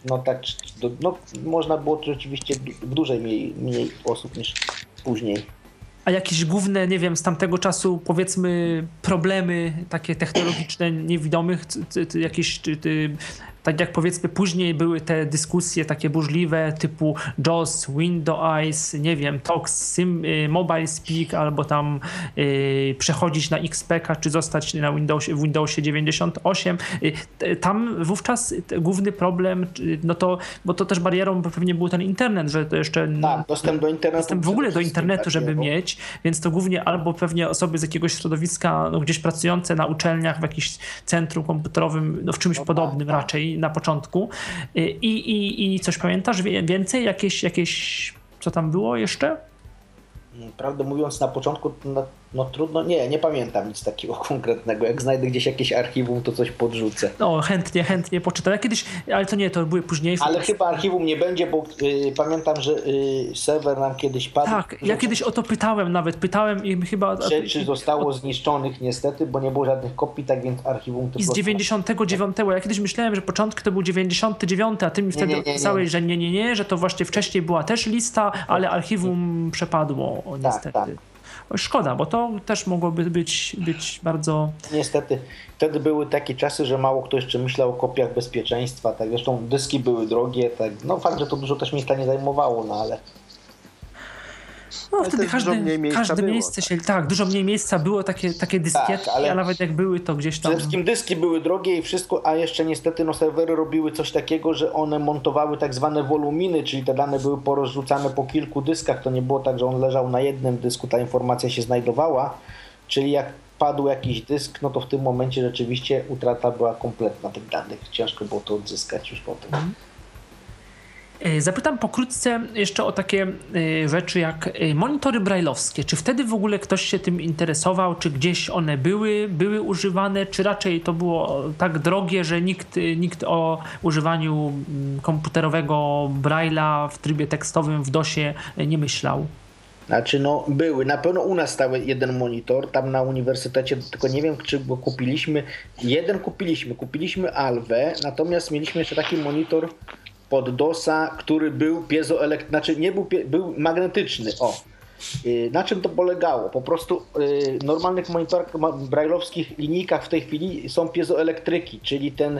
można było rzeczywiście w dużej mniej osób niż później. A jakieś główne, nie wiem, z tamtego czasu powiedzmy problemy takie technologiczne niewidomych, jakieś tak jak powiedzmy później były te dyskusje takie burzliwe typu JAWS, Window Eyes, nie wiem, TOX, Mobile Speak albo tam przechodzić na XPK czy zostać w Windowsie 98. Tam wówczas główny problem, bo to też barierą pewnie był ten internet, że to jeszcze dostęp do internetu. Dostęp w ogóle do internetu, żeby mieć, więc to głównie albo pewnie osoby z jakiegoś środowiska gdzieś pracujące na uczelniach, w jakimś centrum komputerowym, w czymś podobnym raczej na początku. I coś pamiętasz więcej? Jakieś co tam było jeszcze? Prawdę mówiąc, na początku trudno, nie pamiętam nic takiego konkretnego. Jak znajdę gdzieś jakieś archiwum, to coś podrzucę. Chętnie poczytam. Ja kiedyś, ale to były później. Ale chyba archiwum nie będzie, bo pamiętam, że serwer nam kiedyś padł. Tak, ja kiedyś o to pytałem i chyba... Rzeczy zostało zniszczonych niestety, bo nie było żadnych kopii, tak więc archiwum... I z 99. Ja kiedyś myślałem, że początki to był 99, a ty mi wtedy opisałeś, że nie, że to właśnie wcześniej była też lista, ale archiwum przepadło niestety. Tak. Szkoda, bo to też mogłoby być bardzo... Niestety. Wtedy były takie czasy, że mało kto jeszcze myślał o kopiach bezpieczeństwa. Tak, zresztą dyski były drogie. Tak. Fakt, że to dużo też miejsca nie zajmowało, ale... Wtedy każde miejsce się... Tak, dużo mniej miejsca było, takie dyskietki, a nawet jak były, to gdzieś tam... Przede wszystkim dyski były drogie i wszystko, a jeszcze niestety serwery robiły coś takiego, że one montowały tak zwane woluminy, czyli te dane były porozrzucane po kilku dyskach. To nie było tak, że on leżał na jednym dysku, ta informacja się znajdowała. Czyli jak padł jakiś dysk, to w tym momencie rzeczywiście utrata była kompletna tych danych. Ciężko było to odzyskać już potem. Zapytam pokrótce jeszcze o takie rzeczy jak monitory brajlowskie. Czy wtedy w ogóle ktoś się tym interesował? Czy gdzieś one były używane? Czy raczej to było tak drogie, że nikt o używaniu komputerowego Braille'a w trybie tekstowym w DOSie nie myślał? Znaczy były. Na pewno u nas stał jeden monitor, tam na uniwersytecie, tylko nie wiem, czy go kupiliśmy. Kupiliśmy Alwę, natomiast mieliśmy jeszcze taki monitor pod DOSa, który był był magnetyczny. Na czym to polegało? Po prostu w normalnych monitorach brajlowskich linijkach w tej chwili są piezoelektryki, czyli ten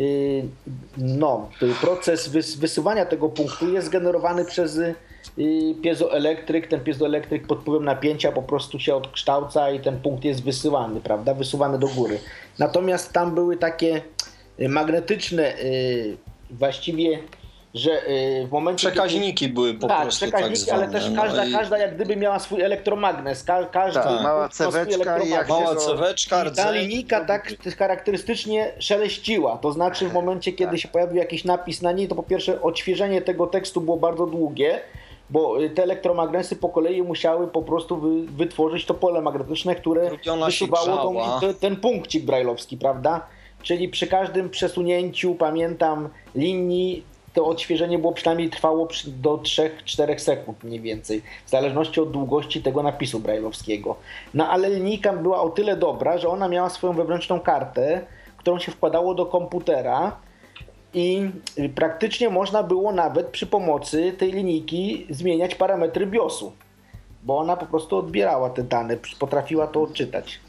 proces wysuwania tego punktu jest generowany przez piezoelektryk. Ten piezoelektryk pod wpływem napięcia po prostu się odkształca i ten punkt jest wysyłany, prawda? Wysuwany do góry. Natomiast tam były takie magnetyczne właściwie, że w momencie... Przekaźniki były po prostu przekaźniki, tak zwane, ale też każda jak gdyby miała swój elektromagnes. Mała ceweczka i ta linijka tak charakterystycznie szeleściła. To znaczy w momencie, kiedy się pojawił jakiś napis na niej, to po pierwsze odświeżenie tego tekstu było bardzo długie, bo te elektromagnesy po kolei musiały po prostu wytworzyć to pole magnetyczne, które wysuwało ten punkcik brajlowski, prawda? Czyli przy każdym przesunięciu, pamiętam, linii, to odświeżenie trwało do 3-4 sekund mniej więcej, w zależności od długości tego napisu brajlowskiego. Ale linijka była o tyle dobra, że ona miała swoją wewnętrzną kartę, którą się wkładało do komputera i praktycznie można było nawet przy pomocy tej linijki zmieniać parametry BIOS-u, bo ona po prostu odbierała te dane, potrafiła to odczytać.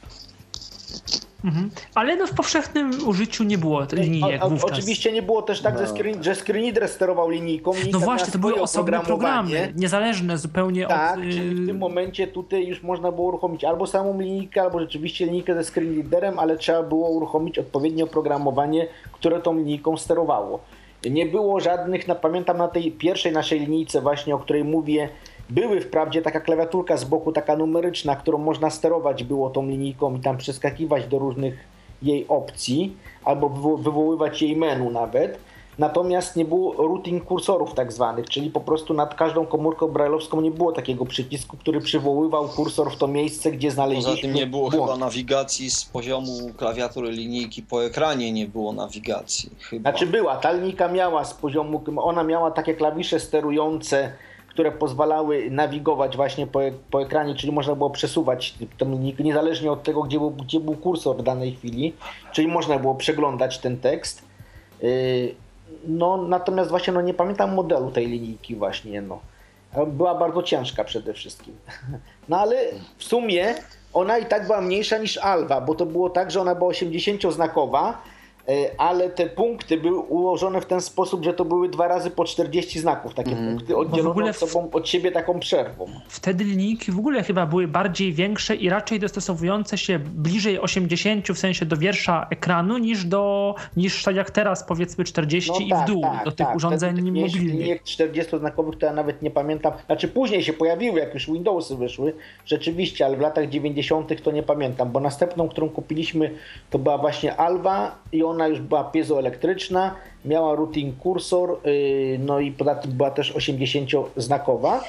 Ale w powszechnym użyciu nie było linijek wówczas. Oczywiście nie było też tak, że screenreader sterował linijką. No właśnie, to były osobne programy, niezależne zupełnie od... Tak, czyli w tym momencie tutaj już można było uruchomić albo samą linijkę, albo rzeczywiście linijkę ze screenreaderem, ale trzeba było uruchomić odpowiednie oprogramowanie, które tą linijką sterowało. Nie było żadnych, pamiętam na tej pierwszej naszej linijce właśnie, o której mówię, były wprawdzie taka klawiaturka z boku, taka numeryczna, którą można sterować było tą linijką i tam przeskakiwać do różnych jej opcji, albo wywoływać jej menu nawet. Natomiast nie było routing kursorów tak zwanych, czyli po prostu nad każdą komórką brajlowską nie było takiego przycisku, który przywoływał kursor w to miejsce, gdzie znaleźliśmy Poza tym nie było błąd. chyba nawigacji z poziomu klawiatury linijki po ekranie, nie było nawigacji chyba. Znaczy była, ta linijka miała z poziomu, ona miała takie klawisze sterujące, które pozwalały nawigować właśnie po ekranie, czyli można było przesuwać tę linijkę niezależnie od tego, gdzie był kursor w danej chwili, czyli można było przeglądać ten tekst. Natomiast właśnie nie pamiętam modelu tej linijki właśnie, Była bardzo ciężka przede wszystkim. Ale w sumie ona i tak była mniejsza niż Alwa, bo to było tak, że ona była 80-znakowa, ale te punkty były ułożone w ten sposób, że to były 2 razy po 40 znaków, takie punkty oddzielone sobą od siebie taką przerwą. Wtedy linijki w ogóle chyba były bardziej większe i raczej dostosowujące się bliżej 80, w sensie do wiersza ekranu, niż tak jak teraz powiedzmy 40 i w dół, do tych urządzeń mobilnych. Linijek 40-znakowych to ja nawet nie pamiętam, później się pojawiły, jak już Windowsy wyszły, rzeczywiście, ale w latach 90. to nie pamiętam, bo następną, którą kupiliśmy, to była właśnie Alwa i ona już była piezoelektryczna, miała routing kursor, i poza tym była też 80-znakowa.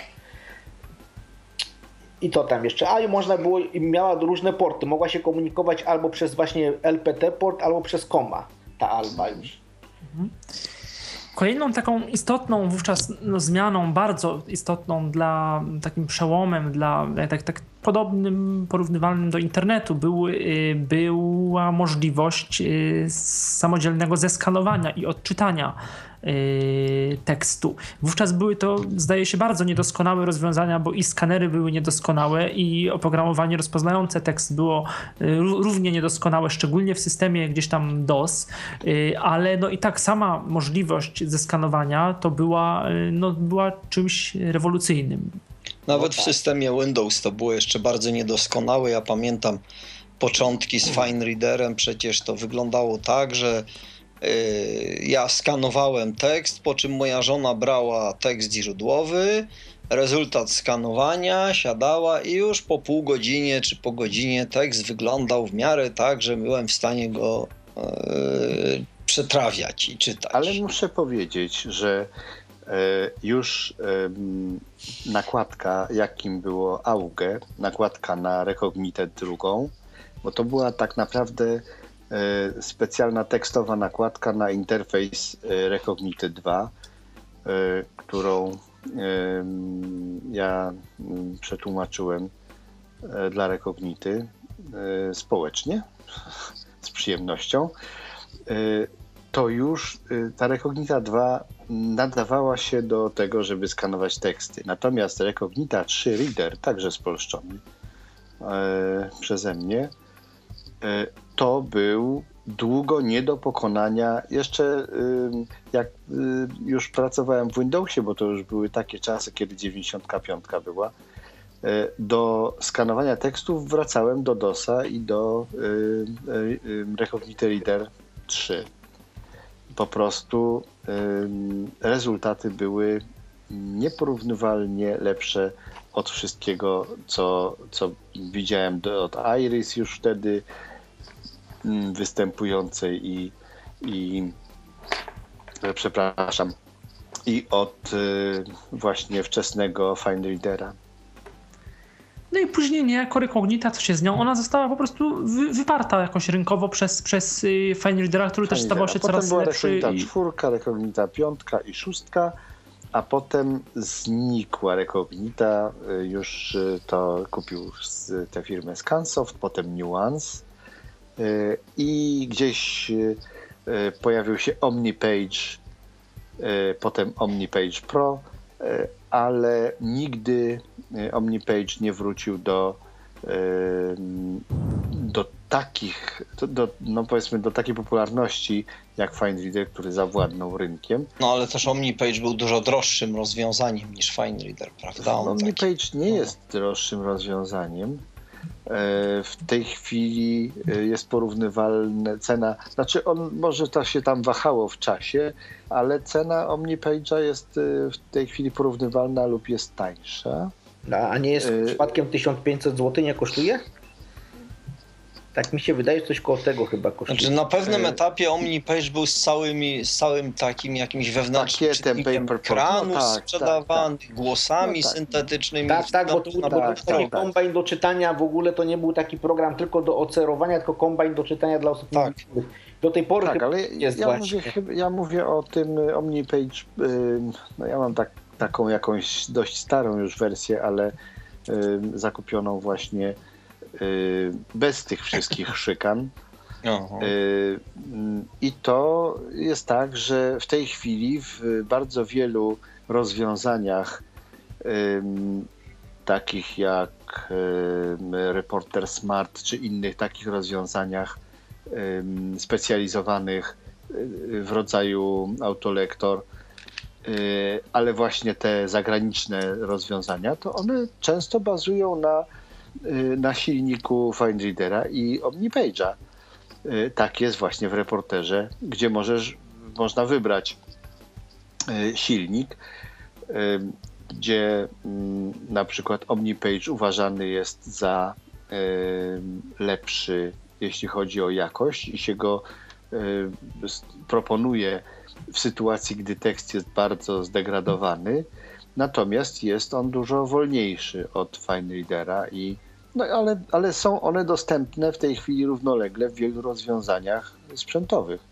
I to tam jeszcze. I można było, miała różne porty. Mogła się komunikować albo przez właśnie LPT port, albo przez COMA, ta Alwa już. Kolejną taką istotną wówczas zmianą, bardzo istotną takim przełomem tak podobnym, porównywalnym do internetu była możliwość samodzielnego zeskanowania i odczytania tekstu. Wówczas były to, zdaje się, bardzo niedoskonałe rozwiązania, bo i skanery były niedoskonałe i oprogramowanie rozpoznające tekst było równie niedoskonałe, szczególnie w systemie gdzieś tam DOS, ale i tak sama możliwość zeskanowania to była czymś rewolucyjnym. Nawet w systemie Windows to było jeszcze bardzo niedoskonałe. Ja pamiętam początki z Fine Readerem, przecież to wyglądało tak, że ja skanowałem tekst, po czym moja żona brała tekst źródłowy, rezultat skanowania, siadała i już po pół godzinie czy po godzinie tekst wyglądał w miarę tak, że byłem w stanie go przetrawiać i czytać. Ale muszę powiedzieć, że już nakładka, jakim było Auge, nakładka na Recognitę drugą, bo to była tak naprawdę specjalna tekstowa nakładka na interfejs Recognity 2, którą ja przetłumaczyłem dla Recognity społecznie, z przyjemnością. To już ta Recognita 2 nadawała się do tego, żeby skanować teksty. Natomiast Recognita 3 Reader, także spolszczony przeze mnie, to był długo nie do pokonania. Jeszcze jak już pracowałem w Windowsie, bo to już były takie czasy, kiedy 95 była, do skanowania tekstów wracałem do DOS-a i do Recognity Reader 3. Po prostu rezultaty były nieporównywalnie lepsze od wszystkiego, co widziałem od Iris już wtedy występującej i od właśnie wczesnego FineReadera. No i później niejako Recognita, co się z nią, ona została po prostu wyparta jakoś rynkowo przez FineReadera, który też stawał się coraz lepszy. Potem była Recognita 4, Recognita 5 i 6, a potem znikła Recognita, już to kupił tę firmę Scansoft, potem Nuance i gdzieś pojawił się OmniPage, potem OmniPage Pro, ale nigdy OmniPage nie wrócił do takich, no powiedzmy, do takiej popularności jak FineReader, który zawładnął rynkiem. No ale też OmniPage był dużo droższym rozwiązaniem niż FineReader, prawda? OmniPage nie jest droższym rozwiązaniem. W tej chwili jest porównywalna cena, znaczy on może to się tam wahało w czasie, ale cena OmniPage'a jest w tej chwili porównywalna lub jest tańsza. A nie jest przypadkiem 1500 zł nie kosztuje? Tak mi się wydaje, że coś koło tego chyba kosztuje. Znaczy na pewnym etapie OmniPage był z całym takim jakimś wewnętrznym czytnikiem ekranu sprzedawanych, głosami syntetycznymi. Tak, bo to był kombajn do czytania, w ogóle to nie był taki program tylko do ocerowania, tylko kombajn do czytania dla osób niewidomych. Do tej pory chyba ale jest ja mówię o tym OmniPage, no ja mam taką jakąś dość starą już wersję, ale zakupioną właśnie bez tych wszystkich szykan. I to jest tak, że w tej chwili w bardzo wielu rozwiązaniach takich jak Reporter Smart czy innych takich rozwiązaniach specjalizowanych w rodzaju autolektor, ale właśnie te zagraniczne rozwiązania, to one często bazują na silniku FineReadera i OmniPage'a. Tak jest właśnie w Reporterze, gdzie można wybrać silnik, gdzie na przykład OmniPage uważany jest za lepszy, jeśli chodzi o jakość i się go proponuje w sytuacji, gdy tekst jest bardzo zdegradowany. Natomiast jest on dużo wolniejszy od FineReadera ale są one dostępne w tej chwili równolegle w wielu rozwiązaniach sprzętowych.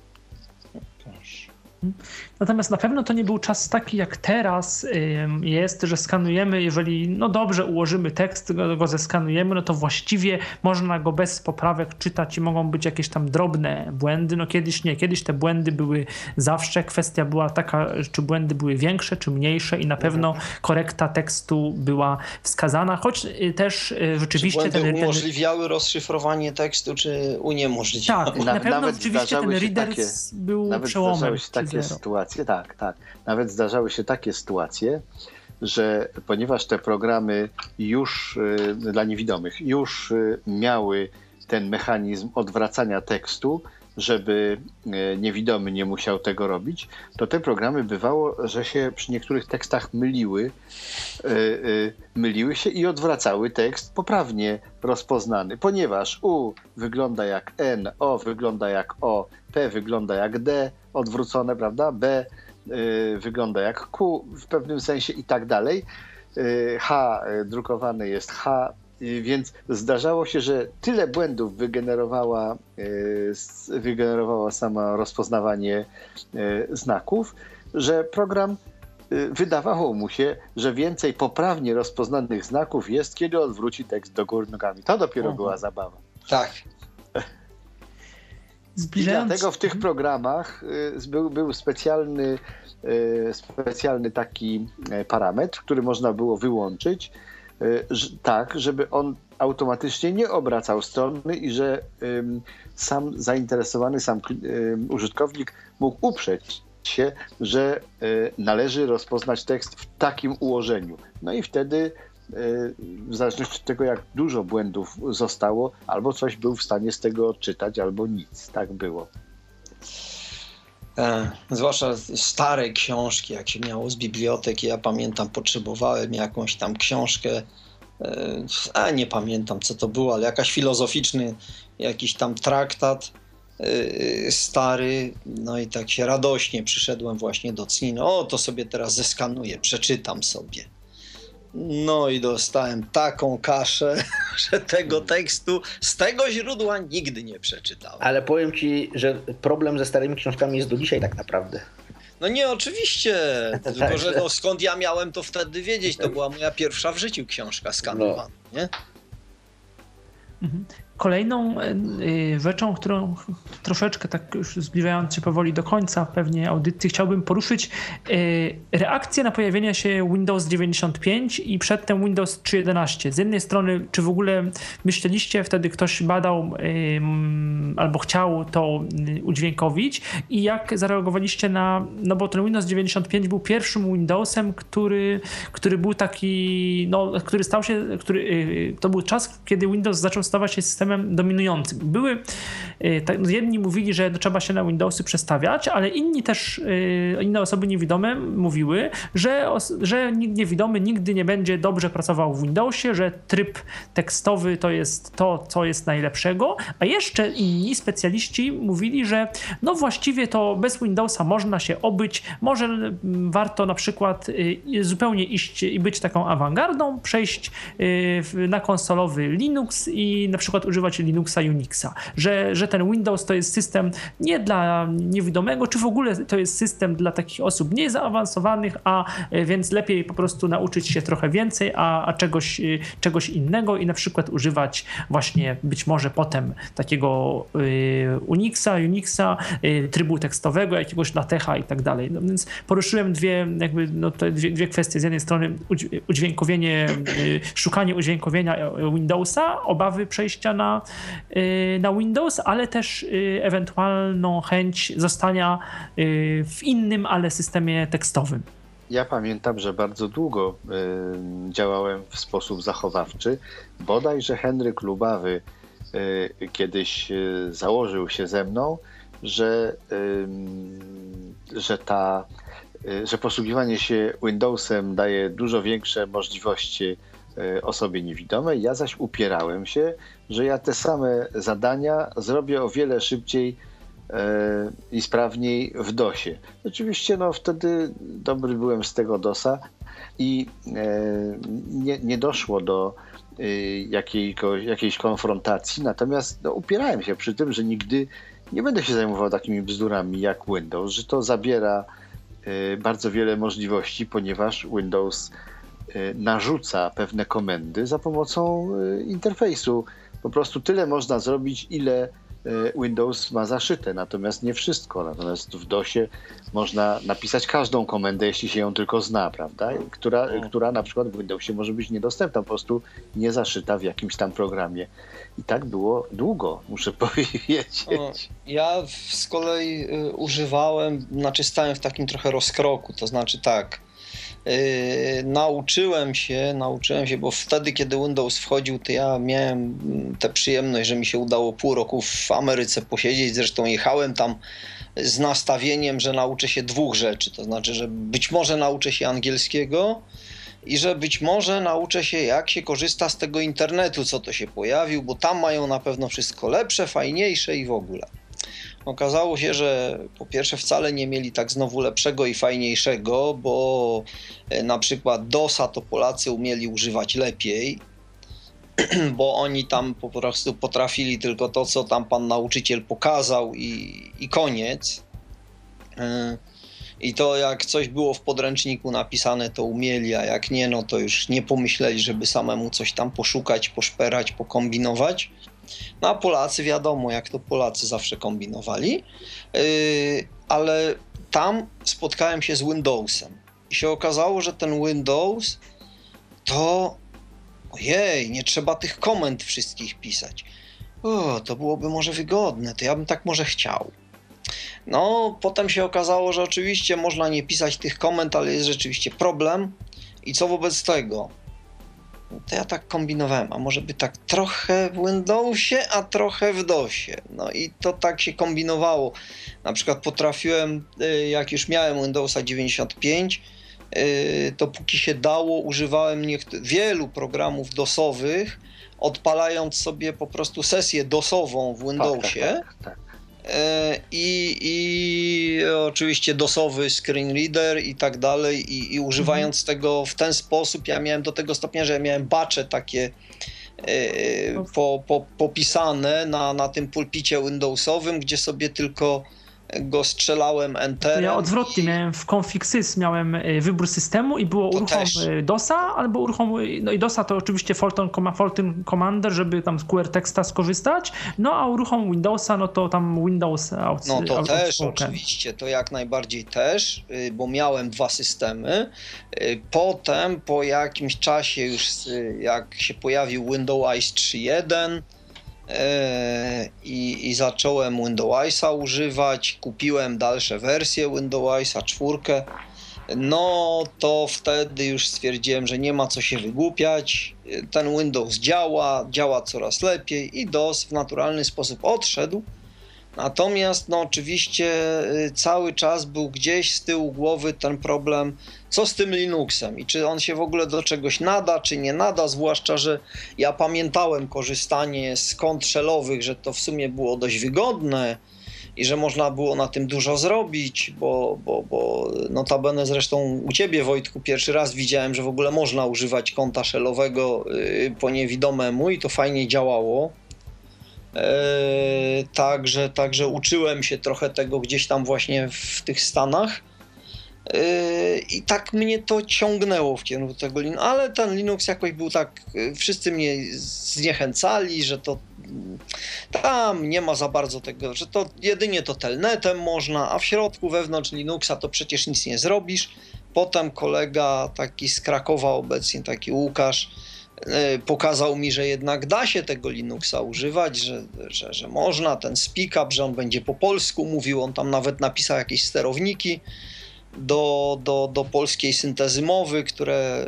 Natomiast na pewno to nie był czas taki jak teraz jest, że skanujemy, jeżeli dobrze ułożymy tekst, go zeskanujemy, no to właściwie można go bez poprawek czytać i mogą być jakieś tam drobne błędy. No kiedyś nie, kiedyś te błędy były zawsze. Kwestia była taka, czy błędy były większe, czy mniejsze i na pewno korekta tekstu była wskazana, choć też rzeczywiście... Czy błędy umożliwiały rozszyfrowanie tekstu, czy uniemożliwiały? Tak, na pewno rzeczywiście ten reader był przełomem. Sytuacje, tak. Nawet zdarzały się takie sytuacje, że ponieważ te programy już dla niewidomych już miały ten mechanizm odwracania tekstu, żeby niewidomy nie musiał tego robić, to te programy bywało, że się przy niektórych tekstach myliły się i odwracały tekst poprawnie rozpoznany, ponieważ U wygląda jak N, O wygląda jak O P wygląda jak D, odwrócone, prawda? B wygląda jak Q w pewnym sensie i tak dalej. H drukowane jest H, więc zdarzało się, że tyle błędów wygenerowała sama rozpoznawanie znaków, że program wydawało mu się, że więcej poprawnie rozpoznanych znaków jest, kiedy odwróci tekst do góry nogami. To dopiero była zabawa. Tak. I dlatego w tych programach był specjalny taki parametr, który można było wyłączyć, tak, żeby on automatycznie nie obracał strony i że sam zainteresowany, użytkownik mógł uprzeć się, że należy rozpoznać tekst w takim ułożeniu. No i wtedy w zależności od tego, jak dużo błędów zostało, albo coś był w stanie z tego odczytać, albo nic. Tak było. Zwłaszcza stare książki, jak się miało z biblioteki. Ja pamiętam, potrzebowałem jakąś tam książkę, nie pamiętam co to było, ale jakaś filozoficzny, jakiś tam traktat stary, no i tak się radośnie przyszedłem właśnie do CNIN. To sobie teraz zeskanuję, przeczytam sobie. No i dostałem taką kaszę, że tego tekstu z tego źródła nigdy nie przeczytałem. Ale powiem ci, że problem ze starymi książkami jest do dzisiaj tak naprawdę. No nie, oczywiście, tylko że skąd ja miałem to wtedy wiedzieć, to była moja pierwsza w życiu książka skanowana, nie? Kolejną rzeczą, którą troszeczkę tak już zbliżając się powoli do końca pewnie audycji chciałbym poruszyć, reakcję na pojawienie się Windows 95 i przedtem Windows 3.11. Z jednej strony, czy w ogóle myśleliście, wtedy ktoś badał albo chciał to udźwiękowić i jak zareagowaliście no bo ten Windows 95 był pierwszym Windowsem, który był taki, który stał się, to był czas, kiedy Windows zaczął stawać się systemem dominującym. Jedni mówili, że trzeba się na Windowsy przestawiać, ale inne osoby niewidome mówiły, że niewidomy nigdy nie będzie dobrze pracował w Windowsie, że tryb tekstowy to jest to, co jest najlepszego, a jeszcze inni specjaliści mówili, że właściwie to bez Windowsa można się obyć, może warto na przykład zupełnie iść i być taką awangardą, przejść na konsolowy Linux i na przykład używać Linuxa, Unixa, że ten Windows to jest system nie dla niewidomego, czy w ogóle to jest system dla takich osób mniej zaawansowanych, a więc lepiej po prostu nauczyć się trochę więcej, a czegoś innego i na przykład używać właśnie być może potem takiego Unixa, trybu tekstowego, jakiegoś latexa i tak dalej. Więc poruszyłem dwie kwestie. Z jednej strony szukanie udźwiękowienia Windowsa, obawy przejścia na Windows, ale też ewentualną chęć zostania w innym, ale systemie tekstowym. Ja pamiętam, że bardzo długo działałem w sposób zachowawczy. Bodajże Henryk Lubawy kiedyś założył się ze mną, że posługiwanie się Windowsem daje dużo większe możliwości osobie niewidomej. Ja zaś upierałem się, że ja te same zadania zrobię o wiele szybciej i sprawniej w DOSie. Oczywiście wtedy dobry byłem z tego DOSa i nie doszło do jakiejś konfrontacji, natomiast upierałem się przy tym, że nigdy nie będę się zajmował takimi bzdurami jak Windows, że to zabiera bardzo wiele możliwości, ponieważ Windows narzuca pewne komendy za pomocą interfejsu. Po prostu tyle można zrobić, ile Windows ma zaszyte, natomiast nie wszystko. Natomiast w DOSie można napisać każdą komendę, jeśli się ją tylko zna, prawda? Która na przykład w Windowsie może być niedostępna, po prostu nie zaszyta w jakimś tam programie. I tak było długo, muszę powiedzieć. Ja z kolei stałem w takim trochę rozkroku, to znaczy tak, nauczyłem się, bo wtedy, kiedy Windows wchodził, to ja miałem tę przyjemność, że mi się udało pół roku w Ameryce posiedzieć. Zresztą jechałem tam z nastawieniem, że nauczę się dwóch rzeczy. To znaczy, że być może nauczę się angielskiego i że być może nauczę się, jak się korzysta z tego internetu, co to się pojawił, bo tam mają na pewno wszystko lepsze, fajniejsze i w ogóle. Okazało się, że po pierwsze wcale nie mieli tak znowu lepszego i fajniejszego, bo na przykład DOS-a to Polacy umieli używać lepiej, bo oni tam po prostu potrafili tylko to, co tam pan nauczyciel pokazał i koniec. I to jak coś było w podręczniku napisane, to umieli, a jak nie, no to już nie pomyśleli, żeby samemu coś tam poszukać, poszperać, pokombinować. No a Polacy, wiadomo, jak to Polacy zawsze kombinowali, ale tam spotkałem się z Windowsem i się okazało, że ten Windows to ojej, nie trzeba tych komend wszystkich pisać. To byłoby może wygodne, to ja bym tak może chciał. No, potem się okazało, że oczywiście można nie pisać tych komend, ale jest rzeczywiście problem. I co wobec tego? To ja tak kombinowałem, a może by tak trochę w Windowsie, a trochę w DOSie. No i to tak się kombinowało. Na przykład potrafiłem, jak już miałem Windowsa 95, to póki się dało, używałem wielu programów DOSowych, odpalając sobie po prostu sesję DOSową w Windowsie. Tak. I oczywiście DOSowy screen reader i tak dalej i używając tego w ten sposób, ja miałem do tego stopnia, że ja miałem batche takie popisane na tym pulpicie Windowsowym, gdzie sobie tylko go strzelałem enterem. Ja odwrotnie miałem w config sys, miałem wybór systemu i było uruchom DOSa albo uruchom, no i DOSa to oczywiście Fulton Commander, żeby tam z QR teksta skorzystać, no a uruchom Windowsa, no to tam Windows No to też oczywiście, to jak najbardziej też, bo miałem dwa systemy. Potem po jakimś czasie już jak się pojawił Windows 3.1 i zacząłem Windowsa używać, kupiłem dalsze wersje Windowsa 4, no to wtedy już stwierdziłem, że nie ma co się wygłupiać, ten Windows działa coraz lepiej i DOS w naturalny sposób odszedł. Natomiast no oczywiście cały czas był gdzieś z tyłu głowy ten problem, co z tym Linuxem i czy on się w ogóle do czegoś nada, czy nie nada, zwłaszcza, że ja pamiętałem korzystanie z kont shellowych, że to w sumie było dość wygodne i że można było na tym dużo zrobić, bo notabene zresztą u ciebie, Wojtku, pierwszy raz widziałem, że w ogóle można używać konta shellowego po niewidomemu i to fajnie działało. Także uczyłem się trochę tego gdzieś tam właśnie w tych Stanach i tak mnie to ciągnęło w kierunku tego Linuxa, ale ten Linux jakoś był tak, wszyscy mnie zniechęcali, że to tam nie ma za bardzo tego, że to jedynie to telnetem można, a w środku wewnątrz Linuxa to przecież nic nie zrobisz. Potem kolega taki z Krakowa obecnie, taki Łukasz, pokazał mi, że jednak da się tego Linuxa używać, że można, ten speak up, że on będzie po polsku mówił, on tam nawet napisał jakieś sterowniki do polskiej syntezy mowy, które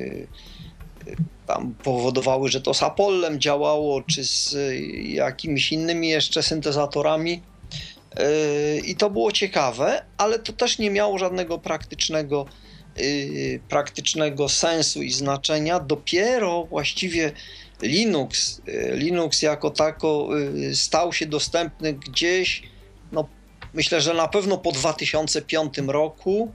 tam powodowały, że to z Apollem działało, czy z jakimiś innymi jeszcze syntezatorami. I to było ciekawe, ale to też nie miało żadnego praktycznego sensu i znaczenia. Dopiero właściwie Linux jako tako stał się dostępny gdzieś, no myślę, że na pewno po 2005 roku,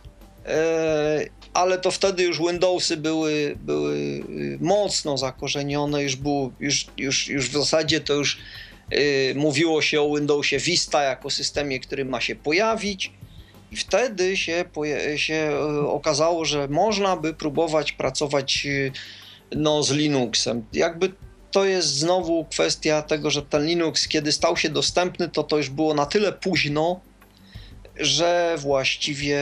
ale to wtedy już Windowsy były mocno zakorzenione, już w zasadzie to już mówiło się o Windowsie Vista jako systemie, który ma się pojawić. I wtedy się okazało, że można by próbować pracować z Linuxem. Jakby to jest znowu kwestia tego, że ten Linux, kiedy stał się dostępny, to już było na tyle późno, że właściwie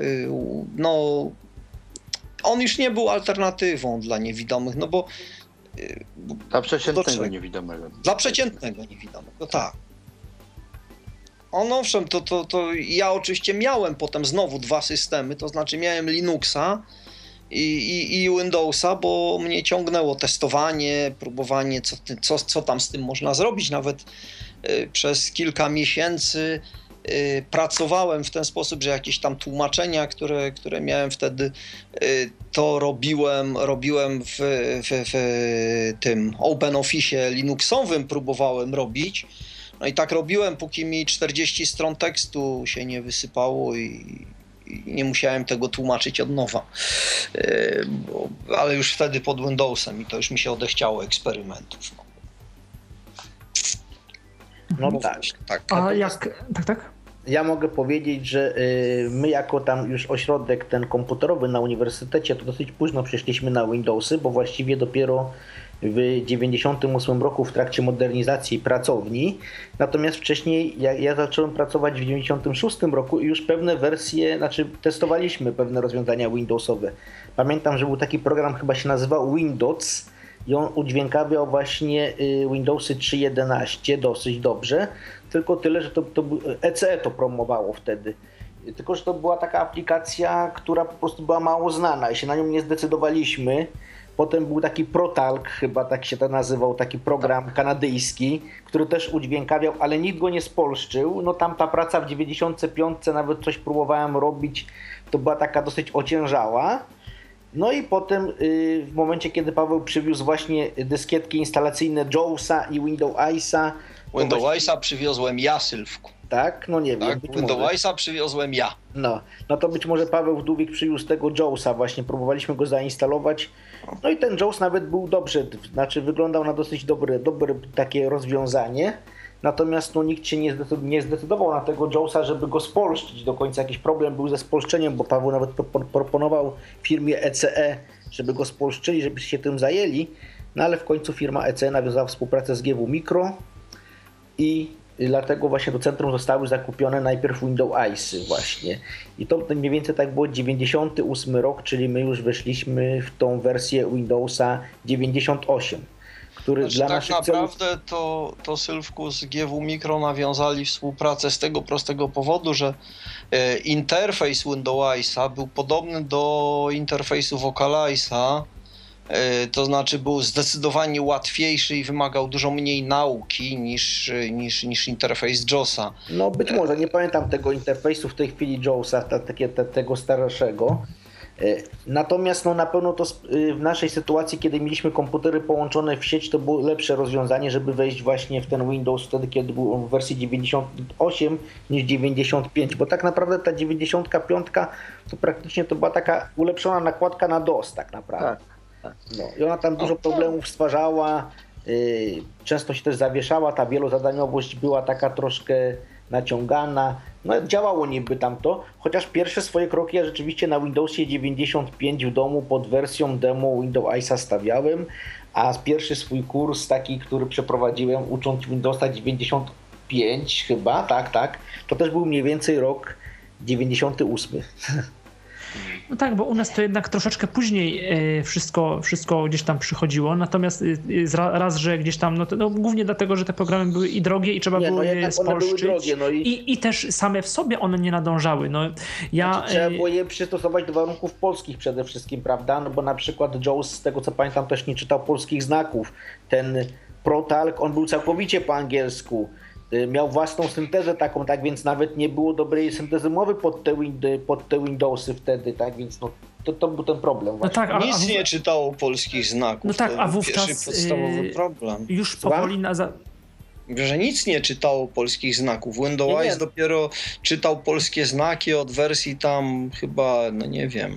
on już nie był alternatywą dla niewidomych, bo dla przeciętnego niewidomego. Dla przeciętnego niewidomego, tak. Owszem, to ja oczywiście miałem potem znowu dwa systemy, to znaczy miałem Linuxa i Windowsa, bo mnie ciągnęło testowanie, próbowanie, co tam z tym można zrobić. Nawet przez kilka miesięcy pracowałem w ten sposób, że jakieś tam tłumaczenia, które miałem wtedy, to robiłem w tym OpenOffice Linuxowym, próbowałem robić. No i tak robiłem, póki mi 40 stron tekstu się nie wysypało i nie musiałem tego tłumaczyć od nowa. Ale już wtedy pod Windowsem i to już mi się odechciało eksperymentów. No tak. A jak... Tak? Ja mogę powiedzieć, że my jako tam już ośrodek ten komputerowy na uniwersytecie to dosyć późno przeszliśmy na Windowsy, bo właściwie dopiero w 1998 roku w trakcie modernizacji pracowni. Natomiast wcześniej ja zacząłem pracować w 1996 roku i już pewne wersje, testowaliśmy pewne rozwiązania Windowsowe. Pamiętam, że był taki program, chyba się nazywał Windows i on udźwiękawiał właśnie Windowsy 3.11 dosyć dobrze, tylko tyle, że to ECE to promowało wtedy. Tylko że to była taka aplikacja, która po prostu była mało znana i się na nią nie zdecydowaliśmy. Potem był taki ProTalk, chyba tak się to nazywał, taki program kanadyjski, który też udźwiękawiał, ale nikt go nie spolszczył. No tam ta praca w 95 nawet coś próbowałem robić, to była taka dosyć ociężała. No i potem w momencie, kiedy Paweł przywiózł właśnie dyskietki instalacyjne JAWSa i Windowsa. Windowsa przywiozłem ja, Sylwku. Tak? No nie wiem. Tak, Windowsa przywiozłem ja. No to być może Paweł Wdówik przywiózł tego JAWSa właśnie, próbowaliśmy go zainstalować. No i ten JAWS nawet był dobrze, wyglądał na dosyć dobre takie rozwiązanie. Natomiast nikt się nie zdecydował na tego JAWSa, żeby go spolszczyć do końca. Jakiś problem był ze spolszczeniem, bo Paweł nawet proponował firmie ECE, żeby go spolszczyli, żeby się tym zajęli. No ale w końcu firma ECE nawiązała współpracę z GW Micro i dlatego właśnie do centrum zostały zakupione najpierw Windowsy właśnie. I to mniej więcej tak było 98 rok, czyli my już weszliśmy w tą wersję Windowsa 98. Który dla tak naszych naprawdę to Sylwku z GW Micro nawiązali współpracę z tego prostego powodu, że interfejs Windowsa był podobny do interfejsu Vocalize'a, to znaczy był zdecydowanie łatwiejszy i wymagał dużo mniej nauki niż interfejs JAWSa. No być może, nie pamiętam tego interfejsu w tej chwili JAWSa, tego starszego. Natomiast na pewno to w naszej sytuacji, kiedy mieliśmy komputery połączone w sieć, to było lepsze rozwiązanie, żeby wejść właśnie w ten Windows wtedy, kiedy był on w wersji 98 niż 95, bo tak naprawdę ta 95 to praktycznie to była taka ulepszona nakładka na DOS tak naprawdę. Tak. No, i ona tam dużo problemów stwarzała, często się też zawieszała, ta wielozadaniowość była taka troszkę naciągana. No działało niby tamto, chociaż pierwsze swoje kroki ja rzeczywiście na Windowsie 95 w domu pod wersją demo Windowsa stawiałem, a pierwszy swój kurs taki, który przeprowadziłem ucząc Windowsa 95 chyba, tak, to też był mniej więcej rok 98. No tak, bo u nas to jednak troszeczkę później wszystko gdzieś tam przychodziło, natomiast raz, że gdzieś tam, głównie dlatego, że te programy były i drogie i trzeba było je spolszczyć i też same w sobie one nie nadążały. Trzeba było je przystosować do warunków polskich przede wszystkim, prawda? No bo na przykład JAWS, z tego co pamiętam, też nie czytał polskich znaków. Ten ProTalk, on był całkowicie po angielsku. Miał własną syntezę taką, tak więc nawet nie było dobrej syntezy mowy pod te Windowsy wtedy, tak więc to był ten problem właśnie. No tak, nic nie czytało polskich znaków. No tak, to a wówczas podstawowy problem. Już powoli że nic nie czytało polskich znaków. Windows dopiero czytał polskie znaki od wersji tam chyba, nie wiem,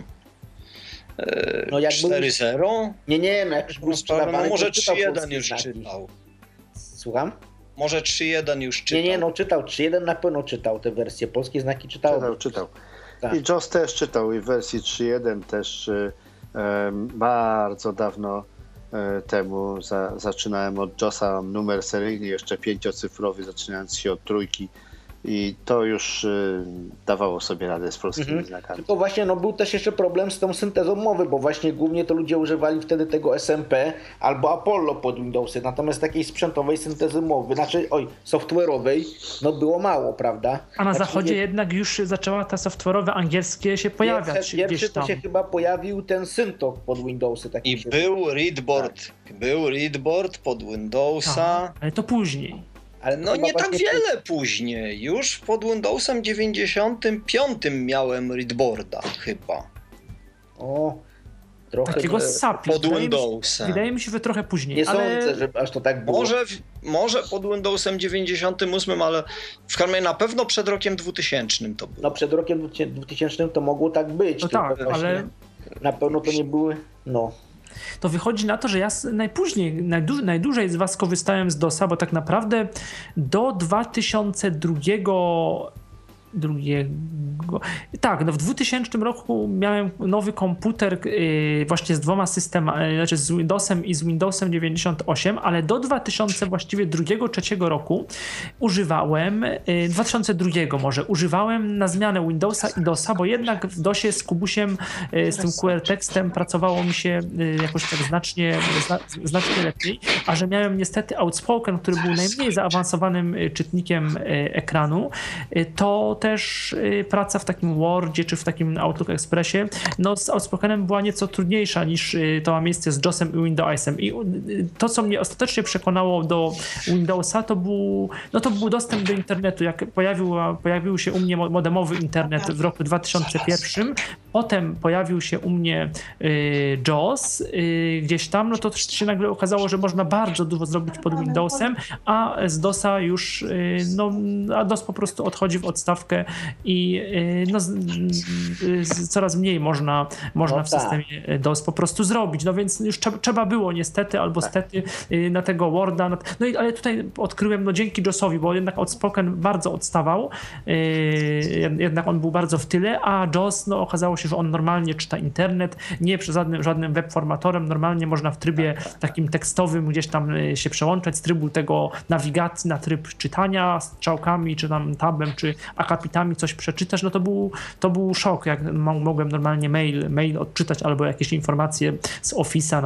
4.0? Nie, jak był sprzedawany, może 3.1 już czytał. Słucham? Może 3.1 już czytał. Nie, czytał 3.1, na pewno czytał te wersje. Polskie znaki czytał. Czytał. Tak. I JAWS też czytał i w wersji 3.1 też bardzo dawno temu zaczynałem od JAWSa, mam numer seryjny jeszcze 5-cyfrowy, zaczynając się od 3 i to już dawało sobie radę z polskimi znakami. Tylko właśnie był też jeszcze problem z tą syntezą mowy, bo właśnie głównie to ludzie używali wtedy tego SMP albo Apollo pod Windowsy, natomiast takiej sprzętowej syntezy mowy, software'owej, było mało, prawda? A na zachodzie jednak już zaczęła ta software'owe angielskie się pojawiać. Pierwszy to się chyba pojawił ten Syntok pod Windowsy. I był readboard. Tak. Był readboard pod Windowsa. Ale to później. Ale nie tak wiele później. Już pod Windowsem 95 miałem readboarda chyba. Trochę takiego SAPI. Pod Windowsem. Wydaje mi się, że trochę później. Nie sądzę, że aż to tak było. Może pod Windowsem 98, ale w każdym razie na pewno przed rokiem 2000 to było. No przed rokiem 2000 to mogło tak być. No tak, ale na pewno to nie były, no. To wychodzi na to, że ja najdłużej z was korzystałem z DOS-a, bo tak naprawdę do 2002 tak, no w 2000 roku miałem nowy komputer właśnie z 2 systemami, znaczy z Windowsem i z Windowsem 98, ale do 2000 właściwie 2-3 roku używałem, 2002 może, używałem na zmianę Windowsa i DOSa, bo jednak w DOSie z Kubusiem, z tym QR tekstem pracowało mi się jakoś tak znacznie lepiej, a że miałem niestety Outspoken, który był najmniej zaawansowanym czytnikiem ekranu, to też praca w takim Wordzie czy w takim Outlook Expressie, no z Outspokenem była nieco trudniejsza niż to ma miejsce z JOSem i Windowsem. I to, co mnie ostatecznie przekonało do Windowsa, to był dostęp do internetu. Jak pojawił się u mnie modemowy internet w roku 2001, potem pojawił się u mnie JOS gdzieś tam, no to się nagle okazało, że można bardzo dużo zrobić pod Windowsem, a z DOSa już, a DOS po prostu odchodzi w odstawkę i coraz mniej można w systemie DOS po prostu zrobić. No więc już trzeba było niestety albo stety na tego Worda. Ale tutaj odkryłem, dzięki JOSowi, bo jednak Outspoken bardzo odstawał, jednak on był bardzo w tyle, a JOS, okazało się, że on normalnie czyta internet, nie przez żadnym web formatorem, normalnie można w trybie takim tekstowym gdzieś tam się przełączać z trybu tego nawigacji na tryb czytania strzałkami, czy tam tabem, czy akapitami coś przeczytać, to był szok, jak mogłem normalnie mail odczytać albo jakieś informacje z Office'a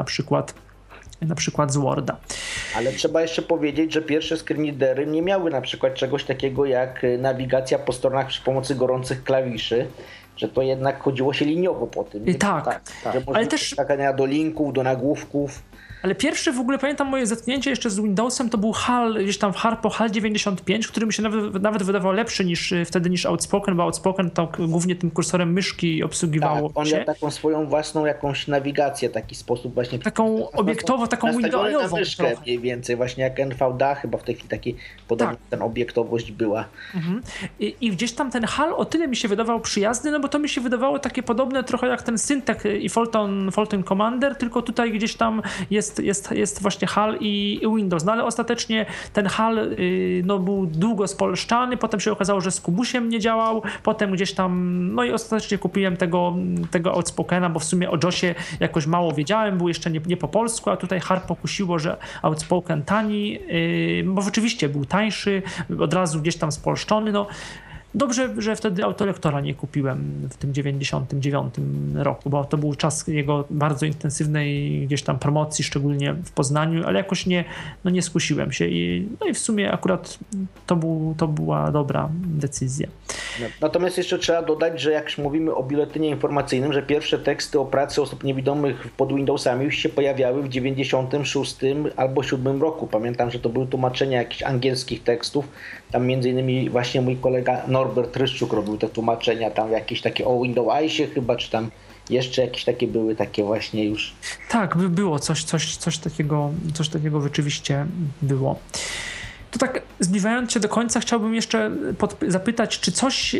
na przykład z Worda. Ale trzeba jeszcze powiedzieć, że pierwsze screenreadery nie miały na przykład czegoś takiego jak nawigacja po stronach przy pomocy gorących klawiszy, że to jednak chodziło się liniowo po tym. Tak. Że ale też skakania do linków, do nagłówków. Ale pierwszy w ogóle, pamiętam moje zetknięcie jeszcze z Windowsem, to był HAL, gdzieś tam w Harpo HAL 95, który mi się nawet wydawał lepszy niż Outspoken, bo Outspoken to głównie tym kursorem myszki obsługiwało. Tak, on miał taką swoją własną jakąś nawigację, taki sposób właśnie. Taką obiektową, taką windowową. Myszkę mniej więcej, właśnie jak NVDA chyba w tej chwili taki podobna ten obiektowość była. Mhm. I gdzieś tam ten HAL o tyle mi się wydawał przyjazny, bo to mi się wydawało takie podobne trochę jak ten Syntec i Fulton Commander, tylko tutaj gdzieś tam jest właśnie HAL i Windows, ale ostatecznie ten HAL był długo spolszczany, potem się okazało, że z Kubusiem nie działał, potem gdzieś tam, i ostatecznie kupiłem tego Outspokena, bo w sumie o JOSie jakoś mało wiedziałem, był jeszcze nie po polsku, a tutaj Harpo kusiło, że Outspoken tani, bo rzeczywiście był tańszy, od razu gdzieś tam spolszczony, Dobrze, że wtedy autolektora nie kupiłem w tym 99 roku, bo to był czas jego bardzo intensywnej gdzieś tam promocji, szczególnie w Poznaniu, ale jakoś nie skusiłem się i w sumie akurat to była dobra decyzja. Natomiast jeszcze trzeba dodać, że jak już mówimy o biuletynie informacyjnym, że pierwsze teksty o pracy osób niewidomych pod Windowsami już się pojawiały w 96 albo 7 roku. Pamiętam, że to były tłumaczenia jakichś angielskich tekstów. Tam między innymi właśnie mój kolega Norbert Ryszczuk robił te tłumaczenia, tam jakieś takie o Windowsie chyba, czy tam jeszcze jakieś takie były, takie właśnie już. Tak, było coś takiego rzeczywiście było. To tak zbliżając się do końca, chciałbym jeszcze zapytać, czy coś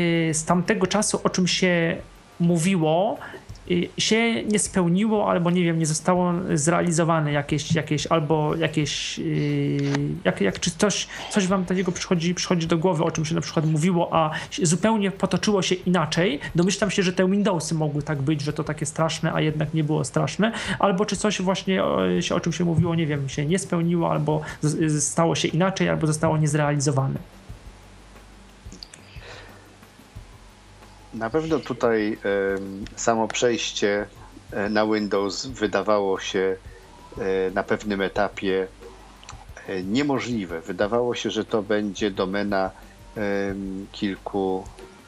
z tamtego czasu, o czym się mówiło, się nie spełniło, albo nie wiem, nie zostało zrealizowane czy coś wam takiego przychodzi do głowy, o czym się na przykład mówiło, a zupełnie potoczyło się inaczej. Domyślam się, że te Windowsy mogły tak być, że to takie straszne, a jednak nie było straszne, albo czy coś właśnie o czym się mówiło, nie wiem, się nie spełniło, albo stało się inaczej, albo zostało niezrealizowane. Na pewno tutaj samo przejście na Windows wydawało się na pewnym etapie niemożliwe. Wydawało się, że to będzie domena kilku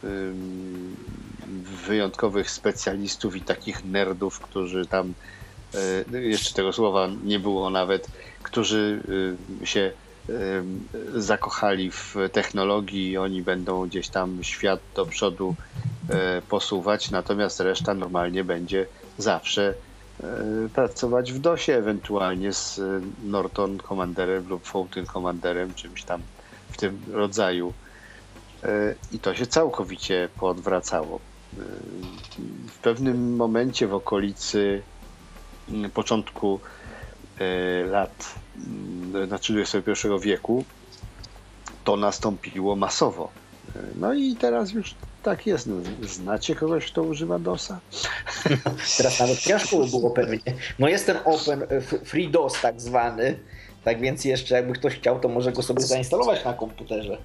wyjątkowych specjalistów i takich nerdów, którzy tam, jeszcze tego słowa nie było nawet, którzy się zakochali w technologii i oni będą gdzieś tam świat do przodu posuwać, natomiast reszta normalnie będzie zawsze pracować w DOSie, ewentualnie z Norton Commanderem lub Fountain Commanderem, czymś tam w tym rodzaju. I to się całkowicie poodwracało. W pewnym momencie w okolicy początku lat, znaczy XXI wieku, to nastąpiło masowo. No i teraz już tak jest. Znacie kogoś, kto używa DOSa? Teraz nawet ciężko by było pewnie. No jest ten Open Free DOS tak zwany, tak więc jeszcze jakby ktoś chciał, to może go sobie zainstalować na komputerze.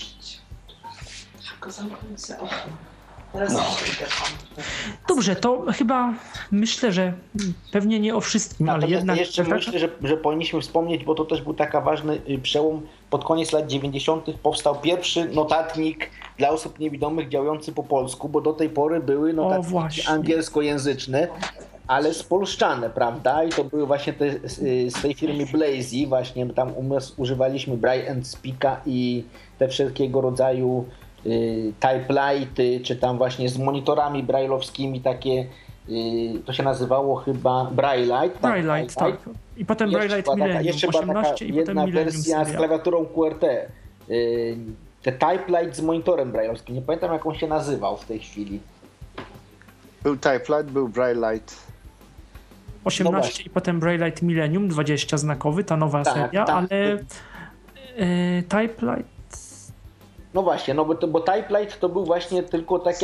Dobrze, to chyba myślę, że pewnie nie o wszystkim, ale jednak... Jeszcze myślę, że powinniśmy wspomnieć, bo to też był taki ważny przełom. Pod koniec lat 90. powstał pierwszy notatnik dla osób niewidomych działający po polsku, bo do tej pory były notatniki angielskojęzyczne, ale spolszczane, prawda? I to były właśnie te z tej firmy Blazy, właśnie tam używaliśmy Braille and Speaka i te wszelkiego rodzaju typelighty, czy tam właśnie z monitorami brailleowskimi takie, to się nazywało chyba Braillelight. Braillelight, tak. I potem Braillelight Millennium, jeszcze była taka jedna wersja z klawiaturą QWERTY. Te typelight z monitorem brailleowskim. Nie pamiętam, jak on się nazywał w tej chwili. Był typelight, był Braillelight 18 i potem Braillelight Millennium 20 znakowy, ta nowa seria, ale typelight... No właśnie, no bo typelight to był właśnie tylko tak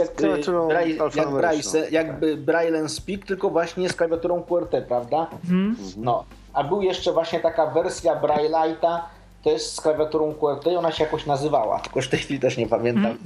jakby Braille and Speak, tylko właśnie z klawiaturą QWERTY, prawda? No, a był jeszcze właśnie taka wersja Braillelighta też z klawiaturą QWERTY i ona się jakoś nazywała, tylko w tej chwili też nie pamiętam.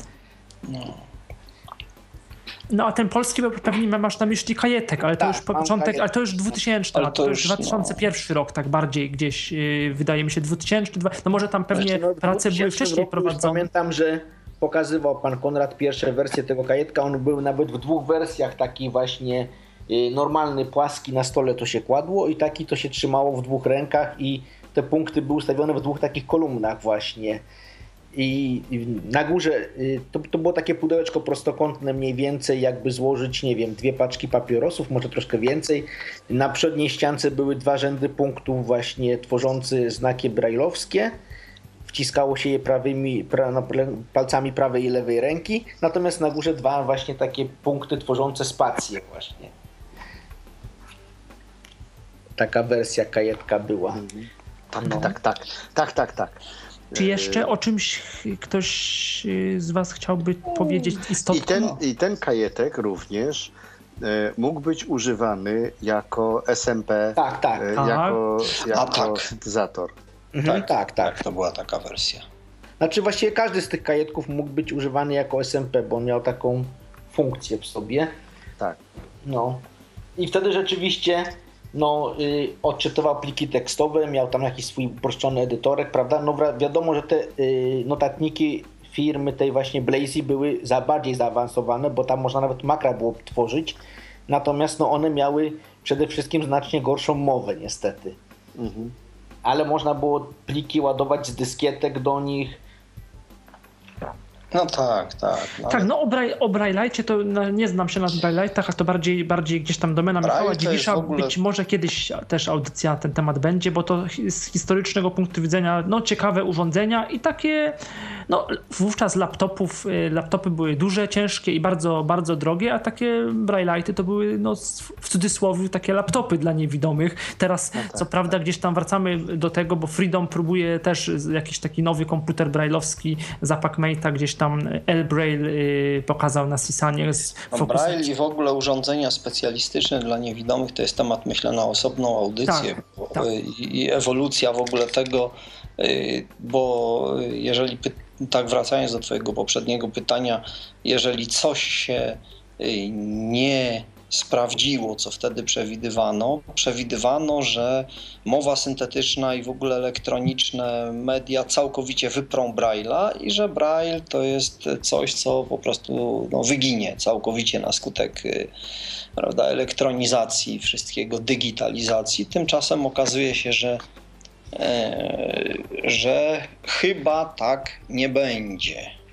No a ten polski pewnie masz na myśli Kajetek, ale to już początek, ale to już 2000, to już 2001 rok, tak bardziej gdzieś, wydaje mi się 2000, no może tam pewnie prace były wcześniej prowadzone. Pamiętam, że pokazywał pan Konrad pierwsze wersje tego Kajetka, on był nawet w dwóch wersjach, taki właśnie normalny, płaski, na stole to się kładło i taki to się trzymało w dwóch rękach i te punkty były ustawione w dwóch takich kolumnach właśnie. I na górze to było takie pudełeczko prostokątne mniej więcej, jakby złożyć, nie wiem, 2 paczki papierosów, może troszkę więcej. Na przedniej ściance były 2 rzędy punktów właśnie tworzące znaki brajlowskie. Wciskało się je palcami prawej i lewej ręki. Natomiast na górze 2 właśnie takie punkty tworzące spacje właśnie. Taka wersja Kajetka była. Tak. Czy jeszcze o czymś ktoś z was chciałby powiedzieć istotnie? I ten Kajetek również mógł być używany jako SMP, jako syntezator. Tak, to była taka wersja. Znaczy właściwie każdy z tych kajetków mógł być używany jako SMP, bo on miał taką funkcję w sobie. Tak. No. I wtedy rzeczywiście odczytywał pliki tekstowe, miał tam jakiś swój uproszczony edytorek, prawda? No wiadomo, że te notatniki firmy tej właśnie Blazy były bardziej zaawansowane, bo tam można nawet makra było tworzyć, natomiast one miały przede wszystkim znacznie gorszą mowę niestety. Ale można było pliki ładować z dyskietek do nich. No tak. Tak, o Braille'cie to nie znam się na Braille'ach, a to bardziej gdzieś tam domena Michała Dziwisza. Być może kiedyś też audycja na ten temat będzie, bo to z historycznego punktu widzenia ciekawe urządzenia i takie, wówczas laptopy były duże, ciężkie i bardzo, bardzo drogie, a takie Braille'y to były w cudzysłowie takie laptopy dla niewidomych. Teraz co prawda gdzieś tam wracamy do tego, bo Freedom próbuje też jakiś taki nowy komputer braille'owski za PacMate'a gdzieś tam L-Braille pokazał na Sisanie. Braille i w ogóle urządzenia specjalistyczne dla niewidomych to jest temat, myślę, na osobną audycję. I ewolucja w ogóle tego, bo jeżeli, tak wracając do twojego poprzedniego pytania, jeżeli coś się nie sprawdziło, co wtedy przewidywano, że mowa syntetyczna i w ogóle elektroniczne media całkowicie wyprą Braille'a i że Braille to jest coś, co po prostu wyginie całkowicie na skutek elektronizacji wszystkiego, digitalizacji. Tymczasem okazuje się, że chyba tak nie będzie.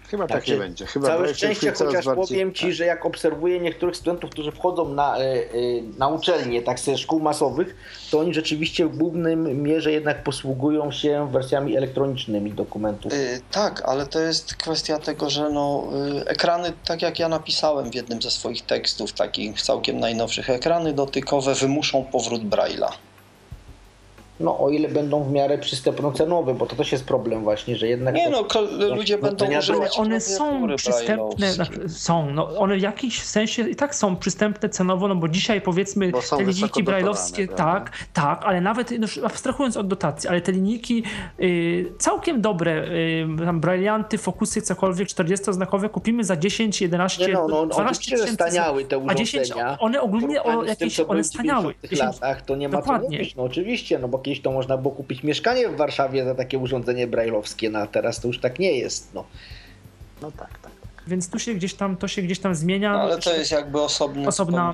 Chyba tak nie będzie. Chyba całe szczęście, chociaż powiem Ci, że jak obserwuję niektórych studentów, którzy wchodzą na uczelnie, tak ze szkół masowych, to oni rzeczywiście w głównym mierze jednak posługują się wersjami elektronicznymi dokumentów. Tak, ale to jest kwestia tego, że ekrany, tak jak ja napisałem w jednym ze swoich tekstów, takich całkiem najnowszych, ekrany dotykowe wymuszą powrót Braille'a. No, o ile będą w miarę przystępno-cenowe, bo to też jest problem właśnie, że jednak... ludzie będą używać. One są przystępne, one w jakimś sensie i tak są przystępne cenowo, bo dzisiaj powiedzmy te linijki brajlowskie, tak, ale nawet abstrahując od dotacji, ale te linijki całkiem dobre, tam brajlianty, fokusy, cokolwiek, 40-znakowe kupimy za 10, 11, 12 tysięcy. Staniały te urządzenia. 10, one ogólnie one staniały. W tych latach to nie ma co mówić, oczywiście, bo kiedyś to można było kupić mieszkanie w Warszawie za takie urządzenie brajlowskie, a teraz to już tak nie jest. No tak. Więc to się gdzieś tam zmienia. Ale to jest jakby osobna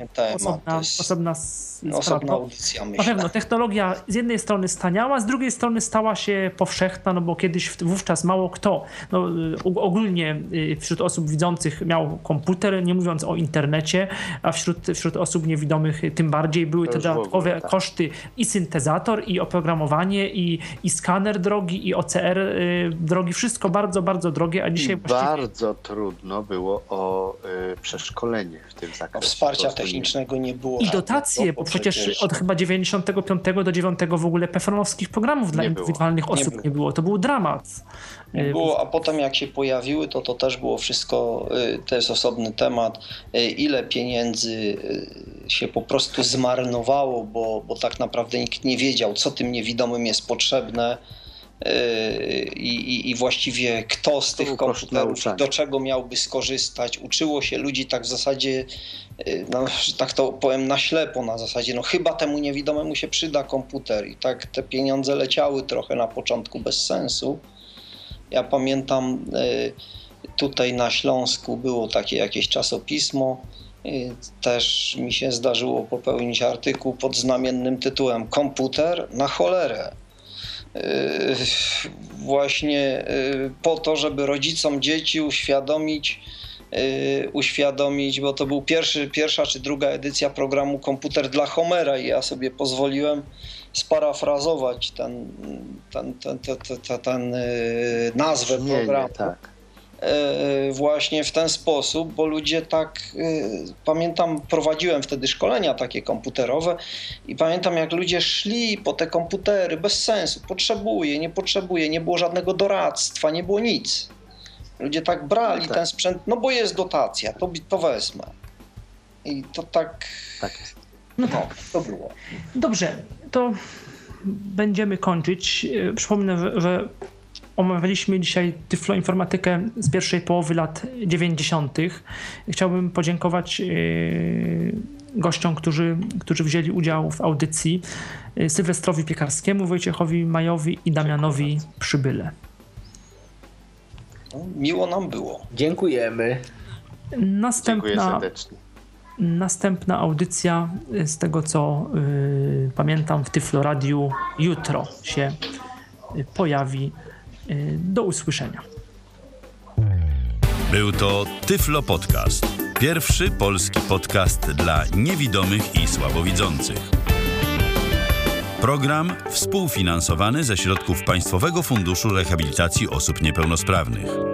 audycja, myślę. Na pewno technologia z jednej strony staniała, z drugiej strony stała się powszechna, bo kiedyś wówczas mało kto, ogólnie wśród osób widzących miał komputer, nie mówiąc o internecie, a wśród osób niewidomych tym bardziej były te dodatkowe koszty i syntezator, i oprogramowanie, i skaner drogi, i OCR drogi, wszystko bardzo, bardzo drogie, a dzisiaj bardzo trudno było o przeszkolenie w tym zakresie. Wsparcia technicznego nie było. I dotacje, bo przecież od chyba 95 do 9 w ogóle PFRON-owskich programów dla indywidualnych osób nie było. To był dramat. Nie było, a potem jak się pojawiły, to też było wszystko, to jest osobny temat, ile pieniędzy się po prostu zmarnowało, bo tak naprawdę nikt nie wiedział, co tym niewidomym jest potrzebne. I właściwie kto z tych komputerów do czego miałby skorzystać. Uczyło się ludzi tak w zasadzie, że tak to powiem, na ślepo, na zasadzie chyba temu niewidomemu się przyda komputer i tak te pieniądze leciały trochę na początku bez sensu. Ja pamiętam, tutaj na Śląsku było takie jakieś czasopismo, też mi się zdarzyło popełnić artykuł pod znamiennym tytułem "Komputer na cholerę". Właśnie po to, żeby rodzicom dzieci uświadomić, bo to był pierwsza czy druga edycja programu Komputer dla Homera i ja sobie pozwoliłem sparafrazować ten nazwę programu. Tak. Właśnie w ten sposób, bo ludzie pamiętam, prowadziłem wtedy szkolenia takie komputerowe i pamiętam, jak ludzie szli po te komputery bez sensu, nie potrzebuje, nie było żadnego doradztwa, nie było nic. Ludzie tak brali ten sprzęt, bo jest dotacja, to wezmę. I to tak jest. To było. Dobrze, to będziemy kończyć. Przypomnę, że omawialiśmy dzisiaj tyfloinformatykę z pierwszej połowy lat 90. Chciałbym podziękować gościom, którzy wzięli udział w audycji: Sylwestrowi Piekarskiemu, Wojciechowi Majowi i Damianowi Przybyle. Miło nam było. Dziękujemy. Dziękuję serdecznie. Następna audycja, z tego co pamiętam, w Tyflo Radiu jutro się pojawi. Do usłyszenia. Był to Tyflo Podcast. Pierwszy polski podcast dla niewidomych i słabowidzących. Program współfinansowany ze środków Państwowego Funduszu Rehabilitacji Osób Niepełnosprawnych.